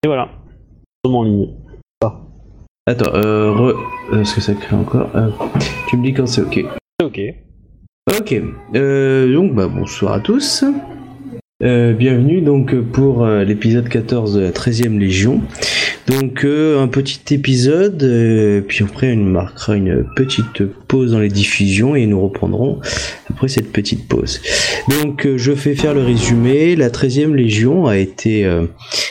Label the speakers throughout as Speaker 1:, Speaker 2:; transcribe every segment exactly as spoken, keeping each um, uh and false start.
Speaker 1: voilà. Nous sommes en ligne.
Speaker 2: Ah. Attends, euh, re... est-ce que ça crée encore euh, tu me dis quand c'est ok.
Speaker 1: C'est ok.
Speaker 2: Ok, euh, donc bah, bonsoir à tous. Euh, bienvenue donc pour euh, l'épisode quatorze de la treizième Légion. Donc euh, un petit épisode, euh, puis après on marquera une petite pause dans les diffusions et nous reprendrons après cette petite pause. Donc euh, je fais faire le résumé. La treizième Légion a été euh,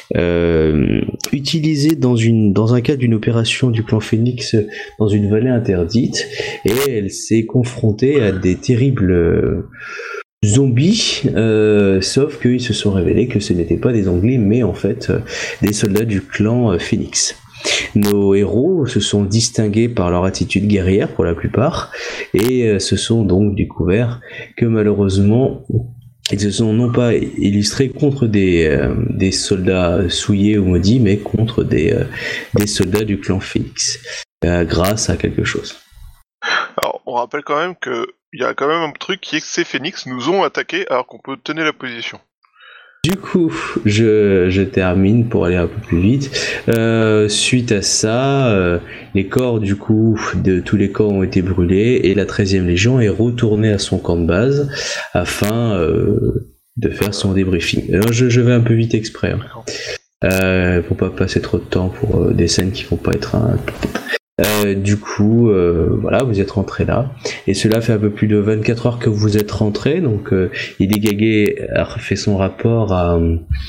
Speaker 2: euh, utilisée dans, une, dans un cadre d'une opération du clan Phoenix dans une vallée interdite et elle s'est confrontée à des terribles... Euh, zombies, euh, sauf qu'ils se sont révélés que ce n'étaient pas des zombies, mais en fait euh, des soldats du clan euh, Phoenix. Nos héros se sont distingués par leur attitude guerrière pour la plupart, et euh, se sont donc découverts que malheureusement ils se sont non pas illustrés contre des, euh, des soldats souillés ou maudits, mais contre des, euh, des soldats du clan Phoenix, euh, grâce à quelque chose.
Speaker 3: Alors, on rappelle quand même que il y a quand même un truc qui est que ces Phoenix nous ont attaqués alors qu'on peut tenir la position.
Speaker 2: Du coup, je, je termine pour aller un peu plus vite. Euh, suite à ça, euh, les corps du coup de tous les corps ont été brûlés et la treizième Légion est retournée à son camp de base afin euh, de faire son débriefing. Alors je, je vais un peu vite exprès, hein. euh, pour pas passer trop de temps pour euh, des scènes qui vont pas être un... Euh, du coup, euh, voilà, vous êtes rentré là, et cela fait un peu plus de vingt-quatre heures que vous êtes rentré. Donc, euh, Hidegage a fait son rapport à,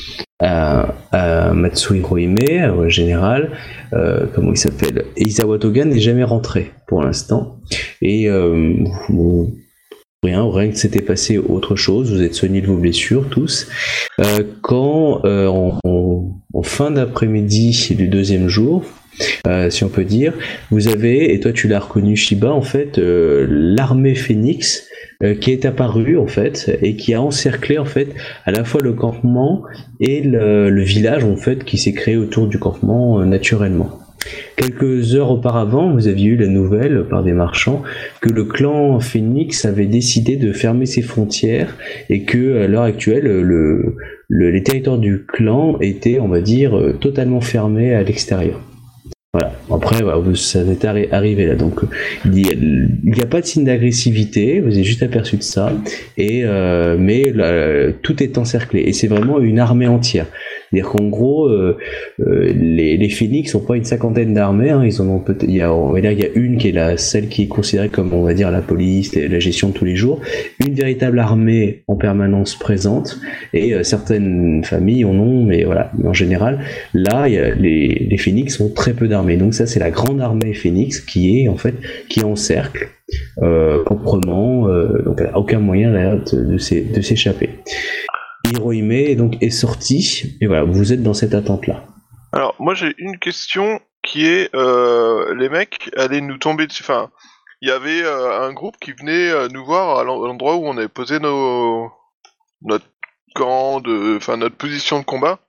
Speaker 2: à, à Matsu Hirohime, au général, euh, comment il s'appelle. Et Izawa Toga n'est jamais rentré pour l'instant, et euh, vous, rien, rien que s'était passé autre chose. Vous êtes soignés de vos blessures tous. Euh, quand euh, en, en, en fin d'après-midi du deuxième jour. Euh, si on peut dire, vous avez, et toi tu l'as reconnu Shiba, en fait, euh, l'armée Phoenix euh, qui est apparue en fait et qui a encerclé en fait à la fois le campement et le, le village en fait qui s'est créé autour du campement euh, naturellement. Quelques heures auparavant, vous aviez eu la nouvelle par des marchands que le clan Phoenix avait décidé de fermer ses frontières et que à l'heure actuelle, le, le, les territoires du clan étaient, on va dire, totalement fermés à l'extérieur. Voilà. Après, voilà, ça est arri- arrivé là, donc il n'y a, a pas de signe d'agressivité, vous avez juste aperçu de ça, et euh, mais là, tout est encerclé, et c'est vraiment une armée entière. C'est-à-dire qu'en gros, euh, euh, les, les Phoenix n'ont pas une cinquantaine d'armées, hein, ils en ont peut-être, il y a, on va dire, il y a une qui est la, celle qui est considérée comme, on va dire, la police, la gestion de tous les jours, une véritable armée en permanence présente, et euh, certaines familles en ont, mais voilà, mais en général, là, il y a, les, les Phoenix ont très peu d'armées, donc ça c'est la grande armée Phoenix qui est, en fait, qui encercle, euh, proprement, euh, donc elle n'a aucun moyen là, de, de, s'é- de s'échapper. Hirohime donc est sorti, et voilà, vous êtes dans cette attente-là.
Speaker 3: Alors, moi j'ai une question qui est, euh, les mecs allaient nous tomber dessus, enfin, il y avait euh, un groupe qui venait euh, nous voir à l'en- à l'endroit où on avait posé nos... notre camp, de... enfin notre position de combat,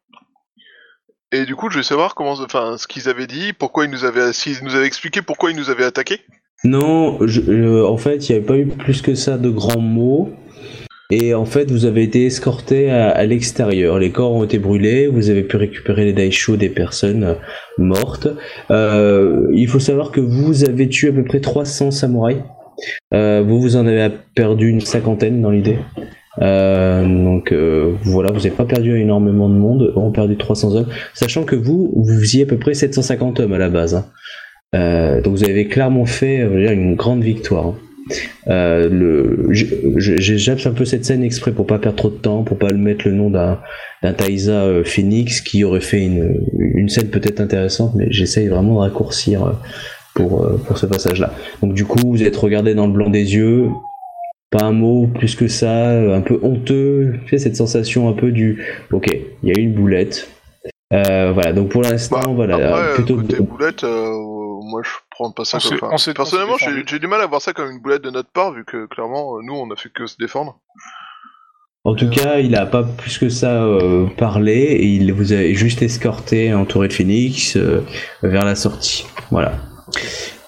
Speaker 3: et du coup je veux savoir comment, enfin, ce qu'ils avaient dit, pourquoi ils nous avaient, s'ils nous avaient expliqué pourquoi ils nous avaient attaqués.
Speaker 2: Non, je, euh, en fait, il n'y avait pas eu plus que ça de grands mots. Et en fait, vous avez été escorté à, à l'extérieur. Les corps ont été brûlés. Vous avez pu récupérer les daisho des personnes euh, mortes. Euh, il faut savoir que vous avez tué à peu près trois cents samouraïs. Euh, vous, vous en avez perdu une cinquantaine dans l'idée. Euh, donc euh, voilà, vous n'avez pas perdu énormément de monde. On a perdu trois cents hommes. Sachant que vous, vous faisiez à peu près sept cent cinquante hommes à la base. Hein. Euh, donc vous avez clairement fait, je veux dire, une grande victoire. Hein. Euh, le, j'ai jappe un peu cette scène exprès pour pas perdre trop de temps, pour pas le mettre le nom d'un, d'un Taïsa euh, Phoenix qui aurait fait une, une scène peut-être intéressante, mais j'essaye vraiment de raccourcir euh, pour, euh, pour ce passage-là. Donc du coup, vous êtes regardé dans le blanc des yeux, pas un mot plus que ça, un peu honteux, tu sais, cette sensation un peu du ok, il y a eu une boulette. Euh, voilà, donc pour l'instant,
Speaker 3: Bah,
Speaker 2: voilà,
Speaker 3: après,
Speaker 2: plutôt
Speaker 3: côté
Speaker 2: de...
Speaker 3: boulette, euh, moi je prends pas ça
Speaker 4: On
Speaker 3: comme
Speaker 4: s'est-
Speaker 3: ça.
Speaker 4: on s'est-
Speaker 3: Personnellement,
Speaker 4: on s'est
Speaker 3: j'ai,
Speaker 4: défendu.
Speaker 3: j'ai du mal à voir ça comme une boulette de notre part, vu que clairement, euh, nous on a fait que se défendre.
Speaker 2: En tout cas, il a pas plus que ça euh, parlé et il vous a juste escorté, entouré de Phoenix, euh, vers la sortie. Voilà.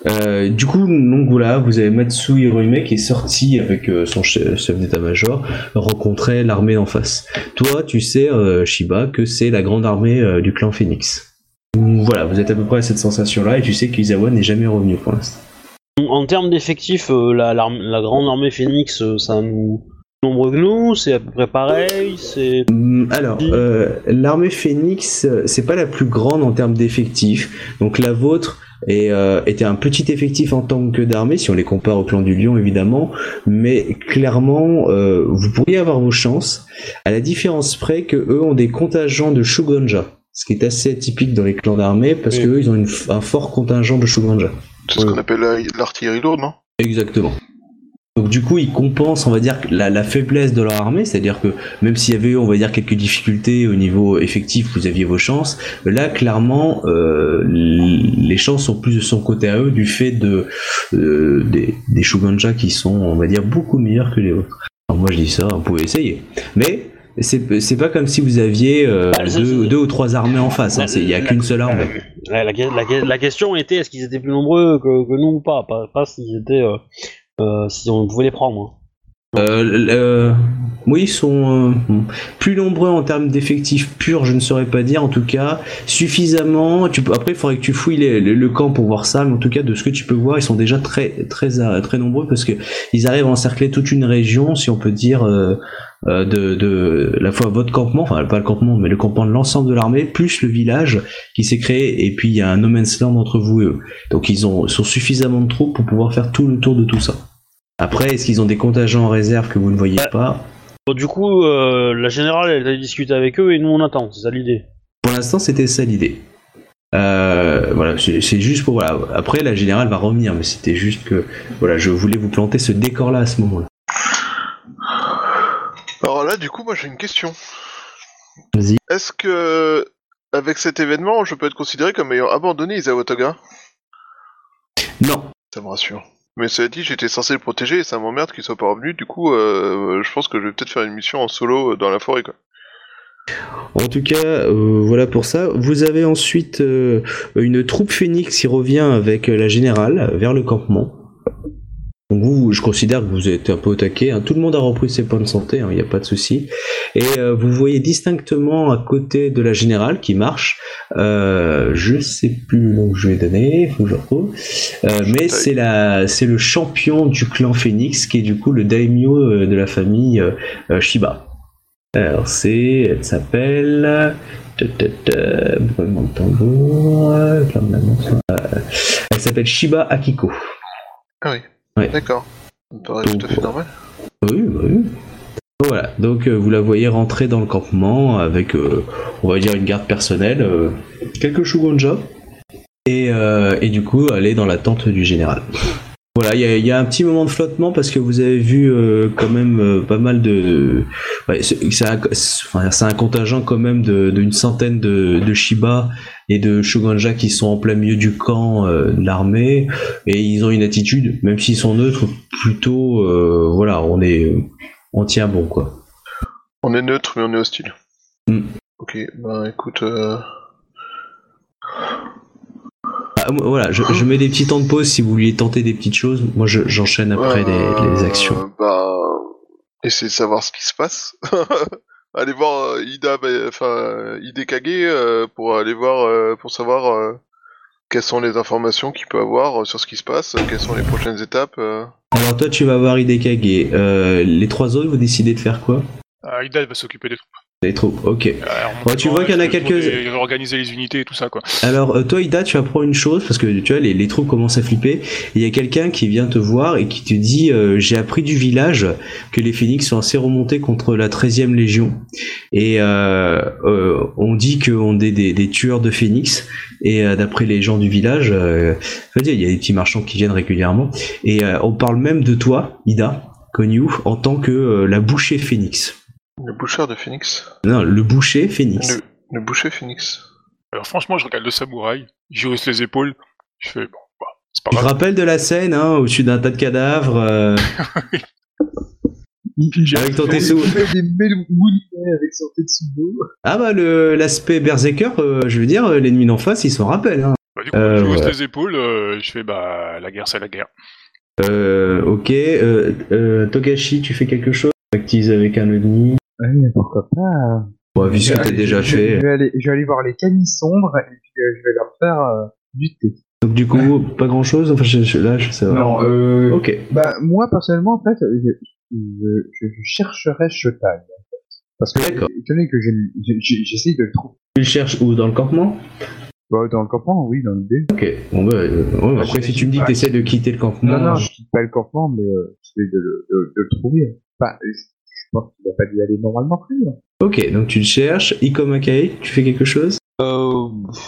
Speaker 2: Euh, du coup, donc voilà, vous avez Matsu Hirohime qui est sorti avec euh, son chef, chef d'état-major, rencontrer l'armée en face. Toi, tu sais, euh, Shiba, que c'est la grande armée euh, du clan Phoenix. Voilà, vous êtes à peu près à cette sensation-là, et tu sais qu'Izawa n'est jamais revenu pour l'instant.
Speaker 1: En termes d'effectifs, euh, la, la, la grande armée Phoenix, euh, ça nous nombre que nous, c'est à peu près pareil, c'est...
Speaker 2: Alors, euh, l'armée Phoenix, c'est pas la plus grande en termes d'effectifs, donc la vôtre est, euh, était un petit effectif en tant que d'armée, si on les compare au clan du Lion évidemment, mais clairement, euh, vous pourriez avoir vos chances, à la différence près que eux ont des contingents de Shugonja, ce qui est assez atypique dans les clans d'armée, parce
Speaker 1: Oui.
Speaker 2: que eux, ils ont une, un fort contingent de Shugonja.
Speaker 3: C'est ce qu'on appelle la- l'artillerie lourde, non?
Speaker 2: Exactement. Donc du coup, ils compensent, on va dire, la, la faiblesse de leur armée, c'est-à-dire que même s'il y avait, on va dire, quelques difficultés au niveau effectif, vous aviez vos chances. Là, clairement, euh, les chances sont plus de son côté à eux du fait de euh, des, des Shugonja qui sont, on va dire, beaucoup meilleurs que les autres. Alors moi, je dis ça, vous pouvez essayer, mais c'est c'est pas comme si vous aviez euh,
Speaker 1: Ah, c'est-
Speaker 2: deux,
Speaker 1: c'est-
Speaker 2: deux ou trois armées en face. Hein, il y a
Speaker 1: La-
Speaker 2: qu'une seule armée.
Speaker 1: La, la, la, la question était est-ce qu'ils étaient plus nombreux que, que nous ou pas, pas, pas s'ils étaient, euh, euh, si on pouvait les prendre.
Speaker 2: Euh, euh, oui, ils sont euh, plus nombreux en termes d'effectifs purs, je ne saurais pas dire. En tout cas, suffisamment. Tu peux, après, il faudrait que tu fouilles les- le, le camp pour voir ça, mais en tout cas, de ce que tu peux voir, ils sont déjà très, très, euh, très nombreux parce que ils arrivent à encercler toute une région, si on peut dire, euh, euh, de, de la fois votre campement, enfin pas le campement, mais le campement de l'ensemble de l'armée, plus le village qui s'est créé, et puis il y a un no man's land entre vous et eux. Donc ils ont sont suffisamment de troupes pour pouvoir faire tout le tour de tout ça. Après, est-ce qu'ils ont des contingents en réserve que vous ne voyez pas?
Speaker 1: Bon, du coup, euh, la générale, elle a discuté avec eux et nous on attend, c'est ça l'idée.
Speaker 2: Pour l'instant, c'était ça l'idée. Euh, voilà, c'est c'est juste pour voilà. Après, la générale va revenir, mais c'était juste que voilà, je voulais vous planter ce décor-là à ce moment-là.
Speaker 3: Alors là, du coup, moi j'ai une question.
Speaker 2: Vas-y.
Speaker 3: Est-ce que, avec cet événement, je peux être considéré comme ayant abandonné Izawa Toga?
Speaker 2: Non.
Speaker 3: Ça me rassure. Mais cela dit, j'étais censé le protéger et ça m'emmerde qu'il soit pas revenu, du coup, euh, je pense que je vais peut-être faire une mission en solo dans la forêt, quoi.
Speaker 2: En tout cas, euh, voilà pour ça. Vous avez ensuite euh, une troupe phénix qui revient avec la générale vers le campement. Donc vous, je considère que vous êtes un peu au taquet, hein. Tout le monde a repris ses points de santé, il n'y a pas de souci. Et euh, vous voyez distinctement à côté de la générale qui marche, euh, je sais plus le nom que je vais donner, faut que je retrouve, euh, mais c'est la, c'est le champion du clan Phoenix qui est du coup le daimyo de la famille euh, Shiba. Alors c'est, elle s'appelle, brûlement de tambour, elle s'appelle Shiba Akiko.
Speaker 3: Ah oui.
Speaker 2: Ouais.
Speaker 3: D'accord. Ça me paraît tout à fait normal.
Speaker 2: Oui, bah oui. Voilà, donc euh, vous la voyez rentrer dans le campement avec, euh, on va dire, une garde personnelle, euh, quelques Shugonja, et, euh, et du coup aller dans la tente du général. Voilà, il y, y a un petit moment de flottement parce que vous avez vu euh, quand même euh, pas mal de... Ouais, c'est, c'est, un, enfin, c'est un contingent quand même de, d'une centaine de, de Shiba et de Shugonja qui sont en plein milieu du camp euh, de l'armée, et ils ont une attitude, même s'ils sont neutres, plutôt... Euh, voilà, on est... On tient bon, quoi.
Speaker 3: On est neutre, mais on est hostile.
Speaker 2: Mm.
Speaker 3: Ok, bah écoute... Euh...
Speaker 2: Ah, voilà, je, je mets des petits temps de pause si vous vouliez tenter des petites choses. Moi, je, j'enchaîne après
Speaker 3: euh,
Speaker 2: les, les actions.
Speaker 3: Bah... Essayer de savoir ce qui se passe. Aller voir euh, Ida, enfin euh, Hidekage euh, pour aller voir, euh, pour savoir euh, quelles sont les informations qu'il peut avoir euh, sur ce qui se passe, euh, quelles sont les prochaines étapes. Euh...
Speaker 2: Alors toi, tu vas voir Hidekage. Euh, les trois autres, vous décidez de faire quoi?
Speaker 4: euh, Ida va s'occuper des troupes.
Speaker 2: Les troupes, ok.
Speaker 4: Euh,
Speaker 2: Ouais, tu vois qu'il y en a quelques...
Speaker 4: Et organiser les unités et tout ça, quoi.
Speaker 2: Alors euh, toi, Ida, tu apprends une chose, parce que tu vois, les, les troupes commencent à flipper. Il y a quelqu'un qui vient te voir et qui te dit euh, j'ai appris du village que les Phoenix sont assez remontés contre la treizième Légion. Et euh, euh, on dit qu'on est des, des tueurs de Phoenix. Et euh, d'après les gens du village, euh, il y a des petits marchands qui viennent régulièrement. Et euh, on parle même de toi, Ida, connu en tant que euh, la bouchée Phoenix.
Speaker 3: Le boucher de Phoenix.
Speaker 2: Non, le boucher Phoenix.
Speaker 3: Le, le boucher Phoenix.
Speaker 4: Alors franchement, je regarde le samouraï, j'y hausse les épaules, je fais bon, bah, c'est pas
Speaker 2: Tu te
Speaker 4: grave.
Speaker 2: rappelles de la scène, hein, au-dessus d'un tas de cadavres euh... Avec ton Tetsu.
Speaker 5: Il fait des belles moulinets avec son Tetsubo.
Speaker 2: Ah bah le, l'aspect berserker, euh, je veux dire, l'ennemi d'en face, il s'en rappelle. Hein.
Speaker 4: Bah, du coup,
Speaker 2: Euh,
Speaker 4: je hausse
Speaker 2: ouais.
Speaker 4: les épaules, euh, je fais bah la guerre c'est la guerre.
Speaker 2: Euh, ok, euh, euh, Togashi, tu fais quelque chose? Actise avec un ennemi.
Speaker 5: Ouais, pourquoi pas.
Speaker 2: Bon, vu ce que
Speaker 5: Je-
Speaker 2: t'as
Speaker 5: je-
Speaker 2: déjà
Speaker 5: je,
Speaker 2: fait.
Speaker 5: Je vais aller, je vais aller voir les canis sombres et puis euh, je vais leur faire euh, du thé.
Speaker 2: Donc du coup, pas grand chose. Enfin, je, je- là, je sais pas.
Speaker 5: Non, euh,
Speaker 2: Ok.
Speaker 5: bah moi personnellement en fait, je, je, je, je chercherais Shotai. En fait. Parce que
Speaker 2: D'accord.
Speaker 5: étant donné que j'ai- j'ai- j'essaye de le trouver.
Speaker 2: Tu le cherches où? Dans le campement?
Speaker 5: Bah, dans le campement, oui, dans l'idée.
Speaker 2: Ok. Bon bah, euh, ouais, bah, après, si tu me dis que t'essaies de quitter le campement.
Speaker 5: Non, non, je quitte pas le campement, mais euh, j'essaie de, le- de, de le trouver. Enfin, je, je pense qu'il va pas y aller normalement plus. Hein.
Speaker 2: Ok, donc tu le cherches. Ikomakae, tu fais quelque chose?
Speaker 1: Euh,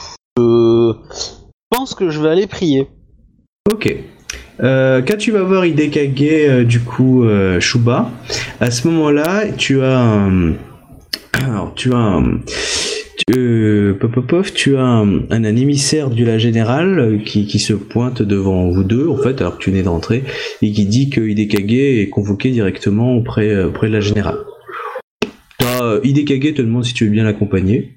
Speaker 1: euh, je pense que je vais aller prier.
Speaker 2: Ok. Euh, quand tu vas voir Hidekage, euh, du coup, euh, Shuba, à ce moment-là, tu as un... Alors, tu as un... tu- euh, pop, pop, pop, tu as un, un, un émissaire de la générale euh, qui, qui se pointe devant vous deux, en fait, alors que tu venez d'entrer, et qui dit que Hidekage est convoqué directement auprès, euh, auprès de la générale. T'as, euh, Hidekage te demande si tu veux bien l'accompagner.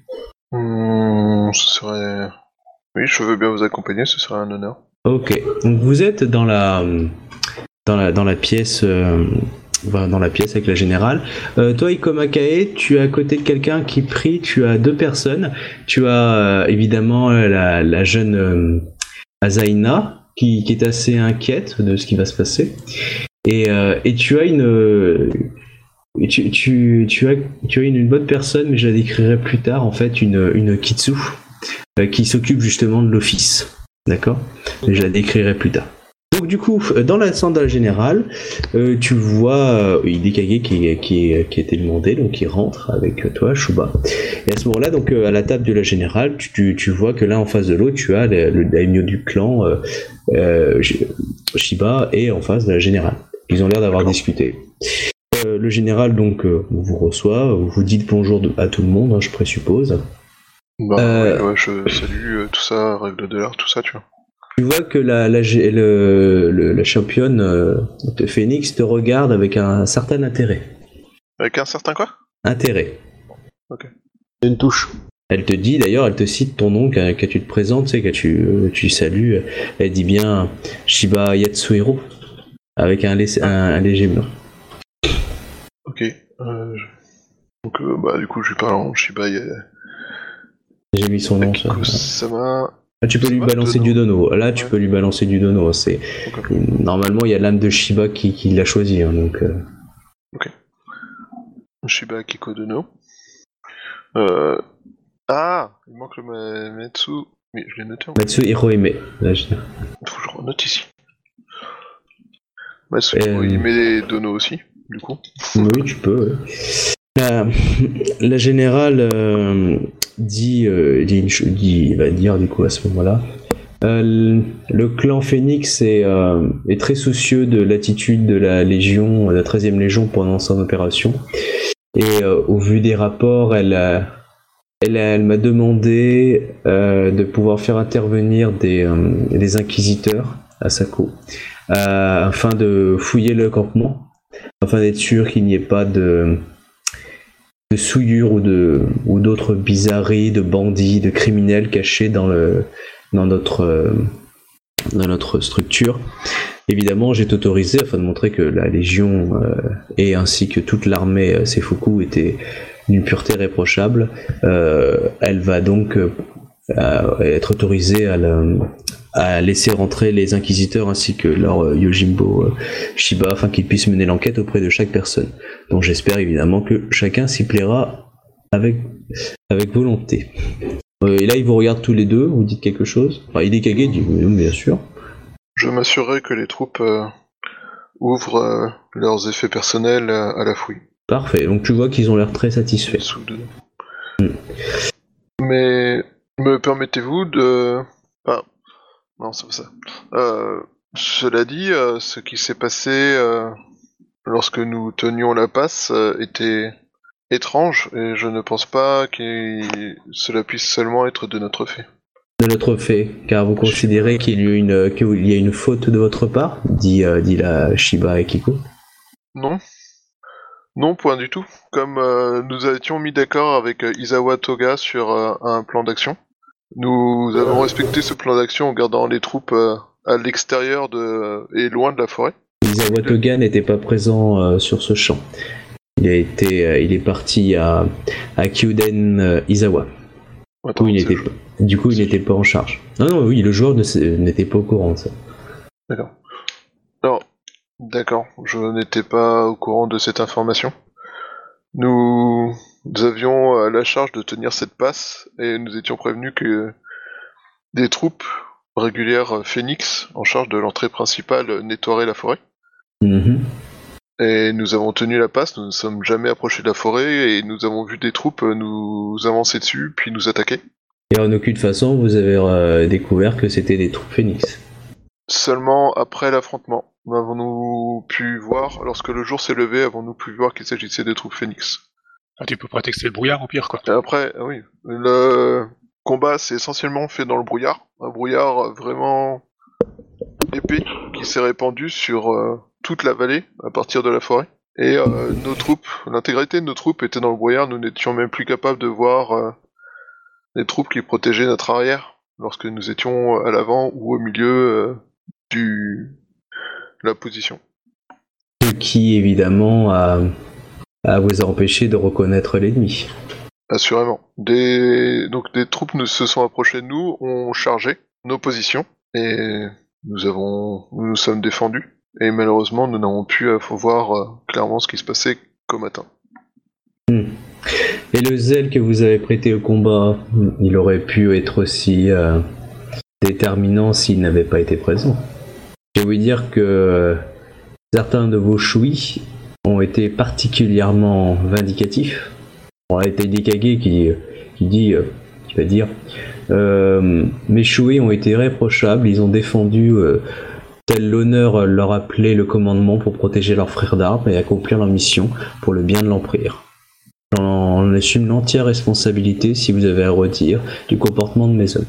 Speaker 3: Mmh, ce serait... Oui, je veux bien vous accompagner, ce serait un honneur.
Speaker 2: Ok, donc vous êtes dans la dans la dans la pièce euh, dans la pièce avec la générale. Euh, toi, Ikomakae, tu es à côté de quelqu'un qui prie. Tu as deux personnes. Tu as euh, évidemment la, la jeune euh, Azaina qui, qui est assez inquiète de ce qui va se passer. Et, euh, et tu as une euh, tu, tu, tu as tu as une, une bonne personne, mais je la décrirai plus tard. En fait, une une Kitsu euh, qui s'occupe justement de l'office. D'accord? Mais je la décrirai plus tard. Donc du coup, dans la salle générale, euh, tu vois euh, Hidekage qui, qui, qui était demandé, donc il rentre avec toi, Shuba. Et à ce moment-là, donc euh, à la table de la générale, tu, tu, tu vois que là en face de l'autre, tu as le, le daimyo du clan, euh, euh, Shiba, et en face de la générale. Ils ont l'air d'avoir discuté. Euh, le général donc euh, vous reçoit, vous dites bonjour à tout le monde, hein, je présuppose.
Speaker 3: Bah
Speaker 2: Euh,
Speaker 3: oui, ouais, je salue euh, tout ça, règle de l'art, tout ça, tu vois.
Speaker 2: Tu vois que la, la, le, le, la championne euh, de Phoenix te regarde avec un certain intérêt.
Speaker 3: Avec un certain quoi?
Speaker 2: Intérêt.
Speaker 3: Ok.
Speaker 1: Une touche.
Speaker 2: Elle te dit, d'ailleurs, elle te cite ton nom, quand, quand tu te présentes, tu sais, quand tu, euh, tu salues, elle dit bien Shiba Yatsuhiro, avec un, un, un léger blanc.
Speaker 3: Ok. Euh, je... Donc, euh, bah, du coup, je lui parle en Shiba ya...
Speaker 2: J'ai mis son nom, ça.
Speaker 3: Sama...
Speaker 2: Là, tu peux lui balancer du dono. Là, tu ouais. peux lui balancer du dono. C'est... Okay. Normalement, il y a l'âme de Shiba qui, qui l'a choisi. Hein, donc, euh...
Speaker 3: Ok. Shiba Kiko Dono. Euh... Ah, il manque le Metsu. Mais je l'ai noté. En
Speaker 2: Metsu Hirohime. Là, je...
Speaker 3: Faut que je renote ici. Metsu euh... Hirohime Dono aussi, du coup.
Speaker 2: Oui, tu peux. Ouais. La, la générale euh, dit, euh, dit, une, dit, va dire du coup à ce moment-là, euh, le, le clan Phoenix est, euh, est très soucieux de l'attitude de la Légion, de la treizième Légion pendant son opération. Et euh, au vu des rapports, elle, euh, elle, elle m'a demandé euh, de pouvoir faire intervenir des, euh, des inquisiteurs à Sako euh, afin de fouiller le campement, afin d'être sûr qu'il n'y ait pas de de souillures ou de ou d'autres bizarreries de bandits, de criminels cachés dans le dans notre euh, dans notre structure. Évidemment, j'ai autorisé afin de montrer que la Légion euh, et ainsi que toute l'armée euh, Seifuku était d'une pureté réprochable. Euh, elle va donc euh, être autorisée à, la, à laisser rentrer les inquisiteurs ainsi que leur euh, Yojimbo euh, Shiba afin qu'ils puissent mener l'enquête auprès de chaque personne. Donc j'espère évidemment que chacun s'y plaira avec, avec volonté. Euh, et là, ils vous regardent tous les deux, vous dites quelque chose. Enfin, Hidekage dit oui, bien sûr.
Speaker 3: Je m'assurerai que les troupes euh, ouvrent euh, leurs effets personnels euh, à la fouille.
Speaker 2: Parfait, donc tu vois qu'ils ont l'air très satisfaits.
Speaker 3: Mm. Mais me permettez-vous de... Enfin, non, c'est pas ça. Euh, cela dit, euh, ce qui s'est passé euh, lorsque nous tenions la passe euh, était étrange, et je ne pense pas que cela puisse seulement être de notre fait.
Speaker 2: De notre fait, car vous considérez qu'il y a une, qu'il y a une faute de votre part, dit, euh, dit la Shiba et Kiko.
Speaker 3: Non. Non, point du tout. Comme euh, nous étions mis d'accord avec euh, Izawa Toga sur euh, un plan d'action, Nous avons respecté ce plan d'action en gardant les troupes euh, à l'extérieur de et loin de la forêt.
Speaker 2: Isawa Toga n'était pas présent euh, sur ce champ. Il a été, euh, il est parti à, à Kyuden euh, Izawa.
Speaker 3: Attends,
Speaker 2: Du coup, il
Speaker 3: c'est
Speaker 2: n'était
Speaker 3: le jeu.
Speaker 2: pas, du coup, il n'était pas en charge. Non, non, oui, le joueur ne s'est- n'était pas au courant de ça.
Speaker 3: D'accord. Alors, d'accord, je n'étais pas au courant de cette information. Nous, nous avions euh, la charge de tenir cette passe et nous étions prévenus que des troupes régulières euh, Phoenix en charge de l'entrée principale euh, nettoieraient la forêt.
Speaker 2: Mhm.
Speaker 3: Et nous avons tenu la passe, nous ne sommes jamais approchés de la forêt et nous avons vu des troupes euh, nous avancer dessus puis nous attaquer.
Speaker 2: Et en aucune façon, vous avez euh, découvert que c'était des troupes Phoenix.
Speaker 3: Seulement après l'affrontement, avons-nous pu voir, lorsque le jour s'est levé, avons-nous pu voir qu'il s'agissait des troupes Phoenix.
Speaker 4: Ah, tu peux prétexter le brouillard au pire, quoi.
Speaker 3: Et après, ah oui, le combat s'est essentiellement fait dans le brouillard, un brouillard vraiment épais qui s'est répandu sur euh, toute la vallée à partir de la forêt. Et euh, nos troupes, l'intégralité de nos troupes était dans le brouillard, nous n'étions même plus capables de voir euh, les troupes qui protégeaient notre arrière lorsque nous étions à l'avant ou au milieu euh, du la position.
Speaker 2: Ce qui, évidemment, a, a vous a empêché de reconnaître l'ennemi.
Speaker 3: Assurément. Des... Donc des troupes nous se sont approchées de nous, ont chargé nos positions, et nous avons nous, nous sommes défendus. Et malheureusement, nous n'avons pu voir euh, clairement ce qui se passait qu'au matin.
Speaker 2: Hmm. Et le zèle que vous avez prêté au combat, il aurait pu être aussi euh, déterminant s'il n'avait pas été présent. Je vais vous dire que euh, certains de vos chouïs ont été particulièrement vindicatifs. On a été Dekage qui, qui dit, euh, qui va dire, euh, mes chouïs ont été irréprochables, ils ont défendu euh, tel l'honneur leur appelait le commandement pour protéger leurs frères d'armes et accomplir leur mission pour le bien de l'Empire. J'en assume l'entière responsabilité, si vous avez à redire, du comportement de mes hommes.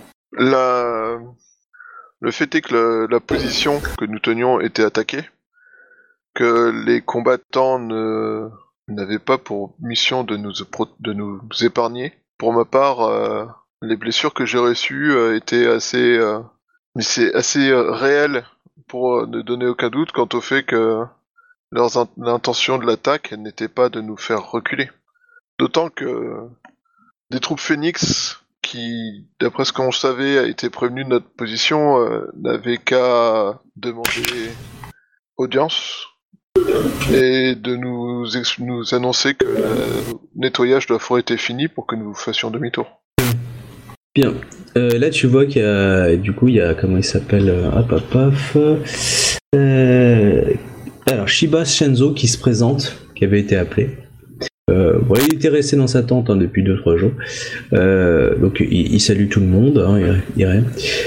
Speaker 3: La... Le fait est que le- la position que nous tenions était attaquée, que les combattants ne... n'avaient pas pour mission de nous, pro- de nous épargner. Pour ma part, euh, les blessures que j'ai reçues euh, étaient assez, euh, mais c'est assez euh, réel pour euh, ne donner aucun doute quant au fait que leurs in- l'intention de l'attaque n'était pas de nous faire reculer. D'autant que des troupes Phoenix, qui, d'après ce qu'on savait, a été prévenues de notre position, euh, n'avaient qu'à demander audience et de nous, ex- nous annoncer que le nettoyage de la forêt était fini pour que nous fassions demi-tour.
Speaker 2: Bien. Euh, là, tu vois qu'il y a, du coup, il y a, comment il s'appelle, euh, hop, hop, hop, euh, alors, Shiba Shenzo qui se présente, qui avait été appelé. Euh, bon, il était resté dans sa tente hein, depuis deux trois jours. Euh, donc, il, il salue tout le monde, hein, Irem.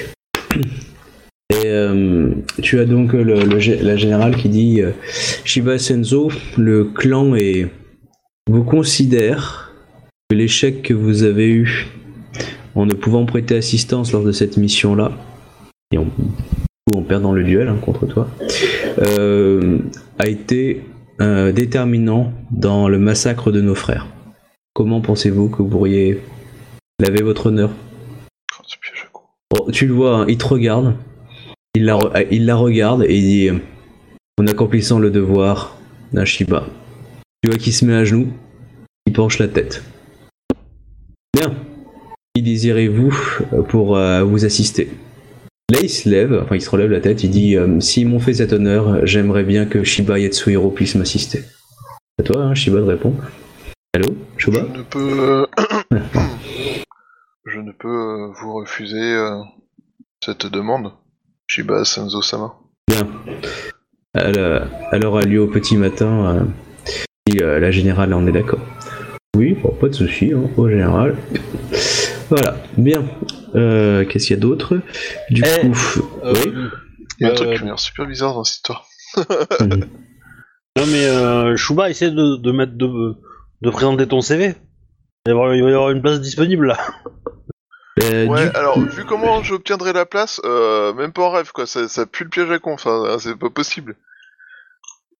Speaker 2: Et euh, tu as donc le, le, la générale qui dit euh, Shiba Senzo, le clan est, vous considère que l'échec que vous avez eu en ne pouvant prêter assistance lors de cette mission-là, et en, en perdant le duel hein, contre toi, euh, a été euh, déterminant dans le massacre de nos frères. Comment pensez-vous que vous pourriez laver votre honneur?
Speaker 3: Oh, ce piège à coup.
Speaker 2: Oh, tu le vois, hein, il te regarde. Il la, re- il la regarde et il dit euh, en accomplissant le devoir d'un Shiba. Tu vois qu'il se met à genoux, il penche la tête. Bien. Qui désirez-vous pour euh, vous assister? Là il se lève, enfin il se relève la tête, il dit euh, s'ils m'ont fait cet honneur, j'aimerais bien que Shiba Yatsuhiro puisse m'assister. À toi, hein, Shiba de répondre. Allô,
Speaker 3: Je
Speaker 2: Shiba?
Speaker 3: ne peux... Je ne peux euh, vous refuser euh, cette demande, Shiba Senzo-sama.
Speaker 2: Bien. Elle, euh, elle aura lieu au petit matin. Euh, si euh, la générale en est d'accord. Oui, bon, pas de souci, hein, au général. Voilà, bien. Euh, Qu'est-ce qu'il y a d'autre? Du
Speaker 1: Eh,
Speaker 2: coup,
Speaker 1: Euh,
Speaker 2: oui.
Speaker 3: Il y a un
Speaker 1: euh,
Speaker 3: truc qui m'a l'air super bizarre dans cette histoire.
Speaker 2: Mhm.
Speaker 1: Non mais euh, Shuba, essaie de, de mettre de, de présenter ton C V. Il va y avoir, il va y avoir une place disponible là.
Speaker 2: Euh,
Speaker 3: Ouais,
Speaker 2: du
Speaker 3: alors,
Speaker 2: coup-
Speaker 3: vu comment j'obtiendrai la place, euh, même pas en rêve, quoi, ça, ça pue le piège à con, enfin, hein, c'est pas possible. Le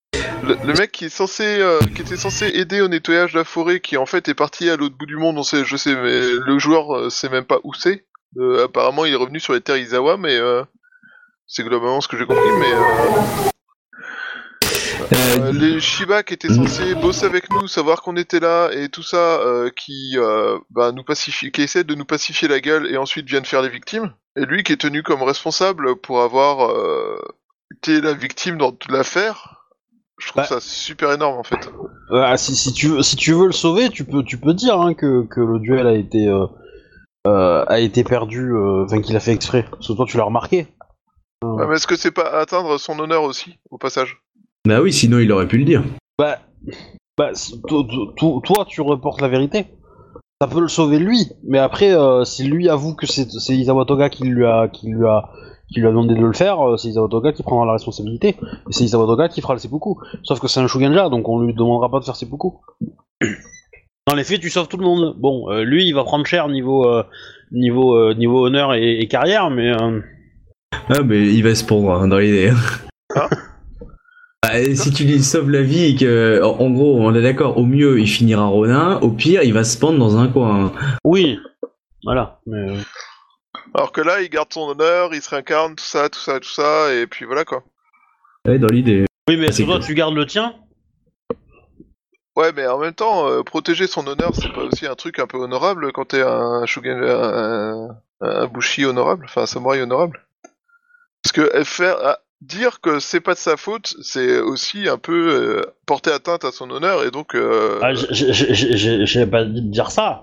Speaker 3: le, le mec qui est censé, euh, qui était censé aider au nettoyage de la forêt, qui en fait est parti à l'autre bout du monde, on sait, je sais, mais le joueur euh, sait même pas où c'est. Euh, apparemment, il est revenu sur les terres Izawa, mais euh, c'est globalement ce que j'ai compris. Mais euh,
Speaker 2: Euh,
Speaker 3: euh, les Shiba qui étaient censés bosser avec nous, savoir qu'on était là et tout ça, euh, qui euh, bah, nous pacifie, qui essaie de nous pacifier la gueule et ensuite viennent faire les victimes. Et lui qui est tenu comme responsable pour avoir euh, été la victime dans toute l'affaire. Je trouve
Speaker 1: Bah.
Speaker 3: ça super énorme en fait.
Speaker 1: Euh, si, si, tu veux, si tu veux le sauver, tu peux, tu peux dire hein, que, que le duel a été, euh, euh, a été perdu, euh, enfin qu'il a fait exprès. Parce que toi, tu l'as remarqué. Euh,
Speaker 3: Ouais, mais est-ce que c'est pas atteindre son honneur aussi, au passage?
Speaker 2: Bah oui, sinon il aurait pu le dire.
Speaker 1: Bah, bah si- to- to- to- toi, tu reportes la vérité. Ça peut le sauver lui, mais après, euh, si lui avoue que c'est c'est Izawa Toga qui lui a, qui lui a, qui lui a demandé de le faire, euh, c'est Izawa Toga qui prendra la responsabilité. Et c'est Izawa Toga qui fera le seppuku. Sauf que c'est un Shugenja, donc on lui demandera pas de faire seppuku. Dans les faits, tu sauves tout le monde. Bon, euh, lui, il va prendre cher niveau, euh, niveau, euh, niveau honneur et, et carrière, mais euh,
Speaker 2: Ah, mais il va se pendre hein, dans l'idée.
Speaker 3: Hein
Speaker 2: Bah, et si tu lui sauves la vie et que, en, en gros, on est d'accord, au mieux il finira Ronin, au pire il va se pendre dans un coin.
Speaker 1: oui, voilà. Mais, euh,
Speaker 3: Alors que là, il garde son honneur, il se réincarne, tout ça, tout ça, tout ça, et puis voilà quoi.
Speaker 2: Ouais, dans l'idée.
Speaker 1: oui, mais
Speaker 2: Ah,
Speaker 1: est-ce
Speaker 2: c'est
Speaker 1: que toi,
Speaker 2: cool.
Speaker 1: tu gardes le tien?
Speaker 3: Ouais, mais en même temps, euh, protéger son honneur, c'est pas aussi un truc un peu honorable quand t'es un Shogun, un, un Bushi honorable, enfin un samouraï honorable. Parce que euh, faire ah, dire que c'est pas de sa faute, c'est aussi un peu euh, porter atteinte à son honneur et donc. Euh,
Speaker 1: Ah, j'ai- j'ai- j'ai j'ai pas dit de dire ça.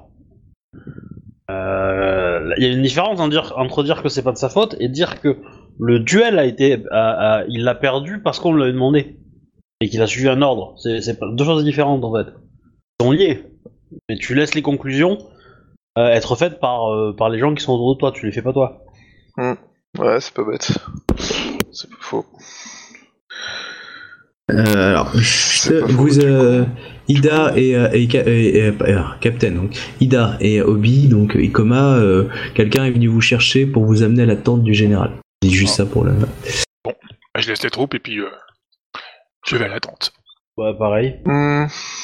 Speaker 1: Euh, Il y a une différence en dire- entre dire que c'est pas de sa faute et dire que le duel a été, a- a- il l'a perdu parce qu'on lui a demandé et qu'il a suivi un ordre. C'est c'est pas- deux choses différentes en fait. Ils sont liés, mais tu laisses les conclusions euh, être faites par euh, par les gens qui sont autour de toi. Tu les fais pas toi.
Speaker 3: Ouais, c'est pas bête. C'est pas faux.
Speaker 2: Euh, alors,
Speaker 3: C'est pas faux,
Speaker 2: vous,
Speaker 3: du
Speaker 2: euh, Ida et, euh, et, Ca- et- et- euh, Captain, donc Ida et Obi, donc Ikoma, euh, quelqu'un est venu vous chercher pour vous amener à la tente du général. Je dis juste ça pour le.
Speaker 4: Bah, je laisse les troupes et puis euh, je vais à la tente.
Speaker 1: Ouais, pareil.
Speaker 3: Hmm.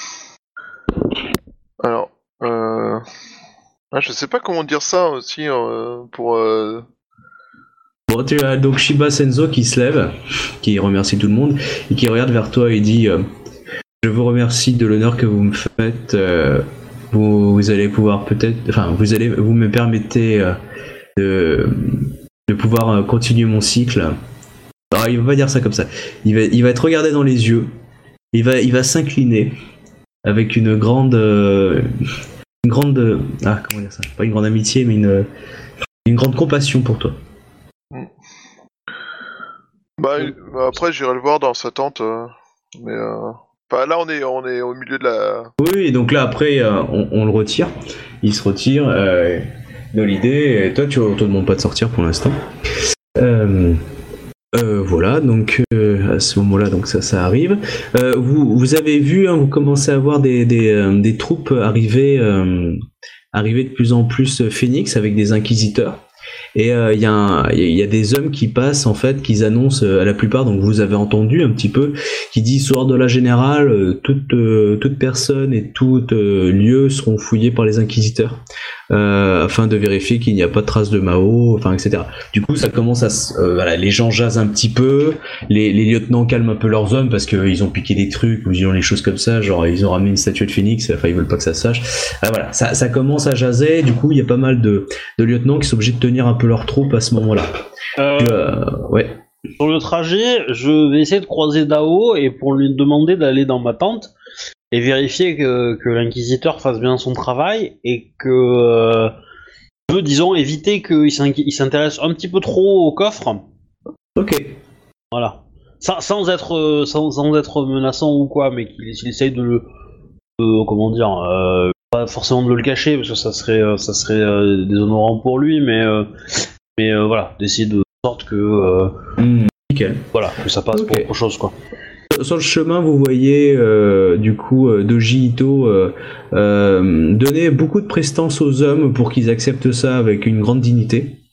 Speaker 3: Alors, euh... ah, je sais pas comment dire ça aussi euh, pour. Euh...
Speaker 2: Bon, tu as donc Shiba Senzo qui se lève, qui remercie tout le monde et qui regarde vers toi et dit euh, je vous remercie de l'honneur que vous me faites. euh, vous, vous allez pouvoir peut-être, enfin, vous allez, vous me permettez euh, de, de pouvoir euh, continuer mon cycle. Alors, il va pas dire ça comme ça. Il va, il va être regardé dans les yeux. Il va, il va s'incliner avec une grande, euh, une grande, euh, ah comment dire ça, pas une grande amitié, mais une, une grande compassion pour toi.
Speaker 3: Bah, euh, bah, après j'irai le voir dans sa tente, euh, mais euh... enfin, là on est on est au milieu de la.
Speaker 2: Oui, donc là après euh, on, on le retire, il se retire euh, dans l'idée. Et toi tu on te demande pas de sortir pour l'instant. Euh, euh, voilà, donc euh, à ce moment-là, donc ça, ça arrive. Euh, vous, vous avez vu, hein, vous commencez à voir des, des, euh, des troupes arriver, euh, arriver de plus en plus Phoenix avec des inquisiteurs. Et il euh, y, y a des hommes qui passent en fait, qui annoncent euh, à la plupart, donc vous avez entendu un petit peu, qui disent soir de la générale, euh, toute, euh, toute personne et tout euh, lieu seront fouillés par les inquisiteurs euh, afin de vérifier qu'il n'y a pas de traces de Mao, enfin et cetera. Du coup, ça commence à, euh, voilà, les gens jasent un petit peu, les, les lieutenants calment un peu leurs hommes parce qu'ils ont piqué des trucs ou ils ont les choses comme ça, genre ils ont ramené une statue de Phoenix, enfin ils veulent pas que ça se sache. Euh, voilà, ça, ça commence à jaser. Du coup, il y a pas mal de, de lieutenants qui sont obligés de tenir un peu leurs troupes à ce moment-là.
Speaker 1: Euh,
Speaker 2: Euh, ouais.
Speaker 1: Sur le trajet, je vais essayer de croiser Dao et pour lui demander d'aller dans ma tente et vérifier que, que l'inquisiteur fasse bien son travail et que euh, peut, disons, éviter qu'il s'inqui- il s'intéresse un petit peu trop au coffre.
Speaker 2: Ok.
Speaker 1: Voilà. Sans, sans être euh, sans, sans être menaçant ou quoi, mais qu'il qu'il essaye de le de- comment dire euh, pas forcément de le cacher parce que ça serait euh, ça serait euh, déshonorant pour lui, mais euh, mais euh, voilà, d'essayer de sorte que euh,
Speaker 2: Mmh, nickel.
Speaker 1: voilà, que ça passe
Speaker 2: Ok.
Speaker 1: pour autre chose quoi.
Speaker 2: Sur le chemin, vous voyez euh, du coup euh, Doji Ito euh, euh, donner beaucoup de prestance aux hommes pour qu'ils acceptent ça avec une grande dignité.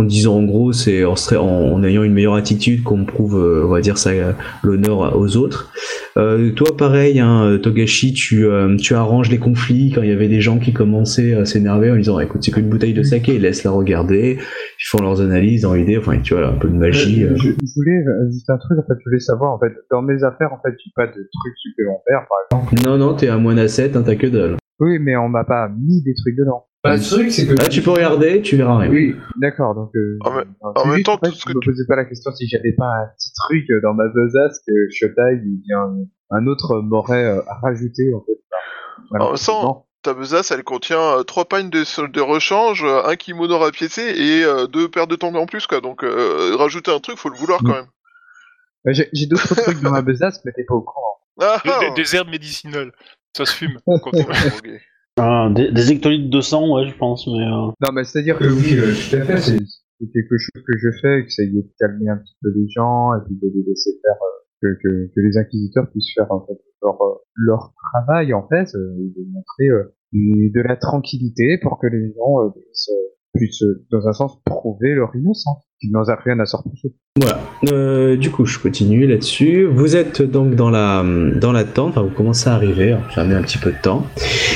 Speaker 2: en disant en gros c'est en, en, en ayant une meilleure attitude qu'on prouve euh, on va dire ça l'honneur aux autres. Euh, toi pareil hein, Togashi, tu, euh, tu arranges les conflits quand il y avait des gens qui commençaient à s'énerver en disant écoute c'est qu'une bouteille de saké, laisse la regarder, ils font leurs analyses dans l'idée, enfin tu vois un peu de magie.
Speaker 5: Euh,
Speaker 2: euh.
Speaker 5: je, je voulais juste un truc en fait, je voulais savoir en fait dans mes affaires en fait j'ai pas de trucs supplémentaires par exemple.
Speaker 2: Non non t'es à moins à sept, hein, t'as que dalle.
Speaker 5: Oui mais on m'a pas mis des trucs dedans.
Speaker 6: Bah, le truc, c'est que.
Speaker 2: Ah tu peux regarder, tu verras rien.
Speaker 5: Oui, d'accord, donc euh,
Speaker 3: En même-
Speaker 5: euh,
Speaker 3: en
Speaker 5: c'est
Speaker 3: même
Speaker 5: juste,
Speaker 3: temps,
Speaker 5: en fait,
Speaker 3: tout ce
Speaker 5: je
Speaker 3: que
Speaker 5: me
Speaker 3: tu-
Speaker 5: posais pas la question si j'avais pas un petit truc euh, dans ma besace que Shotai ou bien un autre m'aurait euh, rajouté en fait. Voilà,
Speaker 3: En même temps, ta besace, elle contient euh, trois pagnes de, sol- de rechange, euh, un kimono rapiécé et euh, deux paires de tongs en plus, quoi. Donc, euh, rajouter un truc, faut le vouloir quand même.
Speaker 5: Euh, j'ai j'ai d'autres trucs dans ma besace mais t'es pas au courant.
Speaker 3: Ah,
Speaker 4: Des,
Speaker 3: ah
Speaker 4: des- des herbes médicinales. Ça se fume. Quand on...
Speaker 3: ok.
Speaker 1: Ah, des, des hectolitres de sang, ouais, je pense, mais... Euh...
Speaker 5: Non mais c'est à dire
Speaker 6: Que
Speaker 5: que
Speaker 6: oui, euh, tout à fait, c'est.
Speaker 5: c'est quelque chose que je fais, que ça y est de calmer un petit peu les gens et puis de les laisser faire euh, que, que, que les inquisiteurs puissent faire en fait, leur, euh, leur travail en fait euh, et de montrer euh, de la tranquillité pour que les gens euh, puissent, euh, puissent euh, dans un sens prouver leur innocence, qu'ils n'ont rien à se reprocher.
Speaker 2: Voilà. Euh, du coup, je continue là-dessus. Vous êtes donc dans la dans la tente. Enfin, vous commencez à arriver. Ça a mis un petit peu de temps.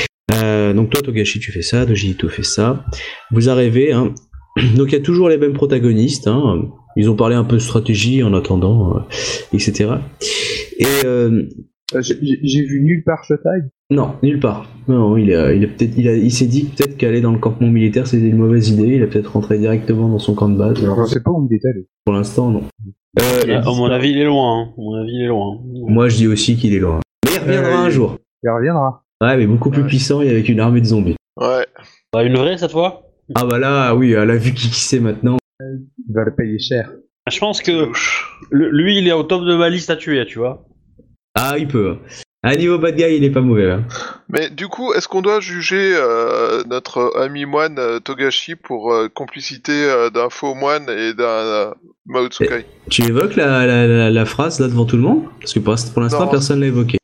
Speaker 2: Euh, donc toi, Togashi, tu fais ça. Dojito fait ça. Vous arrivez. Hein. Donc il y a toujours les mêmes protagonistes. Hein. Ils ont parlé un peu de stratégie en attendant, euh, et cetera. Et euh,
Speaker 5: Euh, j'ai j'ai vu nulle part Shotai.
Speaker 2: non, nulle part. Non, il a, il a peut-être, il a, il s'est dit peut-être qu'aller dans le campement militaire c'était une mauvaise idée. Il a peut-être rentré directement dans son camp de base.
Speaker 5: Je sais pas où il est allé.
Speaker 2: Pour l'instant, non. Euh,
Speaker 1: à mon avis, il est loin. Hein. À mon avis, il est loin.
Speaker 2: Moi, je dis aussi qu'il est loin. Mais il reviendra
Speaker 5: Euh,
Speaker 2: un jour.
Speaker 5: Il reviendra.
Speaker 2: Ouais, mais beaucoup plus
Speaker 3: Ouais.
Speaker 2: puissant et avec une armée de zombies.
Speaker 3: Ouais.
Speaker 1: Bah, une vraie, cette fois.
Speaker 2: Ah bah là, oui, à la vue qui qui c'est maintenant.
Speaker 5: Il va le payer cher.
Speaker 1: Je pense que le- lui, il est au top de ma liste à tuer, tu vois.
Speaker 2: Ah, il peut. À niveau bad guy, il est pas mauvais là.
Speaker 3: Mais du coup, est-ce qu'on doit juger euh, notre ami moine euh, Togashi pour euh, complicité euh, d'un faux moine et d'un euh, Mao Tsukai?
Speaker 2: Tu évoques la, la, la, la phrase là devant tout le monde? Parce que pour, pour l'instant,
Speaker 3: Non.
Speaker 2: personne l'a évoqué.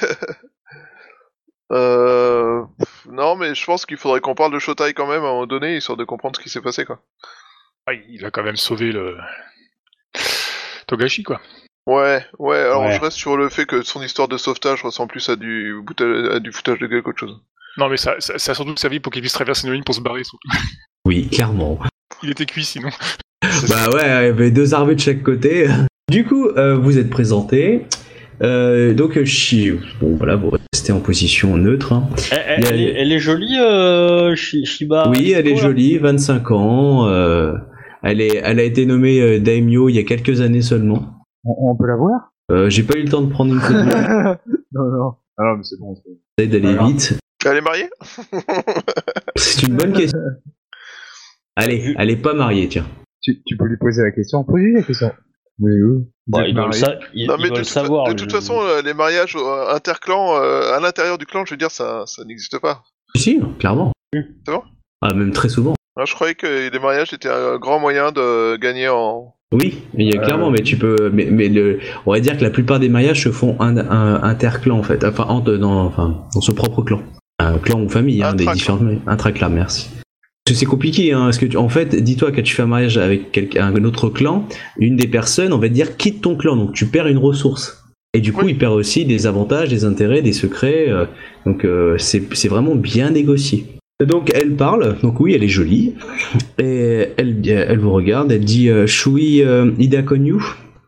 Speaker 3: euh... pff, Non, mais je pense qu'il faudrait qu'on parle de Shotai quand même à un moment donné, histoire de comprendre ce qui s'est passé, quoi.
Speaker 4: Ah, il a quand même sauvé le. Togashi, quoi.
Speaker 3: Ouais, ouais, alors
Speaker 1: Ouais.
Speaker 3: je reste sur le fait que son histoire de sauvetage ressemble plus à du, bouta- à du foutage de gueule qu'autre chose.
Speaker 4: Non, mais ça, ça, ça a surtout servi pour qu'il puisse traverser une ligne pour se barrer, surtout.
Speaker 2: Oui, clairement.
Speaker 4: Il était cuit sinon.
Speaker 2: Bah ouais, il y avait deux armées de chaque côté. Du coup, euh, vous êtes présentés. Euh, donc, euh, chi- bon voilà, vous restez en position neutre. Hein.
Speaker 1: Elle, elle-
Speaker 2: Il y a-
Speaker 1: elle est, elle est jolie, euh, Shi- Shiba.
Speaker 2: Oui, elle est
Speaker 1: Mitsuko, là.
Speaker 2: jolie, vingt-cinq ans. Euh, elle, est, elle a été nommée euh, Daimyo il y a quelques années seulement.
Speaker 5: On, on peut la voir?
Speaker 2: Euh, J'ai pas eu le temps de prendre une photo.
Speaker 5: Non, non. Ah non, mais c'est bon. c'est-
Speaker 2: J'essaie d'aller
Speaker 5: Voilà.
Speaker 2: vite.
Speaker 3: Elle est mariée?
Speaker 2: C'est une bonne question. Allez, elle est pas mariée, tiens.
Speaker 5: Tu, tu peux lui poser la question. Pose-lui la question. Oui, oui. Vous
Speaker 1: Bah,
Speaker 5: êtes
Speaker 1: il doit le,
Speaker 5: mariés?
Speaker 1: sa- il,
Speaker 3: Non,
Speaker 1: il
Speaker 3: mais
Speaker 1: doit
Speaker 3: de,
Speaker 1: le
Speaker 3: toute,
Speaker 1: savoir.
Speaker 3: de
Speaker 1: lui.
Speaker 3: toute façon, euh, les mariages euh, interclans, euh, à l'intérieur du clan, je veux dire, ça, ça n'existe pas.
Speaker 2: Si, clairement.
Speaker 3: C'est bon
Speaker 2: Ah, même très souvent.
Speaker 3: Alors, je croyais que les mariages étaient un grand moyen de gagner en...
Speaker 2: Oui, il y a
Speaker 5: Euh,
Speaker 2: clairement, mais tu peux, mais, mais le, on va dire que la plupart des mariages se font un, un, interclan en fait, enfin, entre, dans, enfin, dans son propre clan, un clan ou famille, hein, des
Speaker 3: Intraclan.
Speaker 2: différentes, intraclan, merci. Parce que c'est compliqué, hein, parce que tu- en fait, dis-toi quand tu fais un mariage avec quelqu'un, un autre clan, une des personnes, on va dire, quitte ton clan, donc tu perds une ressource. Et du coup,
Speaker 3: Oui.
Speaker 2: il perd aussi des avantages, des intérêts, des secrets, euh, donc euh, c'est, c'est vraiment bien négocié. Donc elle parle, donc oui, elle est jolie, et elle, elle vous regarde, elle dit euh, Shui euh, Ida Konyu.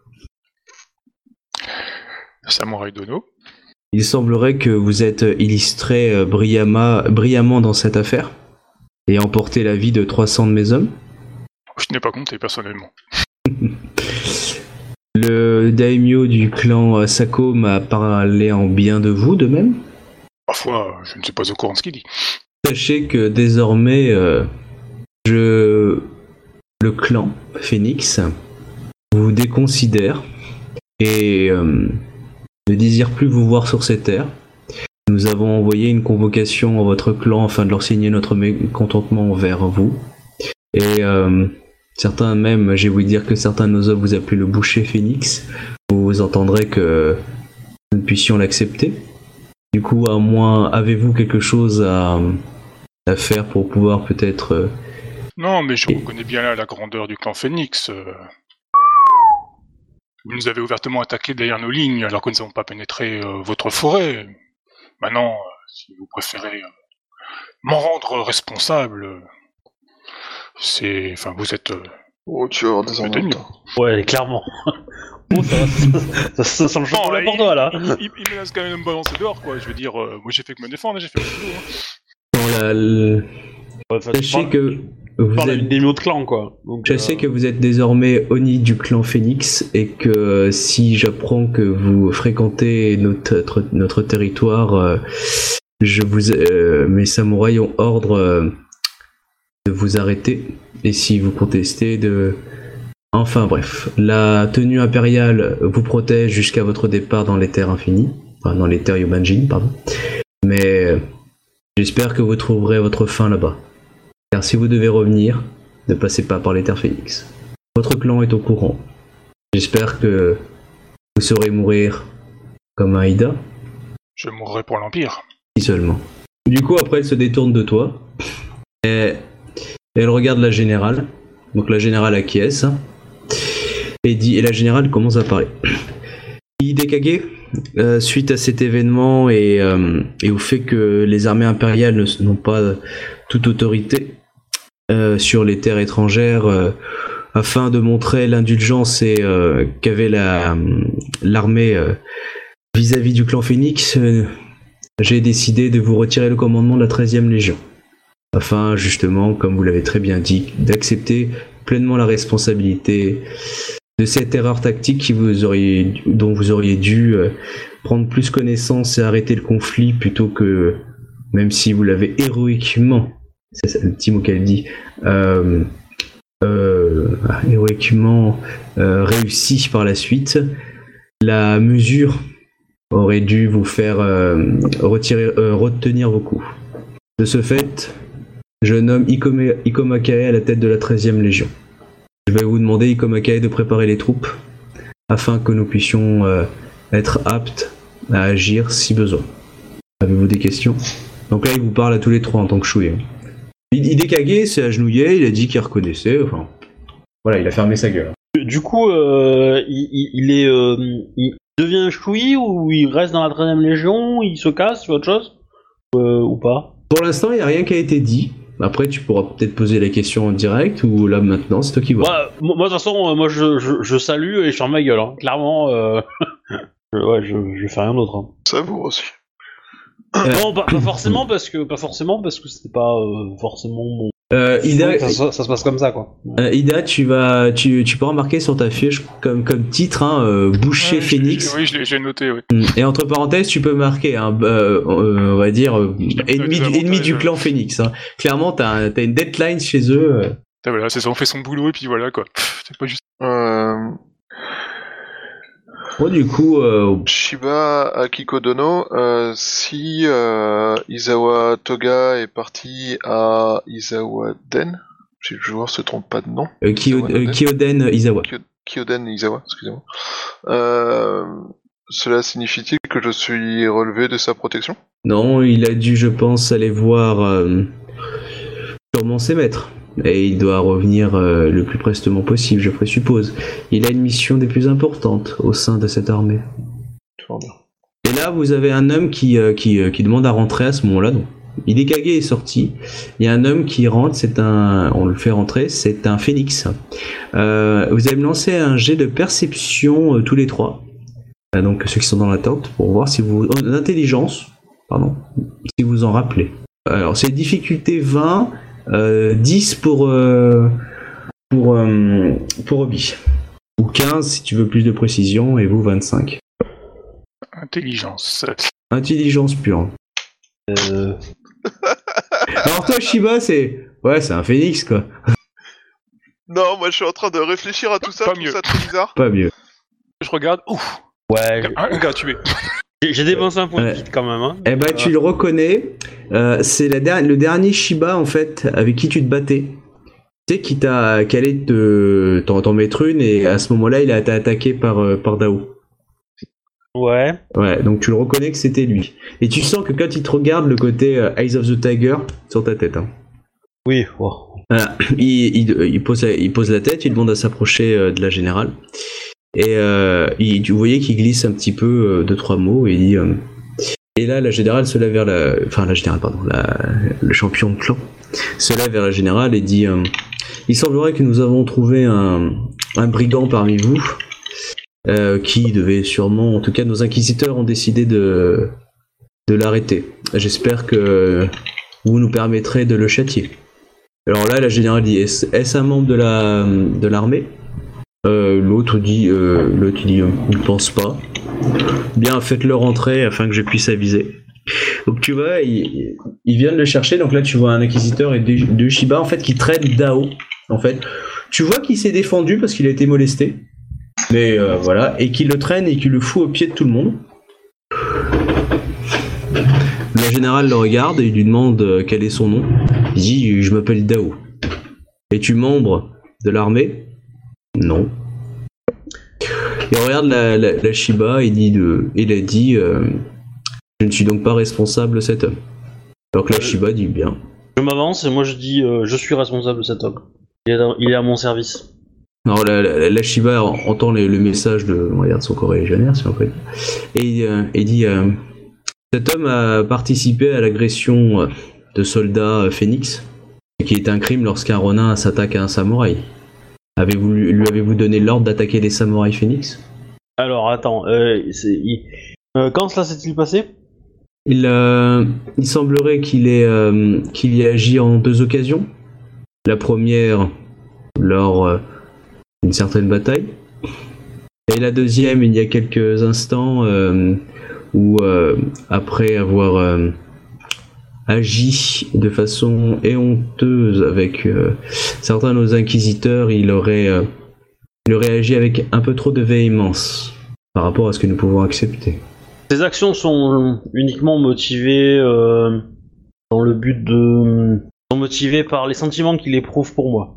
Speaker 4: Samurai Dono.
Speaker 2: Il semblerait que vous êtes illustré euh, brillamment, brillamment dans cette affaire et emporté la vie de trois cents de mes hommes.
Speaker 4: Je n'ai pas compté personnellement.
Speaker 2: Le daimyo du clan euh, Sako m'a parlé en bien de vous, de même.
Speaker 4: Parfois, je ne suis pas au courant de ce qu'il dit.
Speaker 2: Sachez que désormais, euh, je, le clan Phoenix vous déconsidère et euh, ne désire plus vous voir sur ces terres. Nous avons envoyé une convocation à votre clan afin de leur signer notre mécontentement envers vous. Et euh, certains même, j'ai voulu dire que certains de nos hommes vous appellent le boucher Phoenix. Vous entendrez que nous ne puissions l'accepter. Du coup, à moins, avez-vous quelque chose à, à faire pour pouvoir peut-être euh,
Speaker 4: Non, mais je reconnais bien là la grandeur du clan Phoenix. euh. Vous nous avez ouvertement attaqué derrière nos lignes alors que nous n'avons pas pénétré euh, votre forêt. Maintenant, euh, si vous préférez euh, m'en rendre responsable, euh, c'est... Enfin, vous êtes... euh,
Speaker 3: Oh, tu vas avoir des
Speaker 4: vous êtes
Speaker 3: ennuis.
Speaker 4: mieux.
Speaker 1: Ouais, clairement. Oh, ça, va, ça, ça, ça sent le chocolat
Speaker 4: Non,
Speaker 1: pour
Speaker 4: il-
Speaker 1: toi là.
Speaker 4: Il, il, il me laisse quand même me balancer dehors, quoi. Je veux dire, euh, moi j'ai fait que me défendre, j'ai fait mon boulot. Hein.
Speaker 2: Dans la- le-
Speaker 1: Ouais, enfin, tu
Speaker 2: Sachez
Speaker 1: parles-
Speaker 2: que vous
Speaker 1: parle à
Speaker 2: êtes
Speaker 1: une des autres clans quoi. Donc,
Speaker 2: Je
Speaker 1: euh,
Speaker 2: sais que vous êtes désormais Oni du clan Phoenix et que si j'apprends que vous fréquentez notre, notre territoire, euh, je vous, euh, mes samouraïs ont ordre euh, de vous arrêter et si vous contestez de... Enfin bref, la tenue impériale vous protège jusqu'à votre départ dans les terres infinies, enfin dans les terres Yobanjin, pardon. Mais euh, j'espère que vous trouverez votre fin là-bas. Car si vous devez revenir, ne passez pas par les terres Phoenix. Votre clan est au courant. J'espère que vous saurez mourir comme un Ida,
Speaker 4: Je mourrai pour l'Empire.
Speaker 2: si seulement. Du coup, après, elle se détourne de toi. Et elle regarde la générale. Donc la générale acquiesce. Et, dit, et la générale commence à parler. Hidekage, euh, suite à cet événement et, euh, et au fait que les armées impériales ne- n'ont pas toute autorité euh, sur les terres étrangères, euh, afin de montrer l'indulgence et euh, qu'avait la, l'armée euh, vis-à-vis du clan Phoenix, euh, j'ai décidé de vous retirer le commandement de la treizième Légion. Afin, justement, comme vous l'avez très bien dit, d'accepter pleinement la responsabilité de cette erreur tactique qui vous auriez, dont vous auriez dû euh, prendre plus connaissance et arrêter le conflit plutôt que, même si vous l'avez héroïquement, c'est ça, le petit mot qu'elle dit, euh, euh, héroïquement euh, réussi par la suite, la mesure aurait dû vous faire euh, retirer, euh, retenir vos coups. De ce fait, je nomme Ikome, Ikomakae à la tête de la treizième Légion. Je vais vous demander, Ikomakae, de préparer les troupes afin que nous puissions euh, être aptes à agir si besoin. Avez-vous des questions? Donc là, il vous parle à tous les trois en tant que chouïa. Hidekage s'est agenouillé, il a dit qu'il reconnaissait, enfin... Voilà, il a fermé sa gueule.
Speaker 1: Du coup, euh, il, il- il est, euh, il devient choui ou il reste dans la treizième Légion, il se casse, il fait autre chose euh, ou pas?
Speaker 2: Pour l'instant, il n'y a rien qui a été dit. Après, tu pourras peut-être poser la question en direct, ou là, maintenant, c'est toi qui vois.
Speaker 1: Ouais, moi, moi, de toute façon, euh, moi je, je, je salue et je ferme ma gueule. Hein. Clairement, euh... je- ouais, je, je fais rien d'autre. Hein.
Speaker 3: Ça vous aussi.
Speaker 1: Non, pas, pas forcément parce que pas forcément parce que c'était pas euh, forcément mon.
Speaker 2: Euh, Ida,
Speaker 1: ça, ça, ça se passe comme ça quoi.
Speaker 2: euh, Ida, tu vas, tu, tu peux remarquer sur ta fiche comme, comme titre, hein, euh, Boucher
Speaker 4: Ouais, je-
Speaker 2: Phoenix.
Speaker 4: je- Oui, je l'ai j'ai noté, oui.
Speaker 2: Et entre parenthèses, tu peux marquer, hein, euh, euh, on va dire, euh, ennemi,
Speaker 4: des
Speaker 2: du- ennemi du
Speaker 4: avantages,
Speaker 2: clan Phoenix. Hein. Clairement, t'as, un- t'as une deadline chez eux. euh.
Speaker 4: Et voilà, c'est ça, on fait son boulot et puis voilà, quoi. Pff, c'est pas juste...
Speaker 3: Euh,
Speaker 2: Bon, du coup, euh,
Speaker 3: Shiba Akikodono, euh, si euh, Izawa Toga est parti à Izawa Den, si le joueur se trompe pas de nom,
Speaker 2: euh, Kyo- euh, Kyoden Izawa.
Speaker 3: Kyo- Kyoden Izawa, excusez-moi, euh, cela signifie-t-il que je suis relevé de sa protection?
Speaker 2: Non, il a dû, je pense, aller voir euh, sûrement ses maîtres. Et il doit revenir euh, le plus prestement possible, je présuppose. Il a une mission des plus importantes au sein de cette armée.
Speaker 3: Fort bien.
Speaker 2: Et là, vous avez un homme qui, euh, qui, euh, qui demande à rentrer à ce moment-là. Donc, Hidekage est sorti. Il y a un homme qui rentre, c'est un, on le fait rentrer, c'est un phénix. Euh, vous allez me lancer un jet de perception euh, tous les trois. Euh, donc ceux qui sont dans la tente, pour voir si vous... oh, d'intelligence, pardon, si vous en rappelez. Alors c'est difficulté vingt, euh, dix pour, euh, pour, euh, pour Obi. Ou quinze si tu veux plus de précision, et vous vingt-cinq.
Speaker 4: Intelligence.
Speaker 2: Intelligence pure.
Speaker 1: Euh...
Speaker 2: Alors toi Shiba, c'est... Ouais, c'est un phénix quoi.
Speaker 3: Non, moi je suis en train de réfléchir à tout ça,
Speaker 4: Pas
Speaker 3: je trouve
Speaker 4: mieux.
Speaker 3: ça très bizarre.
Speaker 2: Pas mieux.
Speaker 4: Je regarde, ouf,
Speaker 1: Ouais.
Speaker 4: un gars tué.
Speaker 1: J'ai, j'ai dépensé un point de
Speaker 2: Ouais.
Speaker 1: vie quand même. Hein.
Speaker 2: Eh ben, tu le reconnais. Euh, c'est la der- le dernier Shiba, en fait, avec qui tu te battais. Tu sais, qui t'a qui allait te t'en, t'en mettre une, et à ce moment-là, il a été attaqué par, euh, par Dao.
Speaker 1: Ouais.
Speaker 2: Ouais, donc tu le reconnais que c'était lui. Et tu sens que quand il te regarde, le côté euh, Eyes of the Tiger sur ta tête. Hein.
Speaker 1: Oui, wow.
Speaker 2: Voilà. Il, il, il, pose la, il pose la tête, il demande à s'approcher euh, de la générale. Et euh, il, vous voyez qu'il glisse un petit peu euh, deux, trois mots. Et, il dit, euh, et là, la générale se lève vers la. Enfin, la générale, pardon. La, le champion de clan se lève vers la générale et dit euh, il semblerait que nous avons trouvé un, un brigand parmi vous euh, qui devait sûrement. En tout cas, nos inquisiteurs ont décidé de, de l'arrêter. J'espère que vous nous permettrez de le châtier. Alors là, la générale dit est-ce, est-ce un membre de la de l'armée euh, L'autre dit euh, l'autre dit euh, il ne pense pas. Bien, faites-le rentrer afin que je puisse aviser. Donc tu vois, il, il vient de le chercher. Donc là, tu vois un inquisiteur et deux, deux Shiba en fait qui traînent Dao. En fait, tu vois qu'il s'est défendu parce qu'il a été molesté. Mais euh, voilà, et qu'il le traîne et qu'il le fout au pied de tout le monde. La générale le regarde et il lui demande euh, quel est son nom. Il dit je m'appelle Dao. Es-tu membre de l'armée? Non. Il regarde la, la, la Shiba et dit de, il a dit euh, je ne suis donc pas responsable de cet homme. Alors que la Shiba dit bien.
Speaker 1: Je m'avance et moi je dis euh, je suis responsable de cet homme. Il est, à, il est à mon service.
Speaker 2: Alors la, la, la Shiba entend les, le message de, on va dire, de son corps légionnaire, si on peut dire. Et euh, il dit euh, cet homme a participé à l'agression de soldats Phoenix, qui est un crime lorsqu'un Ronin s'attaque à un samouraï. Avez-vous, lui avez-vous donné l'ordre d'attaquer les samouraïs Phoenix?
Speaker 1: Alors attends, euh, c'est, il... euh, quand cela s'est-il passé?
Speaker 2: Il, euh, il semblerait qu'il ait, euh, qu'il y ait agi en deux occasions. La première lors euh, d'une certaine bataille, et la deuxième il y a quelques instants euh, où euh, après avoir euh, agi de façon éhonteuse avec euh, certains de nos inquisiteurs, il aurait, euh, il aurait agi avec un peu trop de véhémence par rapport à ce que nous pouvons accepter.
Speaker 1: Ces actions sont uniquement motivées euh, dans le but de... sont motivées par les sentiments qu'il éprouve pour moi.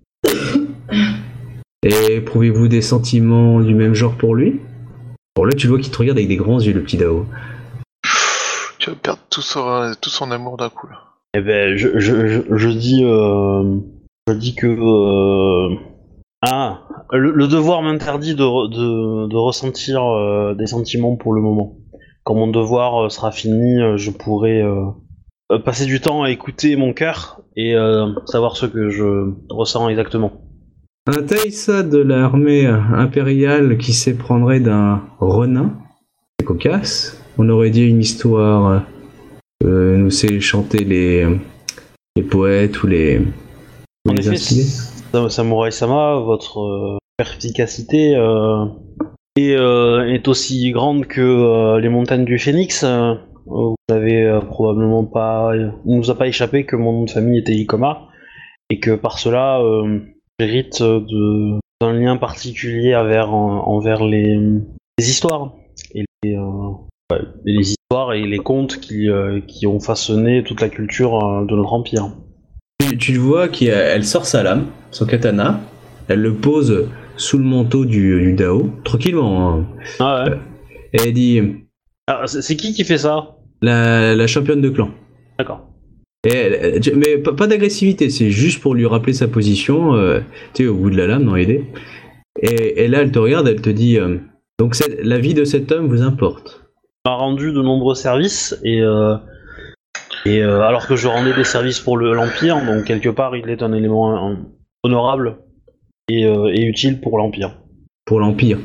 Speaker 2: Et éprouvez-vous des sentiments du même genre pour lui? Bon là tu vois qu'il te regarde avec des grands yeux, le petit Dao.
Speaker 3: Tu vas perdre tout son, tout son amour d'un coup là.
Speaker 1: Eh ben je, je, je, je dis euh, je dis que euh, ah le, le devoir m'interdit de, de, de ressentir euh, des sentiments pour le moment. Quand mon devoir euh, sera fini, euh, je pourrai euh, passer du temps à écouter mon cœur et euh, savoir ce que je ressens exactement.
Speaker 2: Un Taïsa de l'armée impériale qui s'éprendrait d'un Ronin, c'est cocasse. On aurait dit une histoire, euh, nous sait chanter les, les poètes ou les...
Speaker 1: En
Speaker 2: les
Speaker 1: effet, Samurai-sama, votre euh, perspicacité euh, est, euh, est aussi grande que euh, les montagnes du Phénix. Euh, vous n'avez euh, probablement pas... Il nous a pas échappé que mon nom de famille était Ikoma, et que par cela... Euh, j'hérite de, d'un lien particulier envers, envers les, les histoires et les, euh, ouais, les histoires et les contes qui, euh, qui ont façonné toute la culture euh, de notre empire.
Speaker 2: Tu, tu vois qu'elle sort sa lame, son katana, elle le pose sous le manteau du, du Dao, tranquillement. Hein.
Speaker 1: Ah ouais.
Speaker 2: Et elle dit...
Speaker 1: Ah, c'est, c'est qui qui fait ça?
Speaker 2: La, la championne de clan.
Speaker 1: D'accord.
Speaker 2: Et elle, mais pas, pas d'agressivité, c'est juste pour lui rappeler sa position, euh, tu sais, au bout de la lame, dans les dés. Et, et là, elle te regarde, elle te dit euh, donc cette, la vie de cet homme vous importe.
Speaker 1: Il m'a rendu de nombreux services, et, euh, et euh, alors que je rendais des services pour le, l'Empire, donc quelque part, il est un élément un, honorable et, euh, et utile pour l'Empire.
Speaker 2: Pour l'Empire.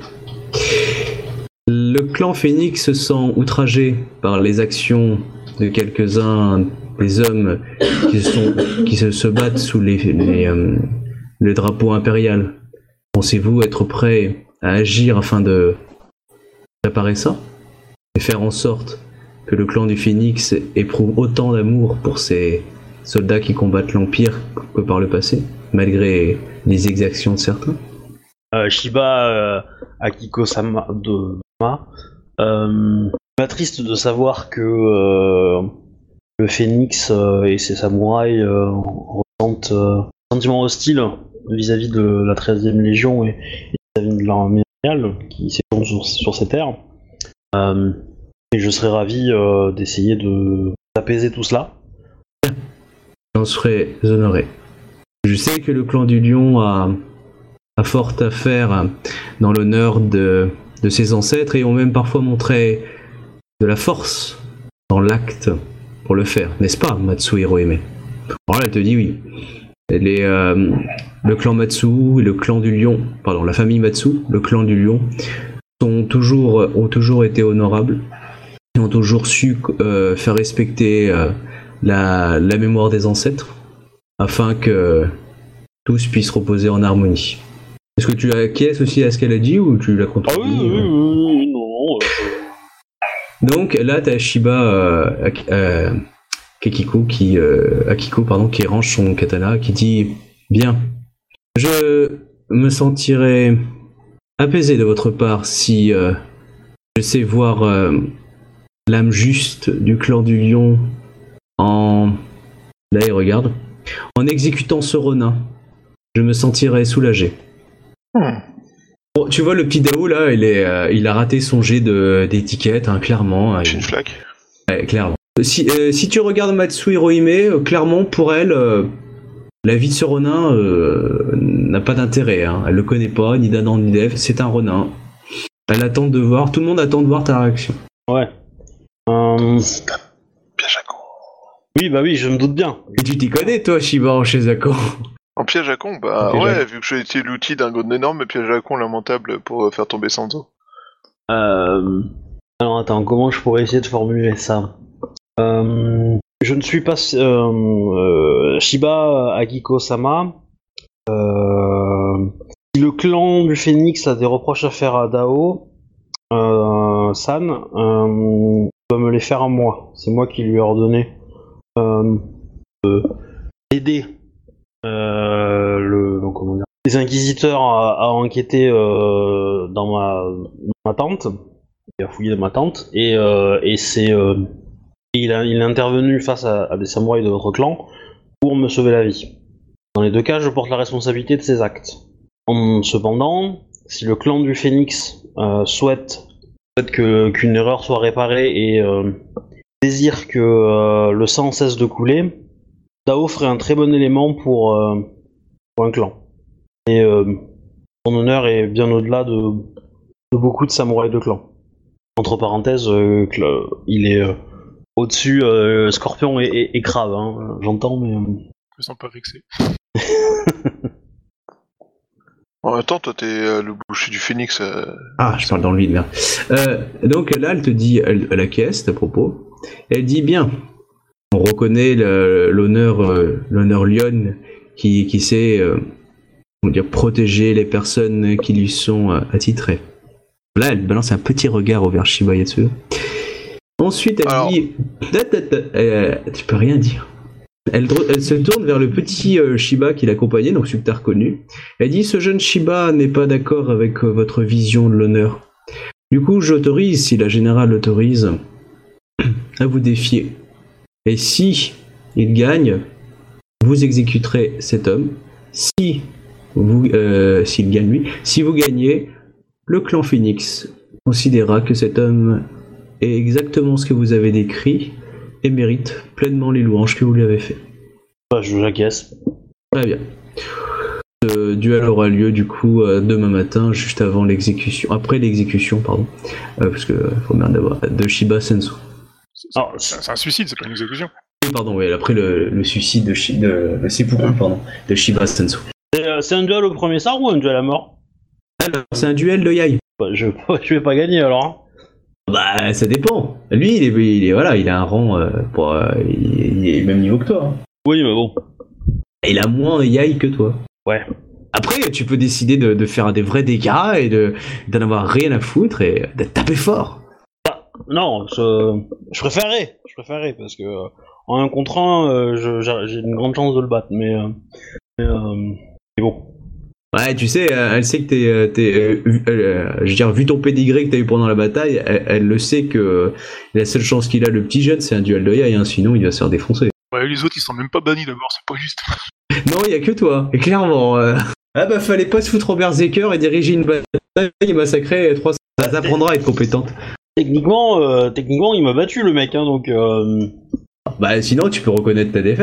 Speaker 2: Le clan Phoenix se sent outragé par les actions de quelques-uns des hommes qui, sont, qui se, se battent sous les, les, euh, le drapeau impérial. Pensez-vous être prêt à agir afin de réparer ça et faire en sorte que le clan du Phénix éprouve autant d'amour pour ces soldats qui combattent l'Empire que par le passé, malgré les exactions de certains?
Speaker 1: euh, Shiba euh, Akiko-sama de Ma euh, m'attriste de savoir que euh, le Phénix euh, et ses samouraïs euh, ressentent euh, un sentiment hostile vis-à-vis de la treizième Légion et vis-à-vis de l'armée impériale qui s'étend sur, sur ces terres. Euh, et je serais ravi euh, d'essayer de d'apaiser tout cela.
Speaker 2: j'en serais honoré. Je sais que le clan du Lion a, a fort à faire dans l'honneur de, de ses ancêtres et ont même parfois montré de la force dans l'acte pour le faire, n'est-ce pas, Matsu Hirohime? Alors là, elle te dit oui. Les, euh, le clan Matsu et le clan du Lion, pardon, la famille Matsu, le clan du Lion, sont toujours, ont toujours été honorables et ont toujours su euh, faire respecter euh, la, la mémoire des ancêtres afin que tous puissent reposer en harmonie. Est-ce que tu acquiesces aussi à ce qu'elle a dit ou tu la contredis?
Speaker 1: Ah oui, oui, oui, oui, non. Euh...
Speaker 2: Donc là, t'as Shiba euh, euh, Kekiko qui, euh, Akiko pardon, qui range son katana, qui dit bien, je me sentirais apaisé de votre part si euh, je sais voir euh, l'âme juste du clan du Lion en... Là, il regarde. En exécutant ce Ronin, je me sentirais soulagé.
Speaker 3: Hmm.
Speaker 2: Bon, tu vois, le petit Dao, là, il, est, euh, il a raté son jet de, d'étiquette, hein, clairement.
Speaker 3: J'ai
Speaker 2: Il-
Speaker 3: une flaque.
Speaker 2: Ouais, clairement. Si, euh, si tu regardes Matsu Hirohime, euh, clairement, pour elle, euh, la vie de ce Ronin euh, n'a pas d'intérêt. Hein. Elle le connaît pas, ni d'Adam ni d'Ève, c'est un Ronin. Elle attend de voir, tout le monde attend de voir ta réaction.
Speaker 1: Ouais. Euh...
Speaker 3: Piège à con.
Speaker 1: Oui, bah oui, je me doute bien.
Speaker 2: Et tu t'y connais, toi, Shiba, en Shizako?
Speaker 3: En piège à con, bah
Speaker 2: En piège
Speaker 3: ouais,
Speaker 2: à-
Speaker 3: vu que j'ai été l'outil d'un god énorme piège à con lamentable pour euh, faire tomber Sanzo.
Speaker 1: Euh... Alors attends, comment je pourrais essayer de formuler ça? Euh... Je ne suis pas euh, euh, Shiba Akiko-sama. Euh... Si le clan du Phénix a des reproches à faire à Dao, euh, San, euh, il va me les faire à moi. C'est moi qui lui ai ordonné euh, euh, d'aider euh, le, donc, comment dire, les inquisiteurs à, à enquêter euh, dans, ma, dans ma tente, et à fouiller dans ma tente, et, euh, et c'est euh, et il, a, il est intervenu face à, à des samouraïs de votre clan pour me sauver la vie. Dans les deux cas, je porte la responsabilité de ces actes. En, cependant, si le clan du Phénix euh, souhaite, souhaite que, qu'une erreur soit réparée et euh, désire que euh, le sang cesse de couler, Dao ferait un très bon élément pour, euh, pour un clan. Et euh, son honneur est bien au-delà de, de beaucoup de samouraïs de clan. Entre parenthèses, euh, que le- il est euh, au-dessus euh, Scorpion et, et, et Crabe, hein, j'entends, mais... euh,
Speaker 4: Je me sens pas vexé.
Speaker 3: En même temps, toi t'es euh, le boucher du Phénix. Euh...
Speaker 2: Ah, je parle dans le vide, merde. Euh, donc là, elle te dit, elle, elle acquiesce à propos. Elle dit bien, on reconnaît le- l'honneur, euh, l'honneur Lyon qui, qui sait, euh, comment dire, protéger les personnes qui lui sont euh, attitrées. Là, elle balance un petit regard vers Shiba Yatsu. Ensuite, elle
Speaker 3: Alors-
Speaker 2: dit, Ta, ta, ta, euh, tu peux rien dire. Elle, dro- elle se tourne vers le petit euh, Shiba qui l'accompagnait, donc celui que t'as reconnu. Elle dit, ce jeune Shiba n'est pas d'accord avec euh, votre vision de l'honneur. Du coup, j'autorise, si la générale l'autorise, à vous défier. Et si il gagne, vous exécuterez cet homme. Si vous, euh, s'il gagne lui, si vous gagnez, le clan Phoenix considérera que cet homme est exactement ce que vous avez décrit et mérite pleinement les louanges que vous lui avez fait.
Speaker 1: bah, je j'acquiesce.
Speaker 2: Très bien. Ce duel aura lieu du coup euh, demain matin, juste avant l'exécution, après l'exécution, pardon, euh, parce que euh, faut bien d'abord de Shiba Sensu.
Speaker 4: C'est c'est-
Speaker 1: Alors,
Speaker 4: c'est- c'est un suicide, c'est pas une exécution.
Speaker 2: Oui, pardon, oui, après le, le suicide de, Shi- de, le seppuku, pardon, de Shiba Sensu.
Speaker 1: C'est, euh, c'est un duel au premier sort ou un duel à mort?
Speaker 2: Alors, c'est un duel de Yai.
Speaker 1: Bah, je, je vais pas gagner alors. Hein.
Speaker 2: Bah, ça dépend. Lui, il est, il est voilà, il a un rang, euh, pour, euh, il, il est au même niveau que toi. Hein.
Speaker 1: Oui, mais bon.
Speaker 2: Il a moins Yai que toi.
Speaker 1: Ouais.
Speaker 2: Après, tu peux décider de, de faire des vrais dégâts et de d'en avoir rien à foutre et de taper fort.
Speaker 1: Non, je, je préférerais. Je préférerais parce que euh, en un contre un, euh, je- j'ai j'ai une grande chance de le battre, mais, euh, mais, euh, mais bon.
Speaker 2: Ouais, tu sais, euh, elle sait que t'es, euh, t'es euh, vu- euh, je veux dire, vu ton pédigré que t'as eu pendant la bataille, elle, elle le sait que euh, la seule chance qu'il a, le petit jeune, c'est un duel de Yai, hein, sinon il va se faire défoncer.
Speaker 4: Ouais, les autres ils sont même pas bannis d'abord, c'est pas juste.
Speaker 2: Non, il y a que toi, et clairement. euh, Ah bah fallait pas se foutre au berserker et diriger une bataille et massacrer trois. Ça t'apprendra à être compétente.
Speaker 1: Techniquement, euh, techniquement, il m'a battu le mec, hein, donc. Euh...
Speaker 2: Bah sinon tu peux reconnaître ta défaite.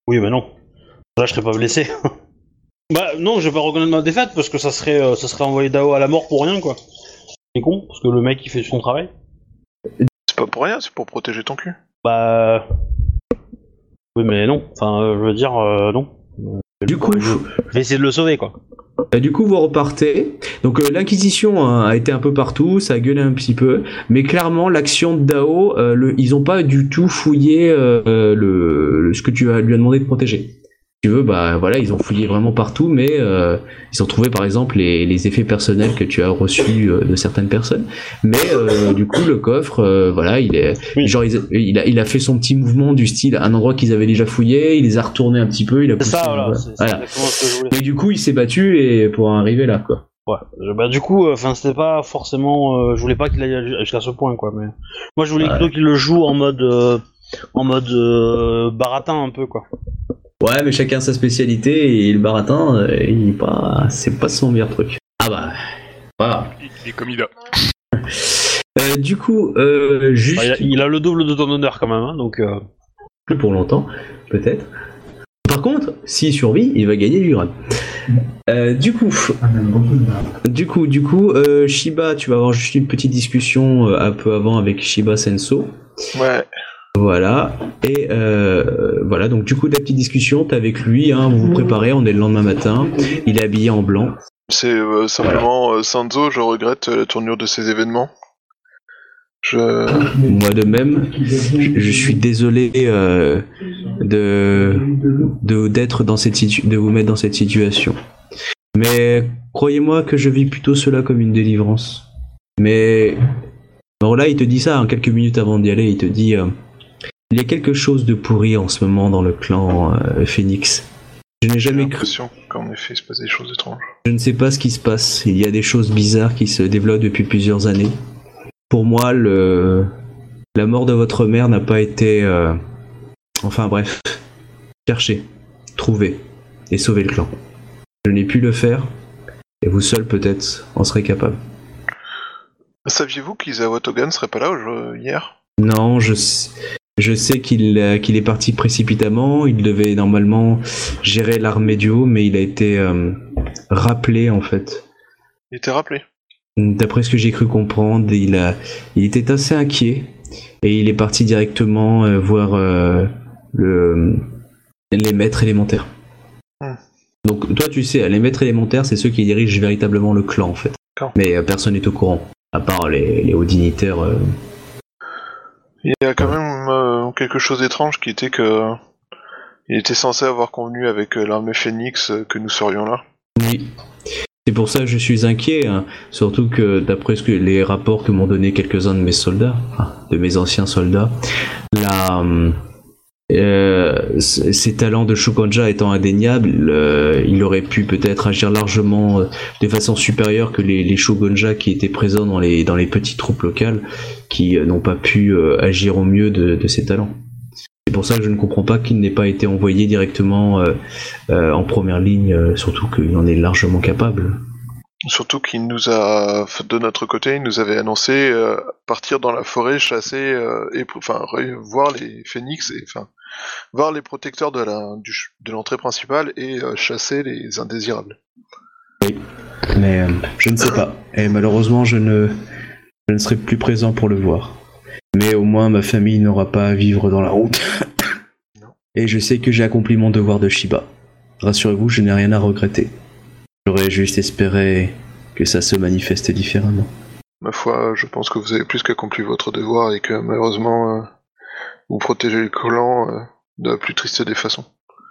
Speaker 1: Oui, mais non. Là, je serais pas blessé. Bah non, je vais pas reconnaître ma défaite parce que ça serait, euh, ça serait envoyer Dao à la mort pour rien, quoi. C'est con, parce que le mec il fait son travail.
Speaker 3: C'est pas pour rien, c'est pour protéger ton cul.
Speaker 1: Bah. Oui, mais non. Enfin, euh, je veux dire, euh, non.
Speaker 2: Du coup,
Speaker 1: je, je vais essayer de le sauver, quoi.
Speaker 2: Euh, du coup, vous repartez. Donc, euh, l'inquisition hein, a été un peu partout, ça a gueulé un petit peu, mais clairement, l'action de Dao, euh, le, ils ont pas du tout fouillé euh, le, le- ce que tu as, lui as demandé de protéger. Si tu veux, bah voilà, ils ont fouillé vraiment partout, mais euh, ils ont trouvé par exemple les, les effets personnels que tu as reçus euh, de certaines personnes. Mais euh, du coup, le coffre, euh, voilà, il est,
Speaker 1: Oui.
Speaker 2: genre, il, il a, il a fait son petit mouvement du style, un endroit qu'ils avaient déjà fouillé, il les a retournés un petit peu, il a
Speaker 1: C'est
Speaker 2: poussé.
Speaker 1: ça, voilà.
Speaker 2: voilà.
Speaker 1: C'est, c'est
Speaker 2: Voilà.
Speaker 1: exactement ce que je voulais.
Speaker 2: Et du coup, il s'est battu et pour en arriver là, quoi.
Speaker 1: Ouais. Euh, Bah du coup, enfin c'était pas forcément. Euh, je voulais pas qu'il aille jusqu'à ce point, quoi. Mais moi, je voulais
Speaker 2: Ouais.
Speaker 1: plutôt qu'il le joue en mode, euh, en mode euh, baratin un peu, quoi.
Speaker 2: Ouais, mais chacun sa spécialité et le baratin, euh, il est pas, c'est pas son meilleur truc. Ah bah, voilà.
Speaker 4: Il est comme il a.
Speaker 2: Euh, du coup, euh, juste
Speaker 1: Enfin, il, a, il a le double de ton honneur quand même, hein, donc. Euh...
Speaker 2: plus pour longtemps, peut-être. Par contre, s'il survit, il va gagner du grade. Euh, du coup, du coup, du coup, euh, Shiba, tu vas avoir juste une petite discussion euh, un peu avant avec Shiba Senso.
Speaker 3: Ouais.
Speaker 2: Voilà, et euh, voilà, donc du coup, la petite discussion, t'es avec lui, hein, vous vous préparez, on est le lendemain matin, il est habillé en blanc.
Speaker 3: C'est euh, simplement euh, Sanzo, je regrette euh, la tournure de ces événements. Je...
Speaker 2: Moi de même, je, je suis désolé euh, de, de d'être dans cette situ- de vous mettre dans cette situation. Mais croyez-moi que je vis plutôt cela comme une délivrance. Mais bon là, il te dit ça hein, quelques minutes avant d'y aller, il te dit euh, il y a quelque chose de pourri en ce moment dans le clan euh, Phoenix. Je n'ai
Speaker 3: J'ai
Speaker 2: jamais cru.
Speaker 3: l'impression qu'en effet, il se passe des choses étranges.
Speaker 2: Je ne sais pas ce qui se passe. Il y a des choses bizarres qui se développent depuis plusieurs années. Pour moi, le... la mort de votre mère n'a pas été... euh, Enfin bref. Cherchez, trouvez et sauvez le clan. Je n'ai pu le faire, et vous seul peut-être en serez capable.
Speaker 3: Saviez-vous qu'Isawa Togan serait pas là euh, hier?
Speaker 2: Non, je sais, je sais qu'il euh, qu'il est parti précipitamment. Il devait normalement gérer l'armée du haut, mais il a été euh, rappelé en fait.
Speaker 3: Il était rappelé.
Speaker 2: D'après ce que j'ai cru comprendre, il, a, il était assez inquiet et il est parti directement euh, voir euh, le, les maîtres élémentaires.
Speaker 3: Hmm.
Speaker 2: Donc toi tu sais, les maîtres élémentaires c'est ceux qui dirigent véritablement le clan en fait.
Speaker 3: D'accord.
Speaker 2: Mais euh, personne n'est au courant, à part les, les hauts dignitaires. Euh...
Speaker 3: Il y a quand même euh, quelque chose d'étrange qui était que il était censé avoir convenu avec euh, l'armée Phoenix euh, que nous serions là.
Speaker 2: Oui. C'est pour ça que je suis inquiet, hein. Surtout que d'après ce que les rapports que m'ont donné quelques-uns de mes soldats, enfin, de mes anciens soldats, la, euh, ses talents de Shogunja étant indéniables, euh, il aurait pu peut-être agir largement euh, de façon supérieure que les, les Shogunja qui étaient présents dans les, dans les petites troupes locales, qui euh, n'ont pas pu euh, agir au mieux de, de ses talents. C'est pour ça que je ne comprends pas qu'il n'ait pas été envoyé directement euh, euh, en première ligne, euh, surtout qu'il en est largement capable.
Speaker 3: Surtout qu'il nous a, de notre côté, il nous avait annoncé euh, partir dans la forêt, chasser euh, et enfin voir les phénix et enfin voir les protecteurs de la du, de l'entrée principale et euh, chasser les indésirables.
Speaker 2: Oui, mais euh, je ne sais pas. Et malheureusement, je ne, je ne serai plus présent pour le voir. Mais au moins, ma famille n'aura pas à vivre dans la honte. Et je sais que j'ai accompli mon devoir de Shiba. Rassurez-vous, je n'ai rien à regretter. J'aurais juste espéré que ça se manifeste différemment.
Speaker 3: Ma foi, je pense que vous avez plus qu'accompli votre devoir et que malheureusement, euh, vous protégez le clan euh, de la plus triste des façons.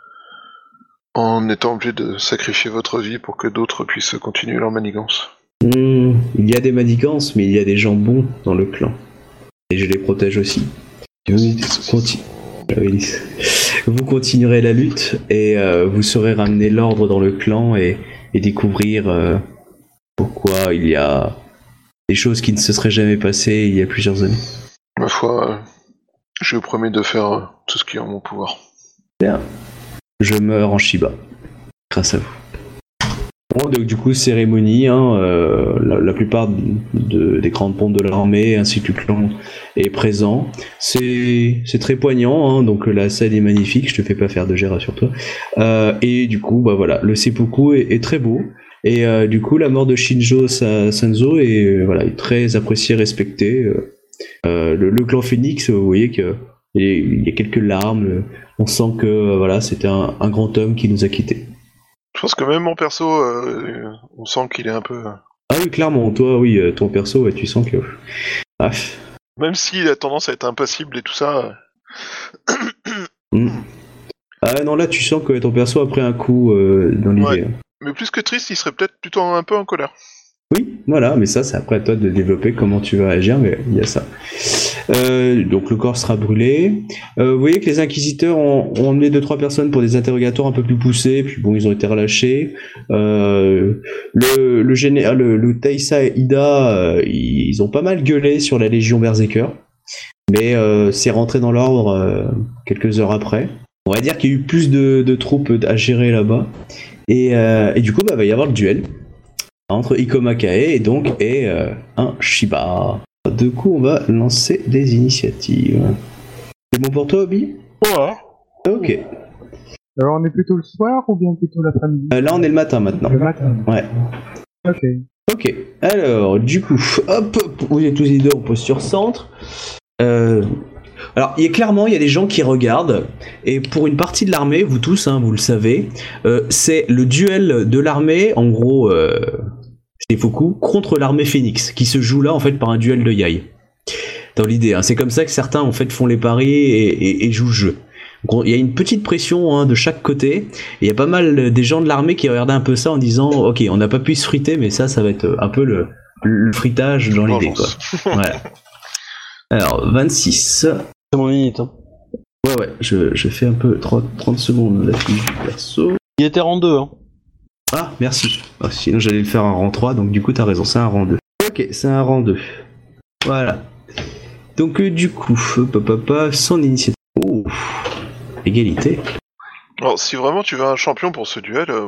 Speaker 3: En étant obligé de sacrifier votre vie pour que d'autres puissent continuer leur manigance.
Speaker 2: Mmh, il y a des manigances, mais il y a des gens bons dans le clan. Et je les protège aussi. Vous, conti- oui. Vous continuerez la lutte et euh, vous saurez ramener l'ordre dans le clan et, et découvrir euh, pourquoi il y a des choses qui ne se seraient jamais passées il y a plusieurs années.
Speaker 3: Ma foi, euh, je vous promets de faire euh, tout ce qui est en mon pouvoir.
Speaker 2: Bien. Je meurs en Shiba. Grâce à vous. Bon, donc, du coup, cérémonie, hein, euh, la, la plupart de, des grandes pompes de l'armée ainsi que le clan est présent. C'est, c'est très poignant, hein, donc la salle est magnifique, je te fais pas faire de jet, rassure-toi. Euh, et du coup, bah voilà, le seppuku est, est très beau. Et euh, du coup, la mort de Shinjo Sa- Sanzo est, euh, voilà, est très appréciée, respectée. Euh, euh, le, le clan Phoenix, vous voyez que il y a quelques larmes. On sent que euh, voilà, c'était un, un grand homme qui nous a quittés.
Speaker 3: Je pense que même mon perso, euh, on sent qu'il est un peu...
Speaker 2: Ah oui, clairement, toi, oui, euh, ton perso, ouais, tu sens que... Ah.
Speaker 3: Même s'il a tendance à être impassible et tout ça...
Speaker 2: Mm. Ah non, là, tu sens que ton perso a pris un coup euh, dans l'idée.
Speaker 3: Ouais.
Speaker 2: Hein.
Speaker 3: Mais plus que triste, il serait peut-être plutôt un peu en colère.
Speaker 2: Oui, voilà, mais ça, c'est après à toi de développer comment tu vas agir, mais il y a ça. Euh, donc le corps sera brûlé. Euh, vous voyez que les inquisiteurs ont, ont emmené deux trois personnes pour des interrogatoires un peu plus poussés, puis bon, ils ont été relâchés. Euh, le le, géné- le le Taisa et Ida, euh, ils ont pas mal gueulé sur la Légion Berserker, mais euh, c'est rentré dans l'ordre euh, quelques heures après. On va dire qu'il y a eu plus de, de troupes à gérer là-bas, et, euh, et du coup, bah, va y avoir le duel entre Ikoma Kae et donc et euh, un Shiba. Du coup, on va lancer des initiatives. C'est bon pour toi, Obi?
Speaker 1: Ouais.
Speaker 2: Ok.
Speaker 5: Alors, on est plutôt le soir ou bien plutôt l'après-midi?
Speaker 2: Euh, là, on est le matin maintenant.
Speaker 5: Le matin.
Speaker 2: Ouais.
Speaker 5: Ok.
Speaker 2: Ok. Alors, du coup, hop, vous êtes tous les deux en posture centre. Euh, alors, il y a clairement, il y a des gens qui regardent, et pour une partie de l'armée, vous tous, hein, vous le savez, euh, c'est le duel de l'armée, en gros, euh, c'est Fuku, contre l'armée Phoenix, qui se joue là, en fait, par un duel de Yai. Dans l'idée, hein. C'est comme ça que certains, en fait, font les paris et, et, et jouent le jeu. Donc, il y a une petite pression hein, de chaque côté, et il y a pas mal des gens de l'armée qui regardaient un peu ça en disant, ok, on n'a pas pu se friter, mais ça, ça va être un peu le, le fritage dans l'idée, quoi. Voilà. Alors, vingt-six.
Speaker 1: C'est mon minute. Hein.
Speaker 2: Ouais, ouais, je, je fais un peu trente, trente secondes la fiche du perso.
Speaker 1: Il était rang deux. Hein.
Speaker 2: Ah, merci. Oh, sinon, j'allais le faire en rang trois, donc du coup, t'as raison, c'est un rang deux. Ok, c'est un rang deux. Voilà. Donc, euh, du coup, papa, son initiative. Oh, égalité.
Speaker 3: Alors, si vraiment tu veux un champion pour ce duel, euh...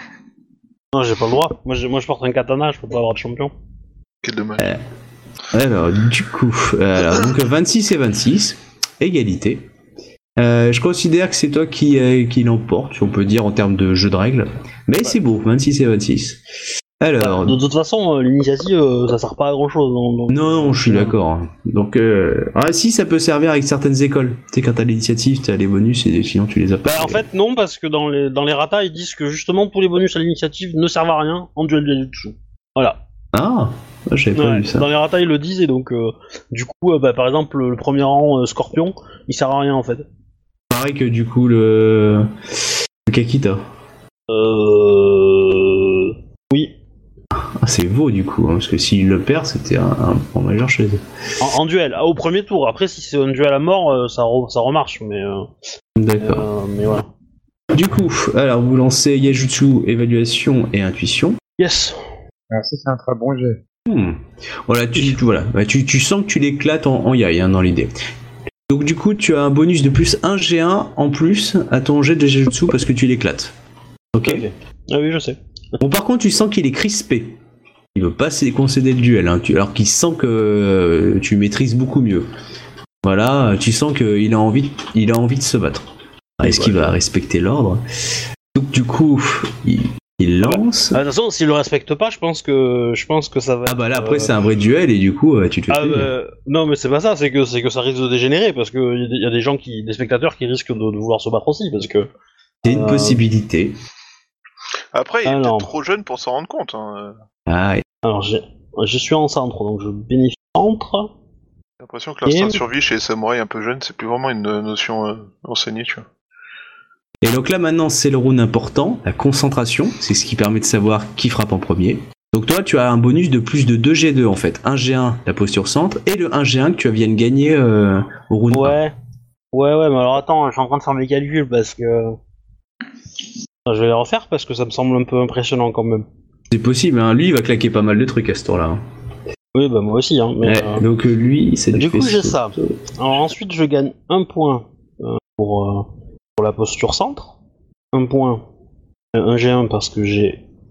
Speaker 1: Non, j'ai pas le droit. Moi, moi, je porte un katana, je peux pas avoir de champion.
Speaker 3: quel dommage.
Speaker 2: Euh, alors, du coup, alors, donc vingt-six et vingt-six, égalité. Euh, je considère que c'est toi qui, euh, qui l'emporte, si on peut dire, en termes de jeu de règles. Mais ouais. C'est beau, vingt-six et vingt-six. Alors,
Speaker 1: de toute façon, euh, l'initiative, euh, ça sert pas à grand chose. Donc, donc...
Speaker 2: Non, non, je suis d'accord. Donc, euh... ah si, ça peut servir avec certaines écoles. Tu sais, quand t'as l'initiative, t'as les bonus et sinon tu les as pas.
Speaker 1: Bah, en fait, non, parce que dans les, dans les ratas, ils disent que justement tous les bonus à l'initiative ne servent à rien en duel du dessous. Voilà.
Speaker 2: Ah, j'avais pas
Speaker 1: ouais,
Speaker 2: vu ça.
Speaker 1: Dans les ratas, ils le disent et donc, euh, du coup, euh, bah, par exemple, le, le premier rang euh, Scorpion, il sert à rien en fait.
Speaker 2: Pareil que du coup, le. Le Kakita.
Speaker 1: Euh. Oui.
Speaker 2: Ah, c'est Vaux du coup, hein, parce que s'il le perd, c'était un, un point majeur chez eux.
Speaker 1: En, en duel, ah, au premier tour. Après, si c'est un duel à mort, euh, ça, re, ça remarche, mais. Euh,
Speaker 2: D'accord.
Speaker 1: Euh, mais voilà.
Speaker 2: Du coup, alors vous lancez Yajutsu, évaluation et intuition.
Speaker 1: Yes.
Speaker 5: Alors ça, c'est un très bon jet.
Speaker 2: Hmm. Voilà, tu, tu, voilà. Bah, tu, tu sens que tu l'éclates en, en yai hein, dans l'idée. Donc du coup, tu as un bonus de plus un G un en plus à ton jet de Yajutsu parce que tu l'éclates. Ok.
Speaker 1: Ok. Ah oui, je sais.
Speaker 2: Bon, par contre, tu sens qu'il est crispé. Il veut pas concéder le duel, hein, tu, alors qu'il sent que euh, tu maîtrises beaucoup mieux. Voilà, tu sens qu'il a envie, il a envie de se battre. Est-ce qu'il va respecter l'ordre? Donc du coup, il, il lance.
Speaker 1: Ah, de toute façon, s'il le respecte pas, je pense que je pense que ça va.
Speaker 2: Ah bah là
Speaker 1: être,
Speaker 2: après
Speaker 1: euh...
Speaker 2: c'est un vrai duel et du coup euh, tu te fais.
Speaker 1: Ah bah, non mais c'est pas ça, c'est que c'est que ça risque de dégénérer parce que il y, y a des gens qui, des spectateurs qui risquent de, de vouloir se battre aussi parce que.
Speaker 2: C'est une
Speaker 1: euh...
Speaker 2: possibilité.
Speaker 3: Après, il est
Speaker 1: ah,
Speaker 3: peut-être trop jeune pour s'en rendre compte. Hein.
Speaker 2: Ah. Ouais.
Speaker 1: Alors j'ai, je suis en centre donc je bénéficie centre.
Speaker 3: J'ai l'impression que l'instinct
Speaker 1: et...
Speaker 3: de survie chez les samouraïs un peu jeunes, c'est plus vraiment une notion euh, enseignée, tu vois.
Speaker 2: Et donc là maintenant c'est le round important, la concentration, c'est ce qui permet de savoir qui frappe en premier. Donc toi tu as un bonus de plus de deux G deux en fait, un G un la posture centre et le un G un que tu viens de gagner euh, au round
Speaker 1: ouais.
Speaker 2: un.
Speaker 1: Ouais ouais mais alors attends, je suis en train de faire mes calculs parce que je vais les refaire parce que ça me semble un peu impressionnant quand même.
Speaker 2: C'est possible, hein. Lui il va claquer pas mal de trucs à ce tour-là. Hein.
Speaker 1: Oui bah moi aussi hein. Mais,
Speaker 2: ouais,
Speaker 1: euh...
Speaker 2: donc lui c'est
Speaker 1: du coup j'ai ça. Alors ensuite je gagne un point euh, pour, euh, pour la posture centre, un point, un G un parce que j'ai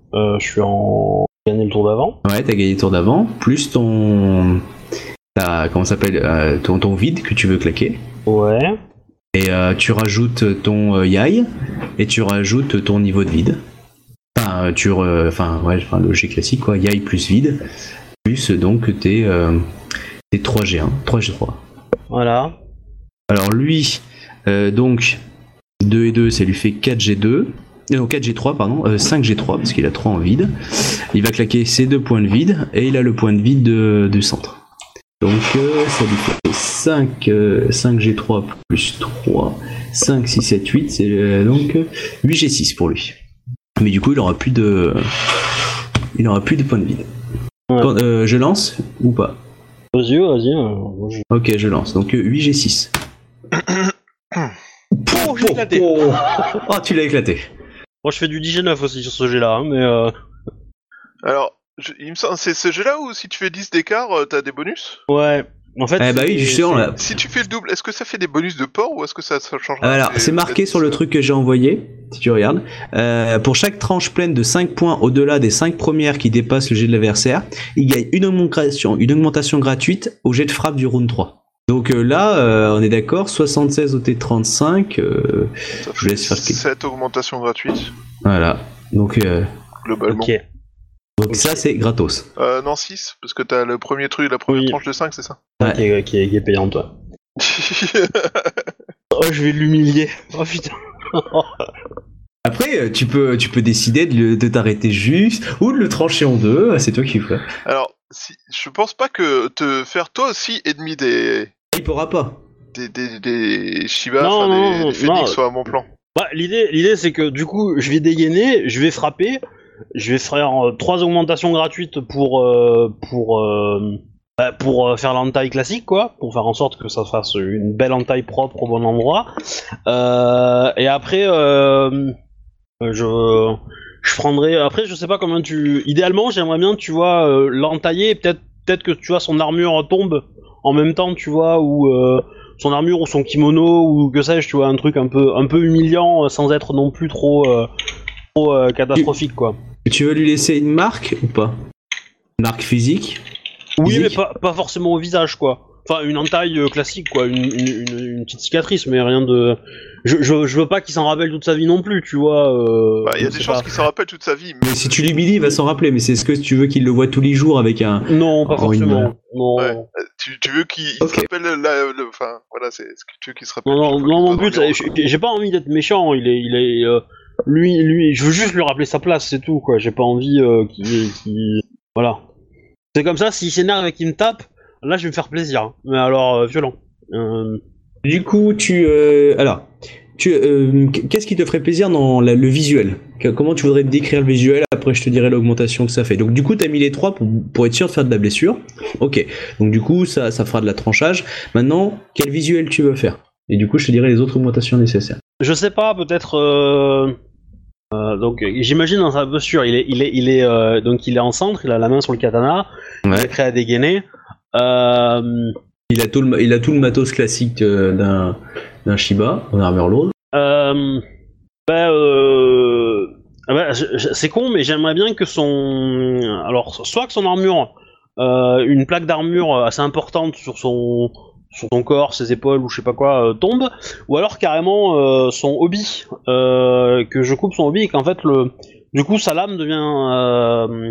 Speaker 1: Euh, je suis en gagné le tour d'avant.
Speaker 2: Ouais, t'as gagné le tour d'avant, plus ton. Ta, comment ça s'appelle euh, ton, ton vide que tu veux claquer.
Speaker 1: Ouais.
Speaker 2: Et euh, tu rajoutes ton euh, yai et tu rajoutes ton niveau de vide. Enfin, tu re, enfin ouais, enfin, le G classique quoi, yai plus vide, plus donc tes, euh, tes trois G un, trois G trois.
Speaker 1: Voilà.
Speaker 2: Alors lui, euh, donc deux et deux, ça lui fait quatre G deux. Non, quatre G trois, pardon, euh, cinq G trois, parce qu'il a trois en vide. Il va claquer ses deux points de vide, et il a le point de vide de, du centre. Donc euh, ça lui fait cinq, euh, cinq G trois plus trois, cinq, six, sept, huit, c'est euh, donc huit G six pour lui. Mais du coup, il aura plus de, il aura plus de points de vide.
Speaker 1: Ouais.
Speaker 2: Quand, euh, je lance ou pas?
Speaker 1: Vas-y, vas-y. Euh, je...
Speaker 2: Ok, je lance. Donc euh, huit G six.
Speaker 1: Oh, j'ai éclaté.
Speaker 2: Oh, oh, tu l'as éclaté.
Speaker 1: Moi, je fais du dix G neuf aussi sur ce jet-là, hein, mais... Euh...
Speaker 3: Alors, je, il me semble, c'est ce jeu-là où si tu fais dix d'écart, euh, t'as des bonus?
Speaker 1: Ouais. En fait,
Speaker 2: Eh bah oui, justement, là.
Speaker 3: Si tu fais le double, est-ce que ça fait des bonus de port ou est-ce que ça, ça change?
Speaker 2: Ah, alors, c'est marqué sur le truc que j'ai envoyé, si tu regardes. Euh, pour chaque tranche pleine de cinq points au-delà des cinq premières qui dépassent le jet de l'adversaire, il gagne une augmentation, une augmentation gratuite au jet de frappe du round trois. Donc euh, là, euh, on est d'accord, soixante-seize au T trente-cinq, euh,
Speaker 3: Ça
Speaker 2: je laisse faire
Speaker 3: sept augmentations gratuites,
Speaker 2: voilà. Donc, euh,
Speaker 3: globalement.
Speaker 1: Ok.
Speaker 2: donc ça, c'est gratos.
Speaker 3: Euh, non, six, parce que t'as le premier truc, la première
Speaker 1: Oui.
Speaker 3: tranche de cinq, c'est ça?
Speaker 2: Ouais.
Speaker 1: Qui est, qui est, qui est payant, toi. Oh, je vais l'humilier. Oh putain.
Speaker 2: Après, euh, tu peux, tu peux décider de, le- de t'arrêter juste ou de le trancher en deux, c'est toi qui fais.
Speaker 3: Alors, si, je pense pas que te faire toi aussi ennemi des...
Speaker 2: Il pourra pas.
Speaker 3: des, des, des Shiba,
Speaker 1: Non,
Speaker 3: enfin
Speaker 1: non,
Speaker 3: des,
Speaker 1: non,
Speaker 3: des Phoenix
Speaker 1: non.
Speaker 3: soit à mon plan.
Speaker 1: Bah, l'idée, l'idée, c'est que du coup, je vais dégainer, je vais frapper, je vais faire euh, trois augmentations gratuites pour euh, pour euh, bah, pour euh, faire l'entaille classique, quoi, pour faire en sorte que ça fasse une belle entaille propre au bon endroit. Euh, et après, euh, je je prendrai. Après, je sais pas comment tu. Idéalement, j'aimerais bien, tu vois, euh, l'entailler. Peut-être peut-être que tu vois son armure tombe en même temps, tu vois, ou euh, son armure ou son kimono ou que sais-je, tu vois, un truc un peu un peu humiliant euh, sans être non plus trop euh, trop euh, catastrophique, quoi.
Speaker 2: Tu veux lui laisser une marque ou pas? Une marque physique?
Speaker 1: Oui,
Speaker 2: Physique
Speaker 1: mais pas, pas forcément au visage, quoi. Enfin, une entaille euh, classique, quoi, une, une, une, une petite cicatrice, mais rien de. Je, je, je veux pas qu'il s'en rappelle toute sa vie non plus, tu vois. Euh,
Speaker 3: Bah, il y a
Speaker 1: je
Speaker 3: des
Speaker 1: sais
Speaker 3: chances
Speaker 1: pas.
Speaker 3: qu'il s'en rappelle toute sa vie, mais...
Speaker 2: Mais si tu l'humilies, il va s'en rappeler. Mais c'est ce que tu veux qu'il le voit tous les jours avec un.
Speaker 1: Non, pas
Speaker 2: Oh,
Speaker 1: forcément.
Speaker 2: une-
Speaker 1: Non.
Speaker 3: Ouais. Euh, Tu, tu veux qu'il il
Speaker 2: Ok.
Speaker 3: se rappelle la... le- Enfin, voilà, c'est ce que tu veux qu'il se rappelle.
Speaker 1: Non, non,
Speaker 3: chaque fois
Speaker 1: non,
Speaker 3: qu'il
Speaker 1: mon
Speaker 3: va
Speaker 1: but,
Speaker 3: dans le
Speaker 1: c'est-
Speaker 3: bureau,
Speaker 1: j'ai j'ai pas envie d'être méchant. Il est, il est, euh, lui, lui, je veux juste lui rappeler sa place, c'est tout, quoi. J'ai pas envie euh, qu'il, qu'il- voilà. C'est comme ça. S'il s'énerve et qu'il me tape, là, je vais me faire plaisir. hein. Mais alors, euh, violent. Euh,
Speaker 2: Du coup, tu. euh, Alors, tu. euh, Qu'est-ce qui te ferait plaisir dans la- le visuel? Que- Comment tu voudrais décrire le visuel? Après, je te dirai l'augmentation que ça fait. Donc, du coup, t'as mis les trois pour, pour être sûr de faire de la blessure. Ok. Donc, du coup, ça, ça fera de la tranchage. Maintenant, quel visuel tu veux faire? Et du coup, je te dirai les autres augmentations nécessaires.
Speaker 1: je sais pas, peut-être. Euh... euh, donc, j'imagine dans sa posture, il est, il est, il est, euh, donc il est en centre. Il a la main sur le katana. Il
Speaker 2: Ouais.
Speaker 1: est prêt à dégainer. Euh...
Speaker 2: Il a tout le, il a tout le matos classique euh, d'un d'un Shiba en armure lourde.
Speaker 1: Euh, bah, euh, ah bah, je- je- c'est con, mais j'aimerais bien que son, alors soit que son armure, euh, une plaque d'armure assez importante sur son, sur son corps, ses épaules ou je sais pas quoi, euh, tombe, ou alors carrément euh, son hobby, euh, que je coupe son hobby et qu'en fait le, du coup sa lame devient euh,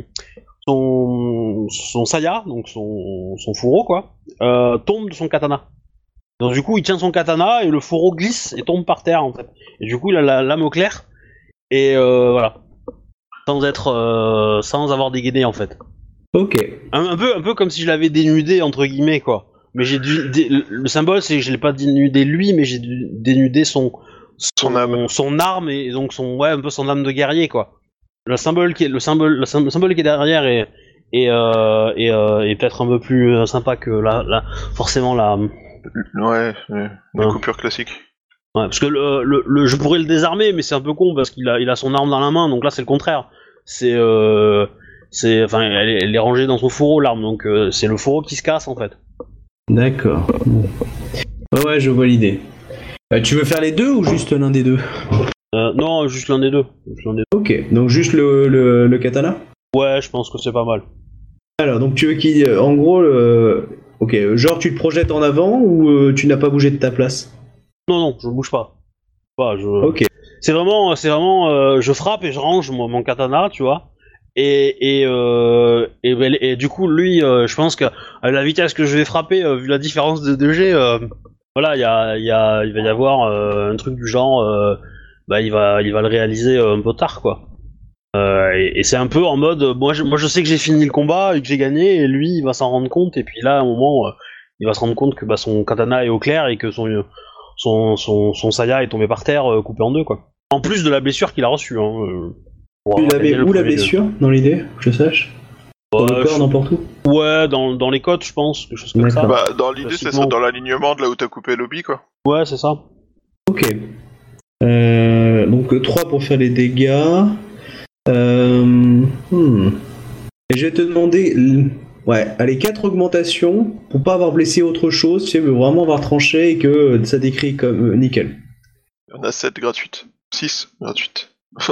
Speaker 1: son, son saya, donc son, son fourreau quoi, euh, tombe de son katana. Donc du coup, il tient son katana et le fourreau glisse et tombe par terre en fait. Et du coup, il a la lame au clair et euh, voilà, sans être, euh, sans avoir dégainé en fait.
Speaker 2: Ok.
Speaker 1: Un, un peu, un peu comme si je l'avais dénudé entre guillemets quoi. Mais j'ai dû, dé- le symbole c'est que je l'ai pas dénudé lui, mais j'ai dû dénuder son,
Speaker 3: Son âme.
Speaker 1: son arme et donc son, ouais, un peu son âme de guerrier quoi. Le symbole qui est, le symbole, le sym- le symbole qui est derrière est, est, euh, est, euh, est peut-être un peu plus euh, sympa que la, la, forcément la.
Speaker 3: Ouais, ouais, une
Speaker 1: Ouais.
Speaker 3: coupure classique.
Speaker 1: Ouais, parce que le, le, le- je pourrais le désarmer, mais c'est un peu con parce qu'il a, il a son arme dans la main, donc là c'est le contraire. C'est, euh, c'est, enfin, elle, est- elle est rangée dans son fourreau l'arme, donc euh, c'est le fourreau qui se casse en fait.
Speaker 2: D'accord. Ouais, ouais, je vois l'idée. Euh, tu veux faire les deux ou juste l'un des deux?
Speaker 1: Euh, non, juste l'un des deux. Juste l'un des
Speaker 2: Ok, donc juste le, le, le katana.
Speaker 1: deux. Ouais, je pense que c'est pas mal.
Speaker 2: Alors, donc tu veux qu'il... En gros, euh, ok, genre tu te projettes en avant ou euh, tu n'as pas bougé de ta place?
Speaker 1: Non, non, je bouge pas. Pas, je...
Speaker 2: Ok.
Speaker 1: C'est vraiment, c'est vraiment, euh, je frappe et je range mon, mon katana, tu vois. Et et, euh, et, et, et du coup, lui, euh, je pense que à la vitesse que je vais frapper, euh, vu la différence de D G, euh, voilà, il y a, y a, il va y avoir euh, un truc du genre, euh, bah, il va, il va le réaliser euh, un peu tard, quoi. Euh, et, et c'est un peu en mode, euh, moi, je, moi, je sais que j'ai fini le combat et que j'ai gagné, et lui, il va s'en rendre compte. Et puis là, à un moment, euh, il va se rendre compte que bah, son katana est au clair et que son son son, son saya est tombé par terre, euh, coupé en deux, quoi. En plus de la blessure qu'il a reçue. Hein, euh, pour
Speaker 2: Il
Speaker 1: avoir
Speaker 2: avait
Speaker 1: gagné le
Speaker 2: où la
Speaker 1: premier
Speaker 2: blessure, dans l'idée, que je sache? Dans
Speaker 1: Ouais,
Speaker 2: le corps,
Speaker 1: je-
Speaker 2: n'importe où?
Speaker 1: Ouais, dans, dans les côtes, je pense, quelque chose comme ça.
Speaker 2: D'accord.
Speaker 3: Bah, dans l'idée, ça
Speaker 1: Classiquement.
Speaker 3: serait dans l'alignement de là où t'as coupé Lobby, quoi.
Speaker 1: Ouais, c'est ça.
Speaker 2: Ok. Euh, donc trois pour faire les dégâts. Euh, hmm. Et je vais te demander... Ouais, allez, quatre augmentations pour pas avoir blessé autre chose, tu sais, mais vraiment avoir tranché et que ça décrit comme euh, nickel.
Speaker 3: Il y en a sept gratuites. six gratuites.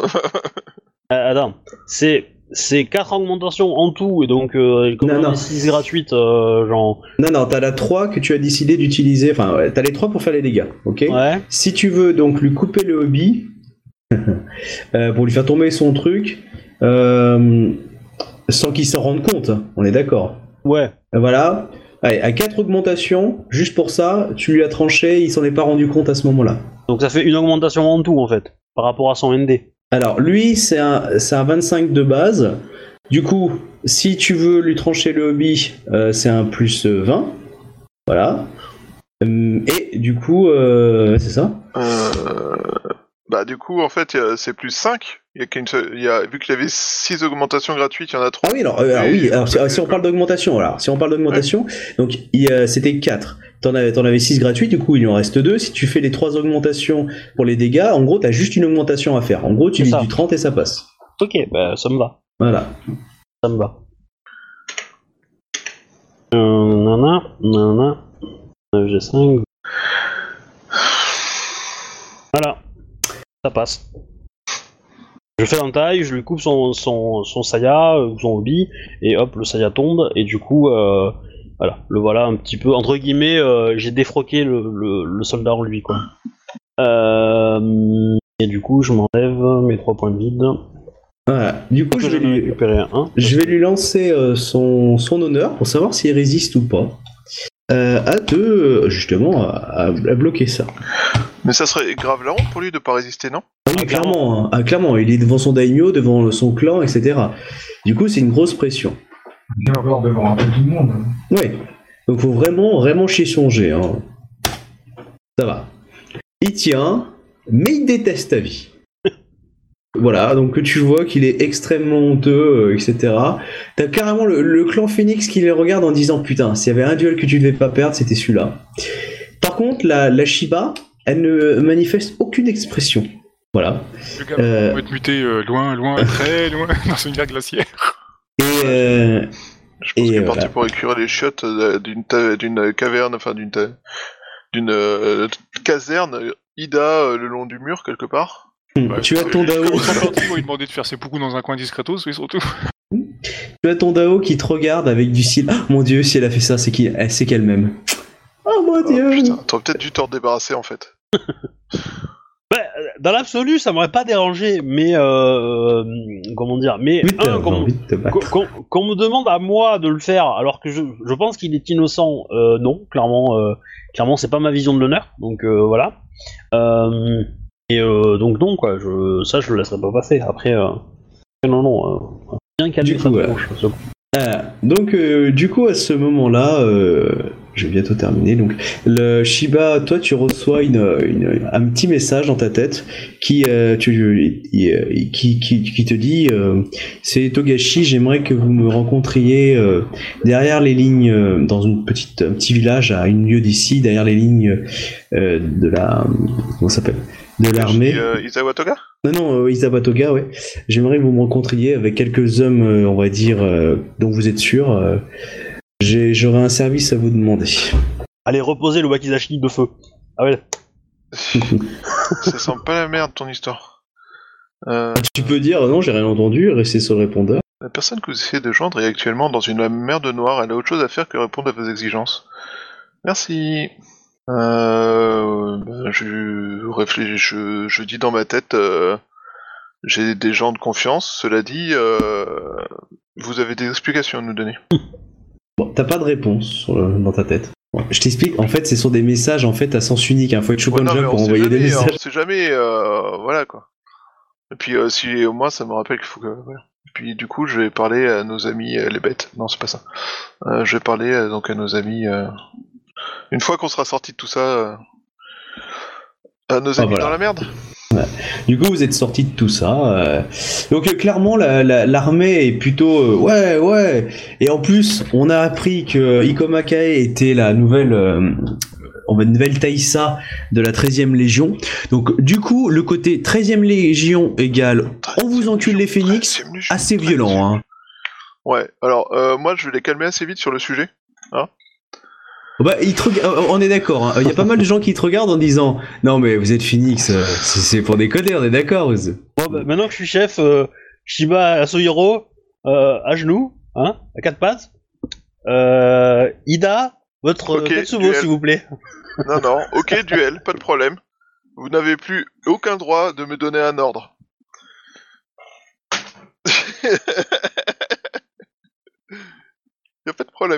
Speaker 1: Euh, attends, c'est c'est quatre augmentations en tout, et donc euh, comme
Speaker 2: Non,
Speaker 1: on
Speaker 2: non.
Speaker 1: a six gratuites, euh, genre...
Speaker 2: Non, non, t'as la trois que tu as décidé d'utiliser, enfin, ouais, t'as les trois pour faire les dégâts, ok?
Speaker 1: Ouais,
Speaker 2: Si tu veux donc lui couper le hobby, euh, pour lui faire tomber son truc, euh, sans qu'il s'en rende compte, on est d'accord.
Speaker 1: ouais.
Speaker 2: Voilà. Allez, à quatre augmentations, juste pour ça, tu lui as tranché, il s'en est pas rendu compte à ce moment-là.
Speaker 1: Donc ça fait une augmentation en tout, en fait, par rapport à son N D.
Speaker 2: Alors, lui, c'est un, c'est un vingt-cinq de base. Du coup, si tu veux lui trancher le hobby, euh, c'est un plus vingt. Voilà. Hum, Et du coup, euh, c'est ça.
Speaker 3: Euh... Bah, du coup, en fait, y a- c'est plus cinq. Il y a qu'une seule... il y a... Vu qu'il y avait six augmentations gratuites, il y en a trois.
Speaker 2: Ah oui, alors, euh, alors oui, alors, si, si on parle d'augmentation, alors si on parle d'augmentation, donc il y a- c'était quatre. T'en avais, t'en avais six gratuits, du coup il en reste deux. Si tu fais les trois augmentations pour les dégâts, en gros t'as juste une augmentation à faire. En gros tu
Speaker 1: C'est
Speaker 2: vises
Speaker 1: ça.
Speaker 2: du trente et ça passe.
Speaker 1: Ok, bah ça me va,
Speaker 2: Voilà.
Speaker 1: ça me va. Euh, nana, nana, G cinq. Voilà, ça passe. Je fais l'entaille, je lui coupe son, son, son saya, ou son hobby, et hop, le saya tombe, et du coup, euh, voilà, le voilà un petit peu, entre guillemets, euh, j'ai défroqué le, le, le soldat en lui, quoi. Euh, et du coup, je m'enlève mes trois points de vide.
Speaker 2: Voilà. Du coup
Speaker 1: Que
Speaker 2: je vais
Speaker 1: j'en ai
Speaker 2: lui,
Speaker 1: récupéré un.
Speaker 2: je vais lui lancer euh, son, son honneur pour savoir s'il résiste ou pas. Euh, à te, euh, justement, à, à bloquer ça.
Speaker 3: Mais ça serait grave la honte pour lui de pas résister, non?
Speaker 2: Ah oui,
Speaker 1: Ah,
Speaker 2: clairement, hein. Ah, clairement, il est devant son daimyo, devant son clan, et cetera. Du coup, c'est une grosse pression.
Speaker 6: Il est encore devant un peu tout le monde.
Speaker 2: Ouais. Donc faut vraiment, vraiment chier son jet. Hein. Ça va. Il tient, mais il déteste ta vie. Voilà, donc tu vois qu'il est extrêmement honteux, euh, et cetera. T'as carrément le, le clan Phoenix qui les regarde en disant putain, s'il y avait un duel que tu devais pas perdre, c'était celui-là. Par contre, la, la Shiba, elle ne manifeste aucune expression. Voilà.
Speaker 4: Le gars
Speaker 2: Euh.
Speaker 4: va être muté euh, loin, loin, très loin, dans une guerre glaciaire.
Speaker 2: Et euh,
Speaker 3: Je pense
Speaker 2: Et
Speaker 3: qu'il est
Speaker 2: voilà.
Speaker 3: parti pour écurer les chiottes euh, d'une ta- d'une caverne, enfin d'une ta- d'une euh, caserne euh, Ida euh, le long du mur quelque part.
Speaker 4: Ouais,
Speaker 2: tu as
Speaker 4: c'est-
Speaker 2: ton Dao.
Speaker 4: Comme ça, parti, moi, il demandait de faire ses poucous dans un coin discretos, oui, surtout.
Speaker 2: Tu as ton Dao qui te regarde avec du style ah, mon dieu, si elle a fait ça, c'est qu'il- elle sait qu'elle m'aime. Oh mon
Speaker 3: Oh,
Speaker 2: dieu.
Speaker 3: putain, t'aurais peut-être dû t'en débarrasser en fait.
Speaker 1: Bah, dans l'absolu, ça m'aurait pas dérangé, mais euh, comment dire, mais
Speaker 2: Oui, t'as
Speaker 1: un, qu'on
Speaker 2: envie de te battre.
Speaker 1: qu'on- qu'on me demande à moi de le faire, alors que je, je pense qu'il est innocent, euh, non, clairement, euh, clairement, c'est pas ma vision de l'honneur, donc euh, voilà. Euh, et euh, donc non, quoi, je, ça, je le laisserai pas passer. Après, euh, non, non, euh, bien calmer
Speaker 2: Du
Speaker 1: sa
Speaker 2: coup, voilà.
Speaker 1: tronche, ce coup.
Speaker 2: Ah, donc euh, du coup à ce moment-là, euh, je vais bientôt terminer. Donc le Shiba, toi tu reçois une, une- un petit message dans ta tête qui euh, tu, il- qui, qui, qui te dit euh, c'est Togashi, j'aimerais que vous me rencontriez euh, derrière les lignes euh, dans une petite un petit village à une lieue d'ici, derrière les lignes euh, de la comment ça s'appelle de l'armée.
Speaker 3: Et, euh, Izawa Toga.
Speaker 2: Non, non, euh, Isawa Toga, ouais. J'aimerais que vous me rencontriez avec quelques hommes, euh, on va dire, euh, dont vous êtes sûr. Euh, j'ai- J'aurais un service à vous demander.
Speaker 1: Allez, reposer le wakizashi de feu. Ah ouais.
Speaker 3: Ça sent pas la merde ton histoire. Euh,
Speaker 2: Tu peux dire non, j'ai rien entendu, rester sur le répondeur.
Speaker 3: la personne que vous essayez de joindre est actuellement dans une merde noire, elle a autre chose à faire que répondre à vos exigences. Merci. Euh, ben, je réfléchis, je, je dis dans ma tête, euh, j'ai des gens de confiance, cela dit, euh, vous avez des explications à nous donner.
Speaker 2: Bon, t'as pas de réponse sur le- dans ta tête. Bon, je t'explique, en fait, ce sont des messages en fait à sens unique. Il faut être
Speaker 3: Ouais,
Speaker 2: Shogun
Speaker 3: non, mais
Speaker 2: Jump
Speaker 3: on
Speaker 2: pour
Speaker 3: sait
Speaker 2: envoyer des
Speaker 3: jamais, hein,
Speaker 2: messages.
Speaker 3: on sait jamais, euh, voilà quoi. Et puis euh, si au moins ça me rappelle qu'il faut que... Voilà. Et puis du coup je vais parler à nos amis euh, les bêtes. Non c'est pas ça. Euh, je vais parler euh, donc à nos amis... Euh... Une fois qu'on sera sorti de tout ça... Euh... À nos
Speaker 2: Ah,
Speaker 3: amis
Speaker 2: voilà.
Speaker 3: dans la merde.
Speaker 2: Du coup, vous êtes sorti de tout ça. euh, Donc, euh, clairement, la- la- l'armée est plutôt euh, ouais, ouais. Et en plus, on a appris que Ikoma Kae était la nouvelle, euh, on va nouvelle Taïsa de la treizième Légion. Donc, du coup, le côté treizième Légion égale on vous encule les phénix,
Speaker 3: treizième Légion,
Speaker 2: assez
Speaker 3: treizième.
Speaker 2: violent. Hein.
Speaker 3: Ouais, alors euh, moi je vais les calmer assez vite sur le sujet.
Speaker 2: Bah, ils te reg- euh, on est d'accord. Il y a pas mal de gens qui te regardent en disant non mais vous êtes Phoenix, euh, c'est c'est pour déconner, on est d'accord. vous-
Speaker 1: Bon, bah, maintenant que je suis chef, euh, Shiba Yasuhiro, euh, à genoux, hein, à quatre pattes. Euh, Ida, votre
Speaker 3: Ok,
Speaker 1: Tetsubo,
Speaker 3: duel.
Speaker 1: s'il vous plaît.
Speaker 3: Non, non, ok, duel, pas de problème. Vous n'avez plus aucun droit de me donner un ordre. Y a pas de problème.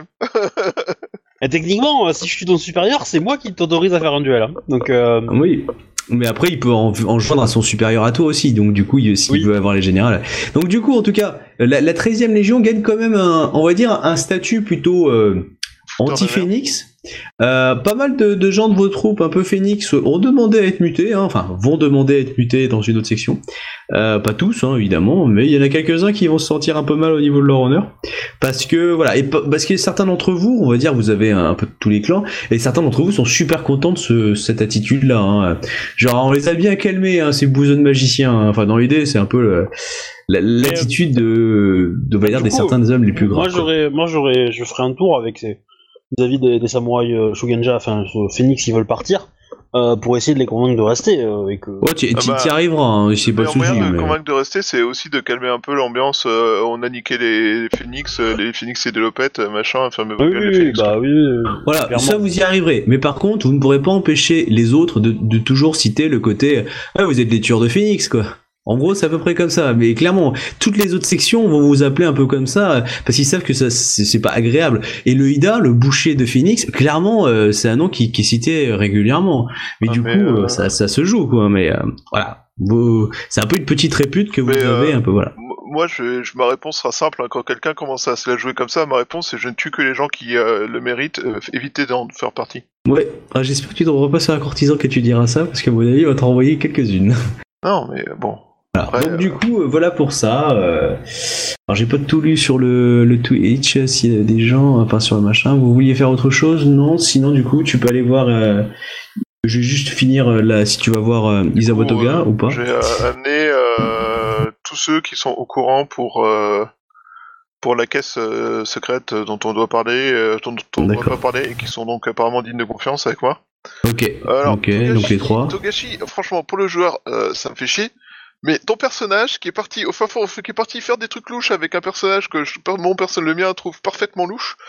Speaker 1: Et techniquement, euh, si je suis ton supérieur, c'est moi qui t'autorise à faire un duel. Hein. Donc, euh,
Speaker 2: Oui. Mais après, il peut en, en joindre à son supérieur à toi aussi. Donc, du coup, il- s'il
Speaker 1: Oui.
Speaker 2: veut avoir les générales. Donc, du coup, en tout cas, la, la treizième Légion gagne quand même un, on va dire, un statut plutôt euh, anti-Phénix. Euh, pas mal de, de gens de vos troupes un peu Phénix ont demandé à être mutés, hein, enfin vont demander à être mutés dans une autre section. Euh, pas tous, hein, évidemment, mais il y en a quelques-uns qui vont se sentir un peu mal au niveau de leur honneur, parce que voilà, et pa- parce que certains d'entre vous, on va dire, vous avez un, un peu de tous les clans, et certains d'entre vous sont super contents de ce, cette attitude-là. Hein. Genre, on les a bien calmés, hein, ces bouseux de magiciens. Hein. Enfin, dans l'idée, c'est un peu le, la- l'attitude de, de, on va dire,
Speaker 1: du
Speaker 2: des
Speaker 1: coup,
Speaker 2: certains hommes les plus grands.
Speaker 1: moi, j'aurais, moi, j'aurais, je ferais un tour avec ces vis-à-vis des, des samouraïs euh, Shugenja, enfin euh, Phoenix, qui veulent partir, euh, pour essayer de les convaincre de rester euh, et que.
Speaker 2: Ouais, tu
Speaker 3: Ah bah,
Speaker 2: y arriveras, hein, c'est
Speaker 3: Le
Speaker 2: pas le
Speaker 3: meilleur
Speaker 2: souci.
Speaker 3: moyen de
Speaker 2: mais-
Speaker 3: convaincre de rester, c'est aussi de calmer un peu l'ambiance. Euh, on a niqué les Phoenix, euh, les Phoenix et des lopettes, euh, machin, fermez vos
Speaker 1: Oui,
Speaker 3: gueules,
Speaker 1: oui,
Speaker 3: les
Speaker 1: oui,
Speaker 3: Phoenix.
Speaker 1: bah oui. euh,
Speaker 2: Voilà,
Speaker 1: clairement.
Speaker 2: ça vous y arriverez. Mais par contre, vous ne pourrez pas empêcher les autres de, de toujours citer le côté ah, vous êtes des tueurs de Phoenix, quoi. En gros, c'est à peu près comme ça. Mais clairement, toutes les autres sections vont vous appeler un peu comme ça, parce qu'ils savent que ça, c'est, c'est pas agréable. Et le Ida, le boucher de Phoenix, clairement, euh, c'est un nom qui, qui est cité régulièrement. Mais
Speaker 3: Ah,
Speaker 2: du
Speaker 3: mais,
Speaker 2: coup,
Speaker 3: euh,
Speaker 2: euh, ça, ça se joue, quoi. Mais euh, voilà. Vous, c'est un peu une petite répute que vous
Speaker 3: Mais,
Speaker 2: avez,
Speaker 3: euh,
Speaker 2: un peu, voilà.
Speaker 3: M- Moi, je, je- ma réponse sera simple. Hein. Quand quelqu'un commence à se la jouer comme ça, ma réponse c'est je ne tue que les gens qui euh, le méritent. Euh, évitez d'en faire partie.
Speaker 2: Ouais. Ah, j'espère que tu ne devras pas sur un courtisan que tu diras ça, parce qu'à mon avis, il va t'en envoyer quelques-unes.
Speaker 3: Non, mais euh, bon.
Speaker 2: Voilà.
Speaker 3: Après,
Speaker 2: Donc
Speaker 3: euh,
Speaker 2: du coup, euh, voilà pour ça. euh, Alors j'ai pas tout lu sur le, le Twitch, euh, s'il y a des gens, enfin sur le machin. Vous vouliez faire autre chose? Non. Sinon du coup, tu peux aller voir. euh, Je vais juste finir euh, là. Si tu vas voir euh, Isawa
Speaker 3: du coup,
Speaker 2: Toga
Speaker 3: euh,
Speaker 2: ou pas.
Speaker 3: J'ai euh, amené euh, tous ceux qui sont au courant pour euh, pour la caisse euh, secrète dont on doit parler, euh, dont on ne doit
Speaker 2: D'accord.
Speaker 3: pas parler, et qui sont donc apparemment dignes de confiance avec moi.
Speaker 2: Ok.
Speaker 3: Alors,
Speaker 2: ok.
Speaker 3: Togashi,
Speaker 2: Donc les trois.
Speaker 3: Togashi, franchement, pour le joueur, euh, ça me fait chier. Mais ton personnage qui est parti au fin fond, qui est parti faire des trucs louches avec un personnage que je, mon personne, le mien, trouve parfaitement louche,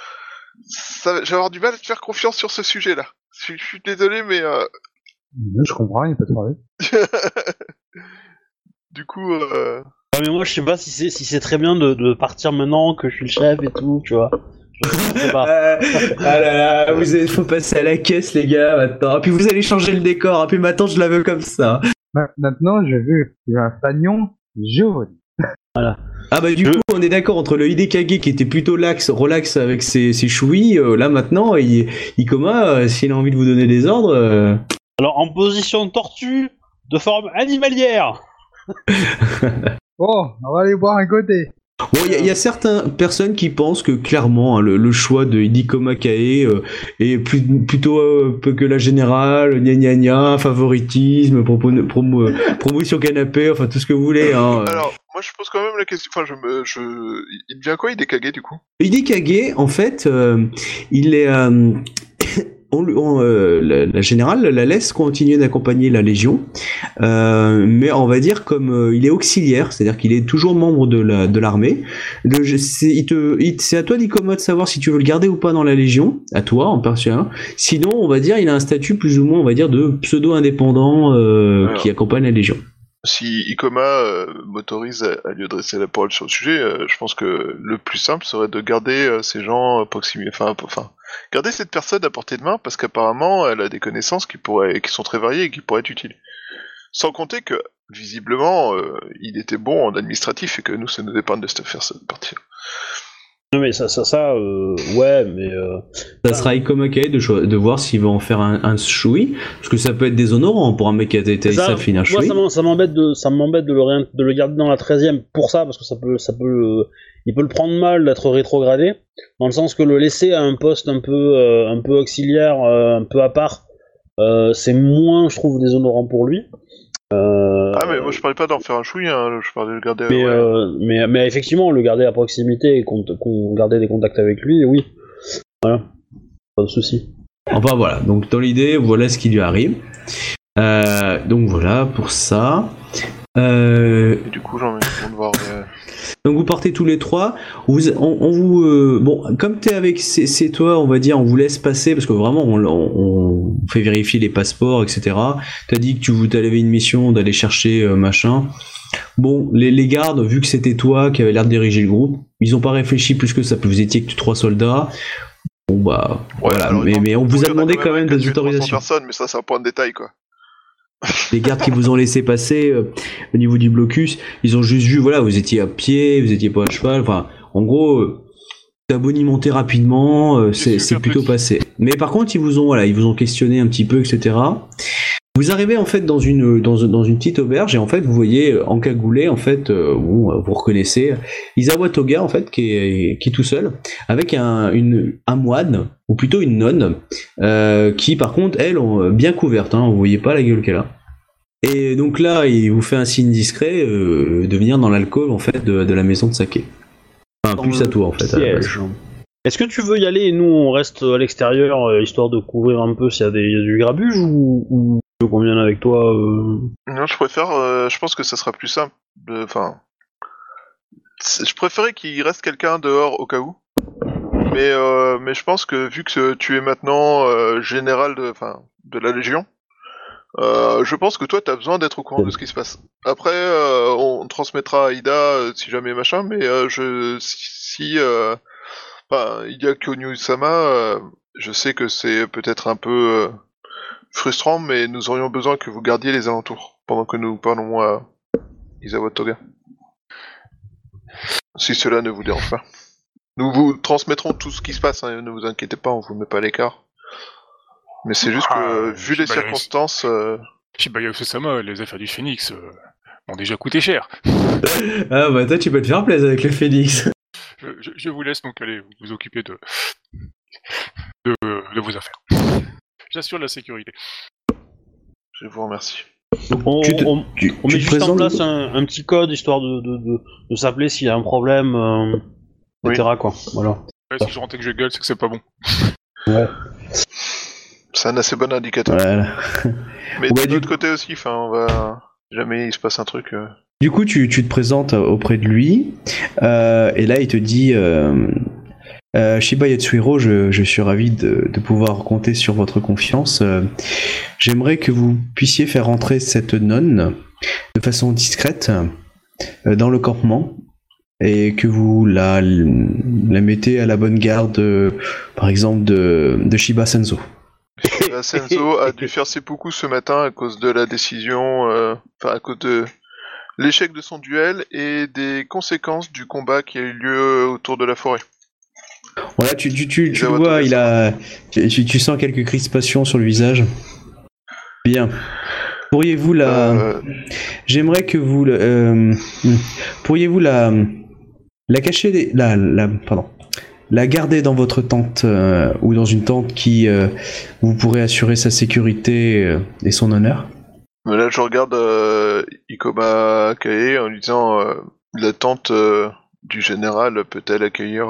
Speaker 3: ça, j'ai avoir du mal à te faire confiance sur ce sujet-là. Je, je suis désolé, mais euh,
Speaker 5: Je comprends, il n'y a pas de problème.
Speaker 3: du coup, euh,
Speaker 1: Ah, mais moi, je sais pas si c'est si c'est très bien de, de partir maintenant que je suis le chef et tout, tu vois. Je sais pas.
Speaker 2: Euh, ah là là, vous allez, faut passer à la caisse les gars maintenant. Puis vous allez changer le décor. Puis maintenant je la veux comme ça.
Speaker 5: Ma- Maintenant, je veux qu'il y ait un fanion jaune.
Speaker 2: Ah bah du
Speaker 1: Je-
Speaker 2: coup on est d'accord entre le Hidekage qui était plutôt lax, relax avec ses, ses chouilles, euh, là maintenant il, Ikoma, euh, s'il a envie de vous donner des ordres, euh,
Speaker 1: Alors, en position de tortue, de forme animalière.
Speaker 5: Oh, on va aller boire un côté.
Speaker 2: bon il y, a- il y a certaines personnes qui pensent que clairement hein, le, le choix de Hidekoma Kae euh, est plus, plutôt euh, peu que la générale, gna gna gna, favoritisme, propo, promo, euh, promotion canapé, enfin tout ce que vous voulez. Hein.
Speaker 3: alors, moi je pose quand même la question. Enfin, je me, je, il devient quoi, il décagué du coup?
Speaker 2: Hidekage, en fait, euh, il est, euh, on, on, euh, la, la générale la laisse continuer d'accompagner la Légion, euh, mais on va dire comme euh, il est auxiliaire, c'est-à-dire qu'il est toujours membre de la de l'armée. Le, c'est, il te, il, c'est à toi, Nicoma, de savoir si tu veux le garder ou pas dans la Légion, à toi en particulier. Sinon, on va dire, il a un statut plus ou moins, on va dire, de pseudo-indépendant euh, qui accompagne la Légion.
Speaker 3: Si Icoma euh, m'autorise à, à lui adresser la parole sur le sujet, euh, je pense que le plus simple serait de garder euh, ces gens proximés, enfin, enfin, garder cette personne à portée de main parce qu'apparemment elle a des connaissances qui pourraient, qui sont très variées et qui pourraient être utiles. Sans compter que visiblement euh, il était bon en administratif et que nous ça nous épargne de se faire cette partie.
Speaker 1: Non mais ça, ça, ça, euh, ouais, mais euh...
Speaker 2: ça sera Icoma Kay de, cho- de voir s'il va en faire un, un choui, parce que ça peut être déshonorant pour un mec qui a été ça finir choui.
Speaker 1: Moi, ça, m'en, ça m'embête de, ça m'embête de le, rien, de le garder dans la treizième pour ça, parce que ça peut, ça peut, euh, il peut le prendre mal d'être rétrogradé, dans le sens que le laisser à un poste un peu, euh, un peu auxiliaire, euh, un peu à part, euh, c'est moins, je trouve, déshonorant pour lui. Euh,
Speaker 3: ah mais moi je parlais pas d'en faire un chouï, hein, je parlais de le garder.
Speaker 1: Mais,
Speaker 3: ouais.
Speaker 1: euh, mais, mais effectivement, le garder à proximité et qu'on, qu'on garder des contacts avec lui, oui. Voilà, pas de souci.
Speaker 2: Enfin voilà, donc dans l'idée, voilà ce qui lui arrive. Euh, donc voilà pour ça. Euh...
Speaker 3: Et du coup, j'ai envie de voir. Euh...
Speaker 2: Donc vous partez tous les trois. Vous, on, on vous, euh, bon, comme t'es avec c'est, c'est toi, on va dire, on vous laisse passer parce que vraiment, on, on, on fait vérifier les passeports, et cetera. T'as dit que tu vous avais une mission d'aller chercher euh, machin. Bon, les, les gardes, vu que c'était toi qui avait l'air de diriger le groupe, ils ont pas réfléchi plus que ça. Vous étiez que trois soldats. Bon bah,
Speaker 3: ouais,
Speaker 2: voilà.
Speaker 3: Alors,
Speaker 2: mais, mais on vous a demandé
Speaker 3: quand
Speaker 2: quand même des autorisations.
Speaker 3: Personnes, mais ça, c'est un point de détail, quoi.
Speaker 2: Les gardes qui vous ont laissé passer euh, au niveau du blocus, ils ont juste vu, voilà, vous étiez à pied, vous étiez pas à cheval, enfin, en gros, euh, t'as bonimenté rapidement, euh, c'est, c'est plutôt petit. Passé. Mais par contre, ils vous ont, voilà, ils vous ont questionné un petit peu, et cetera. Vous arrivez en fait dans une dans, dans une petite auberge et en fait vous voyez encagoulé en fait, euh, bon, vous reconnaissez Isawa Toga en fait qui est qui est tout seul avec un une un moine ou plutôt une nonne euh, qui par contre elle est bien couverte, hein, vous voyez pas la gueule qu'elle a. Et donc là il vous fait un signe discret euh, de venir dans l'alcôve en fait de, de la maison de saké. Enfin dans plus à toi en fait. À
Speaker 1: Est-ce que tu veux y aller et nous on reste à l'extérieur euh, histoire de couvrir un peu s'il y a, des, il y a du grabuge ou, ou tu veux qu'on vienne avec toi euh...
Speaker 3: Non, je préfère. Euh, je pense que ça sera plus simple. Enfin, je préférais qu'il reste quelqu'un dehors au cas où. Mais euh, mais je pense que vu que tu es maintenant euh, général de, enfin, de la Légion, euh, je pense que toi t'as besoin d'être au courant de ce qui se passe. Après, euh, on transmettra à Ida euh, si jamais machin, mais euh, je si euh, Enfin, il y a Kyonyu-sama, euh, je sais que c'est peut-être un peu euh, frustrant, mais nous aurions besoin que vous gardiez les alentours, pendant que nous parlons à Isawa Toga. Si cela ne vous dérange pas. Nous vous transmettrons tout ce qui se passe, hein, ne vous inquiétez pas, on vous met pas à l'écart. Mais c'est juste que, ah, vu les circonstances... Euh...
Speaker 4: Shibaya Osama, les affaires du Phoenix euh, m'ont déjà coûté cher.
Speaker 2: Ah bah toi tu peux te faire plaisir avec le Phoenix.
Speaker 4: Je, je, je vous laisse donc aller vous occuper de, de, de vos affaires. J'assure la sécurité.
Speaker 3: Je vous remercie.
Speaker 1: On,
Speaker 2: tu te,
Speaker 1: on,
Speaker 2: tu,
Speaker 1: on
Speaker 2: tu
Speaker 1: met juste en place
Speaker 2: de...
Speaker 1: un, un petit code histoire de, de, de, de s'appeler s'il y a un problème, euh, et cetera. Oui. Quoi. Voilà.
Speaker 4: Ouais, si je rentre et que je gueule, c'est que c'est pas bon.
Speaker 1: Ouais.
Speaker 3: C'est un assez bon indicateur.
Speaker 2: Voilà.
Speaker 3: Mais
Speaker 2: ouais,
Speaker 3: de l'autre du... côté aussi, enfin, on va... Jamais il se passe un truc... Euh...
Speaker 2: Du coup, tu, tu te présentes auprès de lui, euh, et là, il te dit euh, euh, Shiba Yatsuhiro, je, je suis ravi de, de pouvoir compter sur votre confiance. Euh, j'aimerais que vous puissiez faire rentrer cette nonne de façon discrète euh, dans le campement, et que vous la, la mettez à la bonne garde, euh, par exemple, de, de Shiba Senzo.
Speaker 3: Shiba Senzo a dû faire seppuku ce matin à cause de la décision, euh, enfin à cause de... l'échec de son duel et des conséquences du combat qui a eu lieu autour de la forêt.
Speaker 2: Voilà, tu, tu, tu, tu le vois, il a, tu, tu sens quelques crispations sur le visage. Bien. Pourriez-vous la... Euh... J'aimerais que vous... Euh... Pourriez-vous la... La cacher... Des... La, la... Pardon. La garder dans votre tente euh, ou dans une tente qui... Euh, vous pourrez assurer sa sécurité euh, et son honneur.
Speaker 3: Mais là, je regarde euh, Ikoma Kae en lui disant euh, la tente euh, du général peut-elle accueillir euh,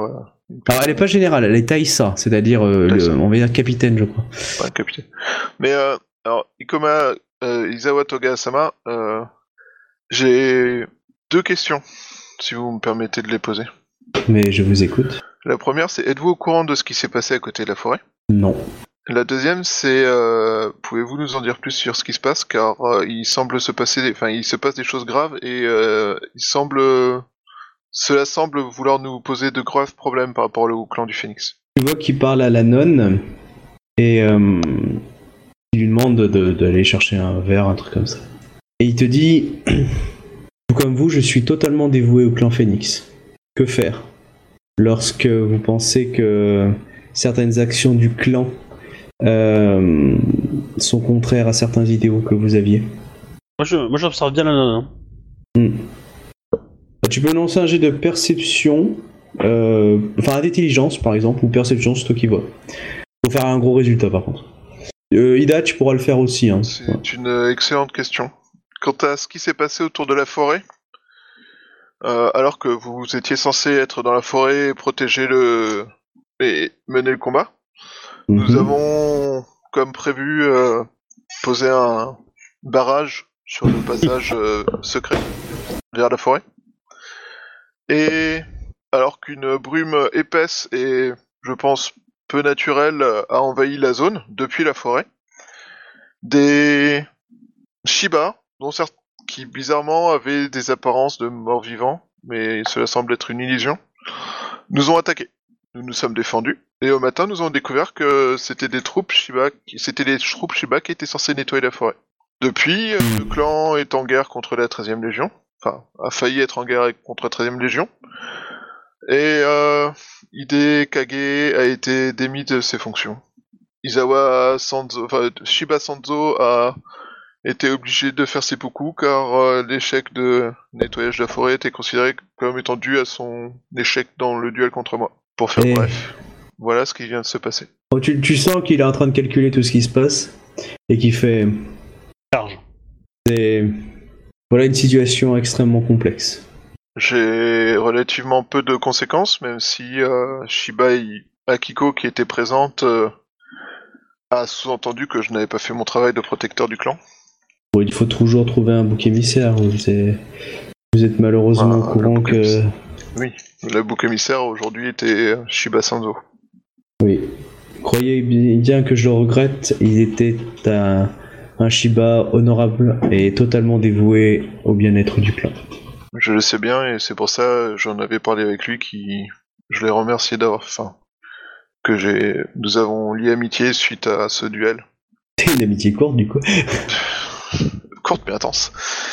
Speaker 2: Alors elle est pas générale, elle est Taïsa, c'est-à-dire euh,
Speaker 3: Taïsa.
Speaker 2: le- on va dire capitaine, je crois.
Speaker 3: Pas un capitaine. Mais euh, alors, Ikoma euh, Izawa Toga-sama, euh, j'ai deux questions, si vous me permettez de les poser.
Speaker 2: Mais je vous écoute.
Speaker 3: La première, c'est êtes-vous au courant de ce qui s'est passé à côté de la forêt?
Speaker 2: Non.
Speaker 3: La deuxième, c'est euh, pouvez-vous nous en dire plus sur ce qui se passe, car euh, il semble se passer, des... enfin, il se passe des choses graves et euh, il semble, cela semble vouloir nous poser de graves problèmes par rapport au clan du Phénix.
Speaker 2: Tu vois qu'il parle à la nonne et euh, il lui demande de- d'aller chercher un verre, un truc comme ça. Et il te dit, tout comme vous, je suis totalement dévoué au clan Phénix. Que faire lorsque vous pensez que certaines actions du clan euh, sont contraires à certains idéaux que vous aviez?
Speaker 1: Moi, je, moi, j'observe bien la nonne. hein.
Speaker 2: Tu peux lancer un jet de perception, euh, enfin d'intelligence par exemple, ou perception, c'est toi qui vois. Faut faire un gros résultat par contre. Euh, Ida, tu pourras le faire aussi. Hein.
Speaker 3: C'est une excellente question. Quant à ce qui s'est passé autour de la forêt, euh, alors que vous étiez censé être dans la forêt et protéger le... et mener le combat, nous
Speaker 2: Mhm.
Speaker 3: avons, comme prévu, euh, posé un barrage sur le passage euh, secret vers la forêt. Et alors qu'une brume épaisse et, je pense, peu naturelle a envahi la zone depuis la forêt, des Shiba, dont certains qui bizarrement avaient des apparences de morts vivants, mais cela semble être une illusion, nous ont attaqués. Nous nous sommes défendus, et au matin nous avons découvert que c'était des troupes Shiba, qui... c'était les troupes Shiba qui étaient censées nettoyer la forêt. Depuis, euh, le clan est en guerre contre la treizième Légion, enfin, a failli être en guerre contre la treizième Légion, et euh, Hide Kage a été démis de ses fonctions. Izawa Sanzo, enfin, Shiba Sanzo a été obligé de faire seppuku car euh, l'échec de nettoyage de la forêt était considéré comme étant dû à son échec dans le duel contre moi. Pour faire
Speaker 2: Et-
Speaker 3: bref, voilà ce qui vient de se passer.
Speaker 2: Oh, tu, tu sens qu'il est en train de calculer tout ce qui se passe et qu'il fait.
Speaker 1: Charge.
Speaker 2: C'est. Voilà une situation extrêmement complexe.
Speaker 3: J'ai relativement peu de conséquences, même si euh, Shiba et Akiko, qui était présente, euh, a sous-entendu que je n'avais pas fait mon travail de protecteur du clan.
Speaker 2: Bon, il faut toujours trouver un bouc émissaire. Vous êtes, vous êtes malheureusement
Speaker 3: Ah,
Speaker 2: au courant
Speaker 3: le bouc
Speaker 2: que.
Speaker 3: émissaire. Oui, le bouc émissaire aujourd'hui était Shiba Sanzo.
Speaker 2: Oui. Croyez bien que je le regrette, il était un, un Shiba honorable et totalement dévoué au bien-être du clan.
Speaker 3: Je le sais bien et c'est pour ça j'en avais parlé avec lui qui je l'ai remercié d'avoir enfin que j'ai nous avons lié amitié suite à ce duel.
Speaker 2: C'est une amitié courte du coup.
Speaker 3: Courte mais intense.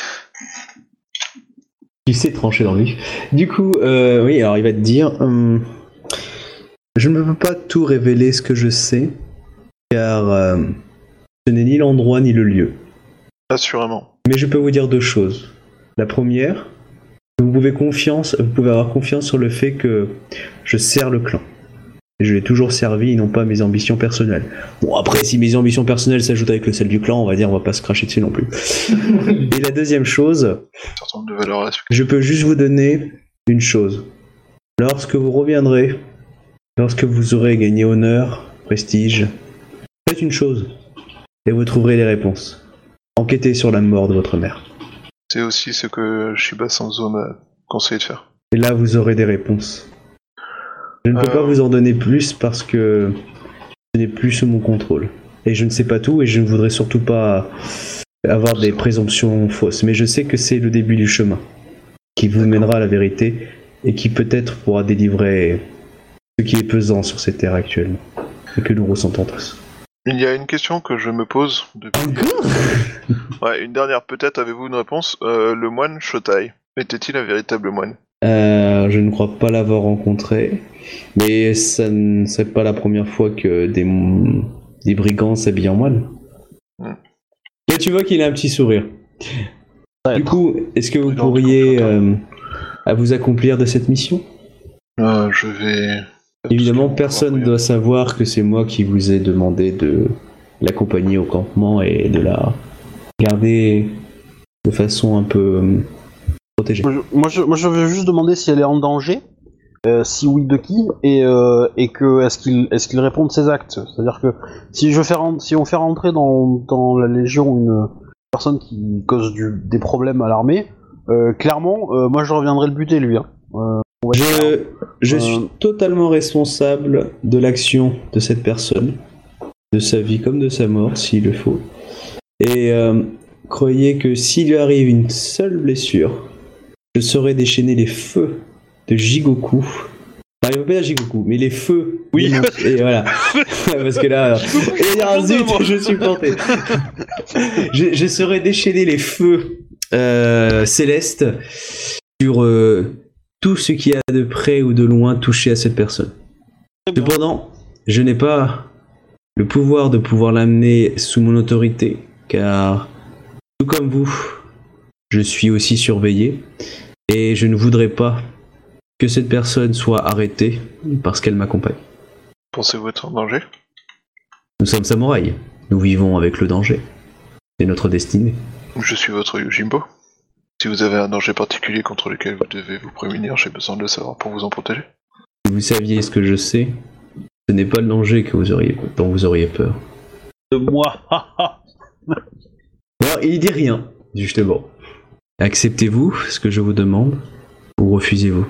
Speaker 2: Il s'est tranché dans le vif. Du coup, euh, oui, alors il va te dire hum, je ne peux pas tout révéler ce que je sais, car euh, ce n'est ni l'endroit ni le lieu.
Speaker 3: Assurément.
Speaker 2: Mais je peux vous dire deux choses. La première, vous pouvez, confiance, vous pouvez avoir confiance sur le fait que je sers le clan. Et je l'ai toujours servi et non pas mes ambitions personnelles. Bon, après, si mes ambitions personnelles s'ajoutent avec le celle du clan, on va dire, on va pas se cracher dessus non plus. Et la deuxième chose,
Speaker 3: Un certain nombre de valeurs à respecter.
Speaker 2: je peux juste vous donner une chose. Lorsque vous reviendrez, lorsque vous aurez gagné honneur, prestige, faites une chose et vous trouverez les réponses. Enquêtez sur la mort de votre mère.
Speaker 3: C'est aussi ce que Shiba Sanzo m'a conseillé de faire.
Speaker 2: Et là, vous aurez des réponses. Je ne peux
Speaker 3: Euh.
Speaker 2: pas vous en donner plus parce que ce n'est plus sous mon contrôle. Et je ne sais pas tout et je ne voudrais surtout pas avoir des présomptions fausses. Mais je sais que c'est le début du chemin qui vous mènera à la vérité et qui peut-être pourra délivrer ce qui est pesant sur cette terre actuellement et que nous ressentons tous.
Speaker 3: Il y a une question que je me pose depuis.
Speaker 2: Encore ?
Speaker 3: Ouais, une dernière peut-être, avez-vous une réponse euh, le moine Shotai, était-il un véritable moine?
Speaker 2: Euh, je ne crois pas l'avoir rencontré, mais ça ne serait pas la première fois que des, des brigands s'habillent en moine.
Speaker 3: Mm.
Speaker 2: Mais tu vois qu'il a un petit sourire. Du coup, est-ce que vous
Speaker 3: Non,
Speaker 2: pourriez
Speaker 3: du coup,
Speaker 2: euh, à vous accomplir de cette mission?
Speaker 3: Euh, je vais...
Speaker 2: Évidemment, personne ne doit savoir que c'est moi qui vous ai demandé de l'accompagner au campement et de la garder de façon un peu euh, protégée.
Speaker 1: Moi je, moi, je, moi, je veux juste demander si elle est en danger. euh, si oui de qui, et, euh, et que est-ce qu'il est-ce qu'il répond de ses actes. C'est-à-dire que si je fais rent- si on fait rentrer dans, dans la Légion une personne qui cause du, des problèmes à l'armée, euh, clairement, euh, moi je reviendrai le buter lui. Hein. Euh, on va dire,
Speaker 2: Je, je
Speaker 1: Euh,
Speaker 2: suis totalement responsable de l'action de cette personne, de sa vie comme de sa mort, s'il le faut. Et euh, croyez que s'il lui arrive une seule blessure, je saurais déchaîner les feux de Jigoku. Enfin, il va pas dire Jigoku, mais les feux.
Speaker 1: Oui.
Speaker 2: du mont- Et voilà. Parce que là, et ah, zut, je suis planté. je, je saurais déchaîner les feux euh, célestes sur euh, tout ce qui a de près ou de loin touché à cette personne. Cependant, je n'ai pas le pouvoir de pouvoir l'amener sous mon autorité, car tout comme vous, je suis aussi surveillé, et je ne voudrais pas que cette personne soit arrêtée parce qu'elle m'accompagne.
Speaker 3: Pensez-vous être en danger?
Speaker 2: Nous sommes samouraïs, nous vivons avec le danger. C'est notre destinée.
Speaker 3: Je suis votre Yojimbo. Si vous avez un danger particulier contre lequel vous devez vous prémunir, j'ai besoin de le savoir pour vous en protéger.
Speaker 2: Si vous saviez ce que je sais, ce n'est pas le danger que vous auriez, dont vous auriez peur.
Speaker 1: de moi.
Speaker 2: Alors, il dit rien, justement. Acceptez-vous ce que je vous demande, ou refusez-vous?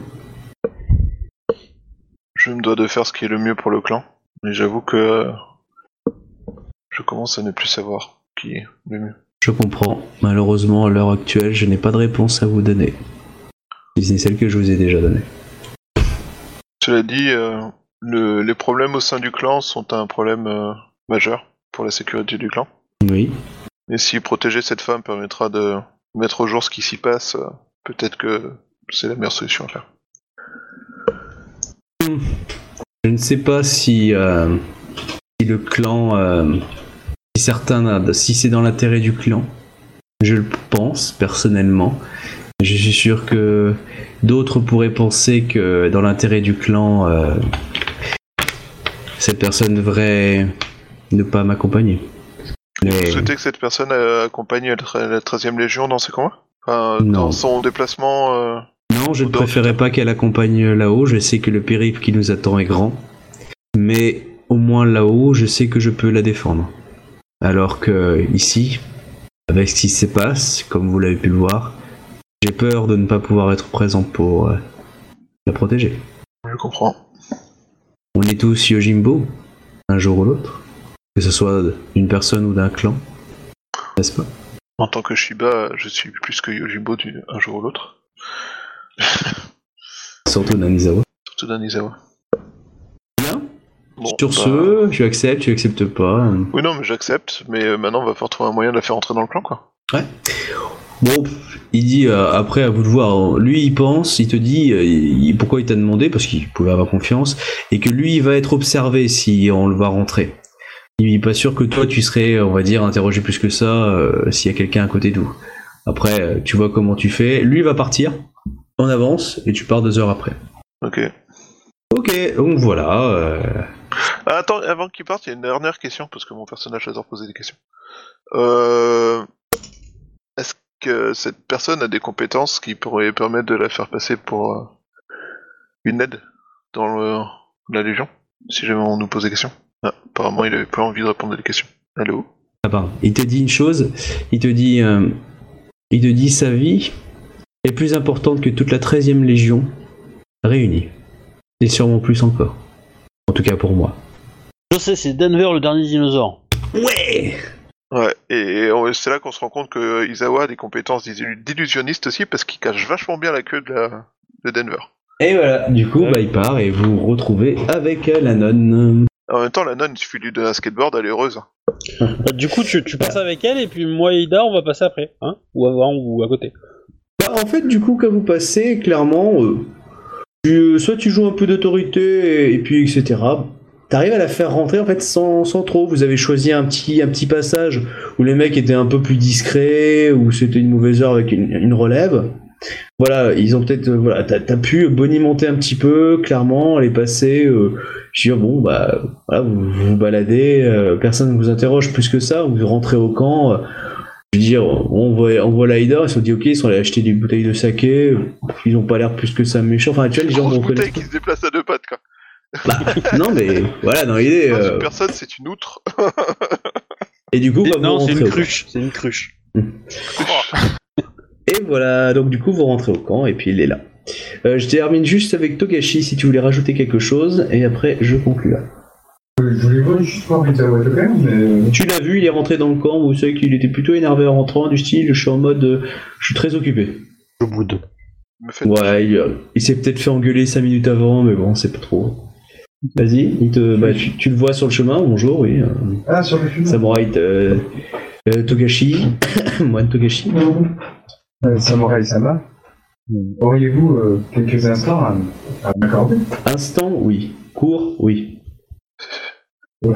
Speaker 3: Je me dois de faire ce qui est le mieux pour le clan, mais j'avoue que euh, je commence à ne plus savoir qui est le mieux.
Speaker 2: Je comprends. Malheureusement, à l'heure actuelle, je n'ai pas de réponse à vous donner. Si c'est celle que je vous ai déjà donnée.
Speaker 3: Cela dit, euh, le, les problèmes au sein du clan sont un problème euh, majeur pour la sécurité du clan.
Speaker 2: Oui.
Speaker 3: Et si protéger cette femme permettra de mettre au jour ce qui s'y passe, euh, peut-être que c'est la meilleure solution à faire.
Speaker 2: Je ne sais pas si, euh, si le clan, euh, si certains, si c'est dans l'intérêt du clan. Je le pense personnellement. Je suis sûr que d'autres pourraient penser que dans l'intérêt du clan, euh, cette personne devrait ne pas m'accompagner.
Speaker 3: Vous
Speaker 2: Mais
Speaker 3: souhaitez que cette personne euh, accompagne la tre- la treizième Légion dans ses combats? Enfin,
Speaker 2: Non.
Speaker 3: dans son déplacement euh...
Speaker 2: non, je ne
Speaker 3: Dans-
Speaker 2: préférais pas qu'elle accompagne là-haut. Je sais que le périple qui nous attend est grand. Mais au moins là-haut, je sais que je peux la défendre. Alors que ici, avec ce qui se passe, comme vous l'avez pu le voir, j'ai peur de ne pas pouvoir être présent pour euh, la protéger.
Speaker 3: Je comprends.
Speaker 2: On est tous Yojimbo, un jour ou l'autre, que ce soit d'une personne ou d'un clan, n'est-ce pas?
Speaker 3: En tant que Shiba, je suis plus que Yojimbo du... un jour ou l'autre.
Speaker 2: Surtout Nanizawa.
Speaker 3: Surtout d'Anizawa.
Speaker 2: Bien.
Speaker 3: Bon,
Speaker 2: Sur
Speaker 3: bah,
Speaker 2: ce, tu acceptes, tu acceptes pas.
Speaker 3: Oui, non, mais j'accepte, mais euh, maintenant on va falloir trouver un moyen de la faire entrer dans le clan, quoi.
Speaker 2: Bon, il dit euh, après à vous de voir. Lui, il pense, il te dit euh, il- pourquoi il t'a demandé parce qu'il pouvait avoir confiance et que lui, il va être observé si on le va rentrer. Il est pas sûr que toi, tu serais, on va dire, interrogé plus que ça euh, s'il y a quelqu'un à côté de vous. Après, euh, tu vois comment tu fais. Lui, il va partir en avance et tu pars deux heures après.
Speaker 3: Ok.
Speaker 2: Ok, donc voilà. euh,
Speaker 3: Ah, attends, avant qu'il parte, il y a une dernière question, parce que mon personnage adore poser des questions. Euh... Est-ce que cette personne a des compétences qui pourraient permettre de la faire passer pour euh, une aide dans le... la Légion? Si jamais on nous pose des questions. Ah, apparemment, il avait pas envie de répondre à des questions. Allô?
Speaker 2: Ah pardon. Il te dit une chose, il te dit, euh, il te dit sa vie est plus importante que toute la treizième Légion réunie. Et sûrement plus encore. En tout cas pour moi.
Speaker 1: Je sais, c'est Denver le dernier dinosaure.
Speaker 2: Ouais.
Speaker 3: Ouais, et on- c'est là qu'on se rend compte que Izawa a des compétences d'illu- d'illusionniste aussi, parce qu'il cache vachement bien la queue de, la... de Denver.
Speaker 2: Et voilà, du coup, bah, il part et vous vous retrouvez avec euh, la nonne.
Speaker 3: En même temps, la nonne, il suffit de lui donner un skateboard, elle est heureuse.
Speaker 1: Bah, du coup, tu, tu passes avec elle et puis moi et Ida, on va passer après, hein, ou avant ou à côté.
Speaker 2: Bah, en fait, du coup, quand vous passez, clairement, euh, tu- soit tu joues un peu d'autorité et, et puis et cetera. T'arrives à la faire rentrer en fait sans, sans trop. Vous avez choisi un petit, un petit passage où les mecs étaient un peu plus discrets, où c'était une mauvaise heure avec une, une relève. Voilà, ils ont peut-être, euh, voilà, t'as, t'as pu bonimenter un petit peu, clairement, aller passer. Euh, je veux dire, bon, bah, voilà, vous vous, vous baladez, euh, personne ne vous interroge plus que ça, vous rentrez au camp. Euh, Je veux dire, on voit, on voit Laïda, ils se sont dit ok, ils sont allés acheter des bouteilles de saké, ils ont pas l'air plus que ça méchants. Enfin, tu vois, les gens
Speaker 3: Grosse
Speaker 2: vont
Speaker 3: bouteille
Speaker 2: reconnaître.
Speaker 3: qui se déplace à deux pattes, quoi.
Speaker 2: Bah, non, mais voilà, dans l'idée.
Speaker 3: Non,
Speaker 2: euh,
Speaker 3: une personne, c'est une outre.
Speaker 2: Et du coup,
Speaker 1: Et-
Speaker 2: bah, vous
Speaker 1: non, c'est
Speaker 2: rentrez
Speaker 1: une
Speaker 2: au camp.
Speaker 1: cruche. C'est une cruche.
Speaker 2: Et voilà, donc du coup, vous rentrez au camp et puis il est là. Euh, je termine juste avec Togashi si tu voulais rajouter quelque chose et après je conclue là.
Speaker 6: Je voulais voir juste voir Peter Watokan, mais.
Speaker 2: Tu l'as vu, il est rentré dans le camp, vous savez qu'il était plutôt énervé en rentrant, du style je suis en mode euh, je suis très occupé.
Speaker 1: Je boude.
Speaker 3: Me fait...
Speaker 2: Ouais, il, euh, il s'est peut-être fait engueuler cinq minutes avant, mais bon, c'est pas trop. Vas-y, il te, bah, tu, tu le vois sur le chemin, bonjour, oui. Euh,
Speaker 6: Ah, sur le film.
Speaker 2: Samouraï euh, euh, Togashi, moine Togashi.
Speaker 6: Euh, Samurai Sama. Auriez-vous euh, quelques instants à, à m'accorder?
Speaker 2: Instant, oui. Court, oui.
Speaker 6: Euh,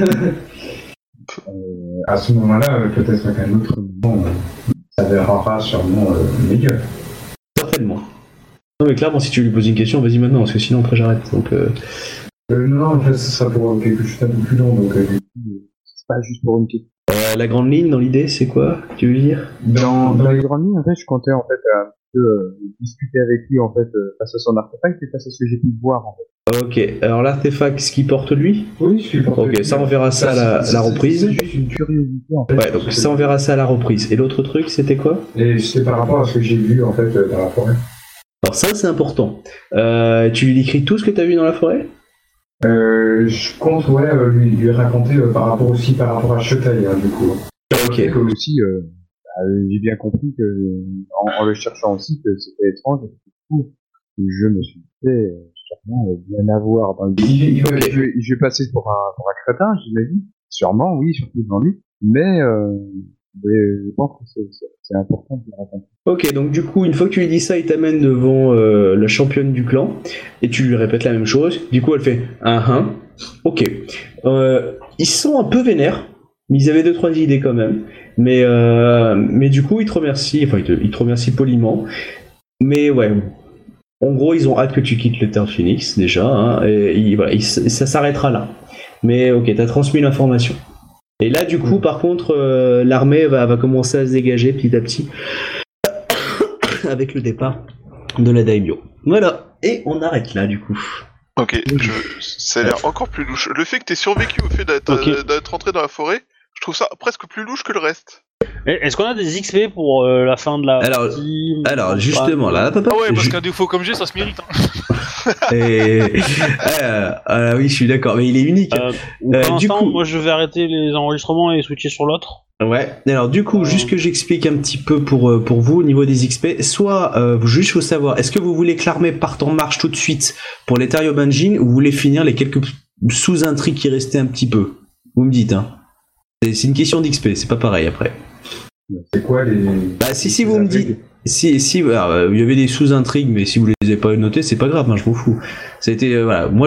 Speaker 6: à ce moment-là, euh, peut-être qu'un autre moment euh, s'avérera sûrement euh, meilleur.
Speaker 2: Certainement. Non mais clairement, si tu lui poses une question, vas-y maintenant, parce que sinon après j'arrête. Donc, euh...
Speaker 6: Euh, non, en fait, ce sera pour quelque chose d'un peu plus long, donc euh, du coup, c'est pas juste pour une question.
Speaker 2: euh, la grande ligne dans l'idée, c'est quoi? Tu veux dire?
Speaker 5: Dans, dans les grandes lignes, en fait, je comptais en fait un peu euh, discuter avec lui en fait euh, face à son artefact et face à ce que j'ai pu voir en fait.
Speaker 2: Ok, alors l'artefact, ce qu'il porte lui?
Speaker 6: Oui, je suis pour
Speaker 2: Ok, ça on verra ça à la,
Speaker 6: c'est-
Speaker 2: la
Speaker 6: c'est-
Speaker 2: reprise.
Speaker 6: C'est juste une curiosité en fait.
Speaker 2: Ouais, donc ça on verra ça à la reprise. Et l'autre truc, c'était quoi?
Speaker 6: Et c'était par rapport à ce que j'ai vu en fait euh, dans la forêt.
Speaker 2: Alors ça c'est important. Euh, tu lui décris tout ce que t'as vu dans la forêt?
Speaker 6: Euh, je compte ouais, euh, lui, lui raconter euh, par rapport aussi par rapport à Shotai, hein, du coup.
Speaker 2: Ok.
Speaker 5: Comme aussi, euh, bah, j'ai bien compris que en, en le cherchant aussi que c'était étrange. Et du coup, je me suis fait euh, sûrement euh, bien avoir dans le.
Speaker 6: Il- il-
Speaker 5: Je, vais, je vais passer pour un, pour un crétin, j'imagine. Sûrement, oui, surtout devant lui. Mais, euh, mais je pense que c'est, c'est, c'est important de le raconter.
Speaker 2: Ok, donc du coup, une fois que tu lui dis ça, il t'amène devant euh, la championne du clan, et tu lui répètes la même chose. Du coup, elle fait un un. Ok. Euh, ils sont un peu vénères, mais ils avaient deux trois idées quand même. Mais euh, mais du coup, ils te remercient. Enfin, ils te, ils te remercient poliment. Mais ouais. En gros, ils ont hâte que tu quittes le Terre Phoenix déjà. Hein, et ils- voilà, ils- ça s'arrêtera là. Mais ok, t'as transmis l'information. Et là, du coup, par contre, euh, l'armée va, va commencer à se dégager petit à petit avec le départ de la Daimyo. Voilà, et on arrête là, du coup.
Speaker 3: Ok, je... ça a l'air encore plus louche. Le fait que t'aies survécu au fait d'être
Speaker 1: Ok.
Speaker 3: d'être rentré dans la forêt, je trouve ça presque plus louche que le reste.
Speaker 1: Et- Est-ce qu'on a des X P pour euh, la fin de la
Speaker 2: Alors-
Speaker 1: partie
Speaker 2: Alors, justement, là, papa.
Speaker 4: Ah ouais, parce
Speaker 2: je-
Speaker 4: qu'un défaut comme j'ai, ça se mérite. Hein.
Speaker 2: et... ah, ah, oui, je suis d'accord, mais il est unique.
Speaker 1: Euh,
Speaker 2: Euh,
Speaker 1: pour
Speaker 2: du
Speaker 1: l'instant,
Speaker 2: coup-
Speaker 1: moi je vais arrêter les enregistrements et switcher sur l'autre.
Speaker 2: Ouais. Alors du coup,
Speaker 1: Euh.
Speaker 2: juste que j'explique un petit peu pour euh, pour vous au niveau des X P, soit euh, juste faut savoir, est-ce que vous voulez que l'armée parte en marche tout de suite pour les Banjin ou vous voulez finir les quelques sous-intrigues qui restaient un petit peu? Vous me dites, hein. C'est c'est une question d'X P, c'est pas pareil après.
Speaker 6: C'est quoi les.
Speaker 2: Bah si si vous me dites, si si alors, euh, il y avait des sous-intrigues, mais si vous les avez pas notées, c'est pas grave, hein, je m'en fous. Ça a été euh, voilà, moi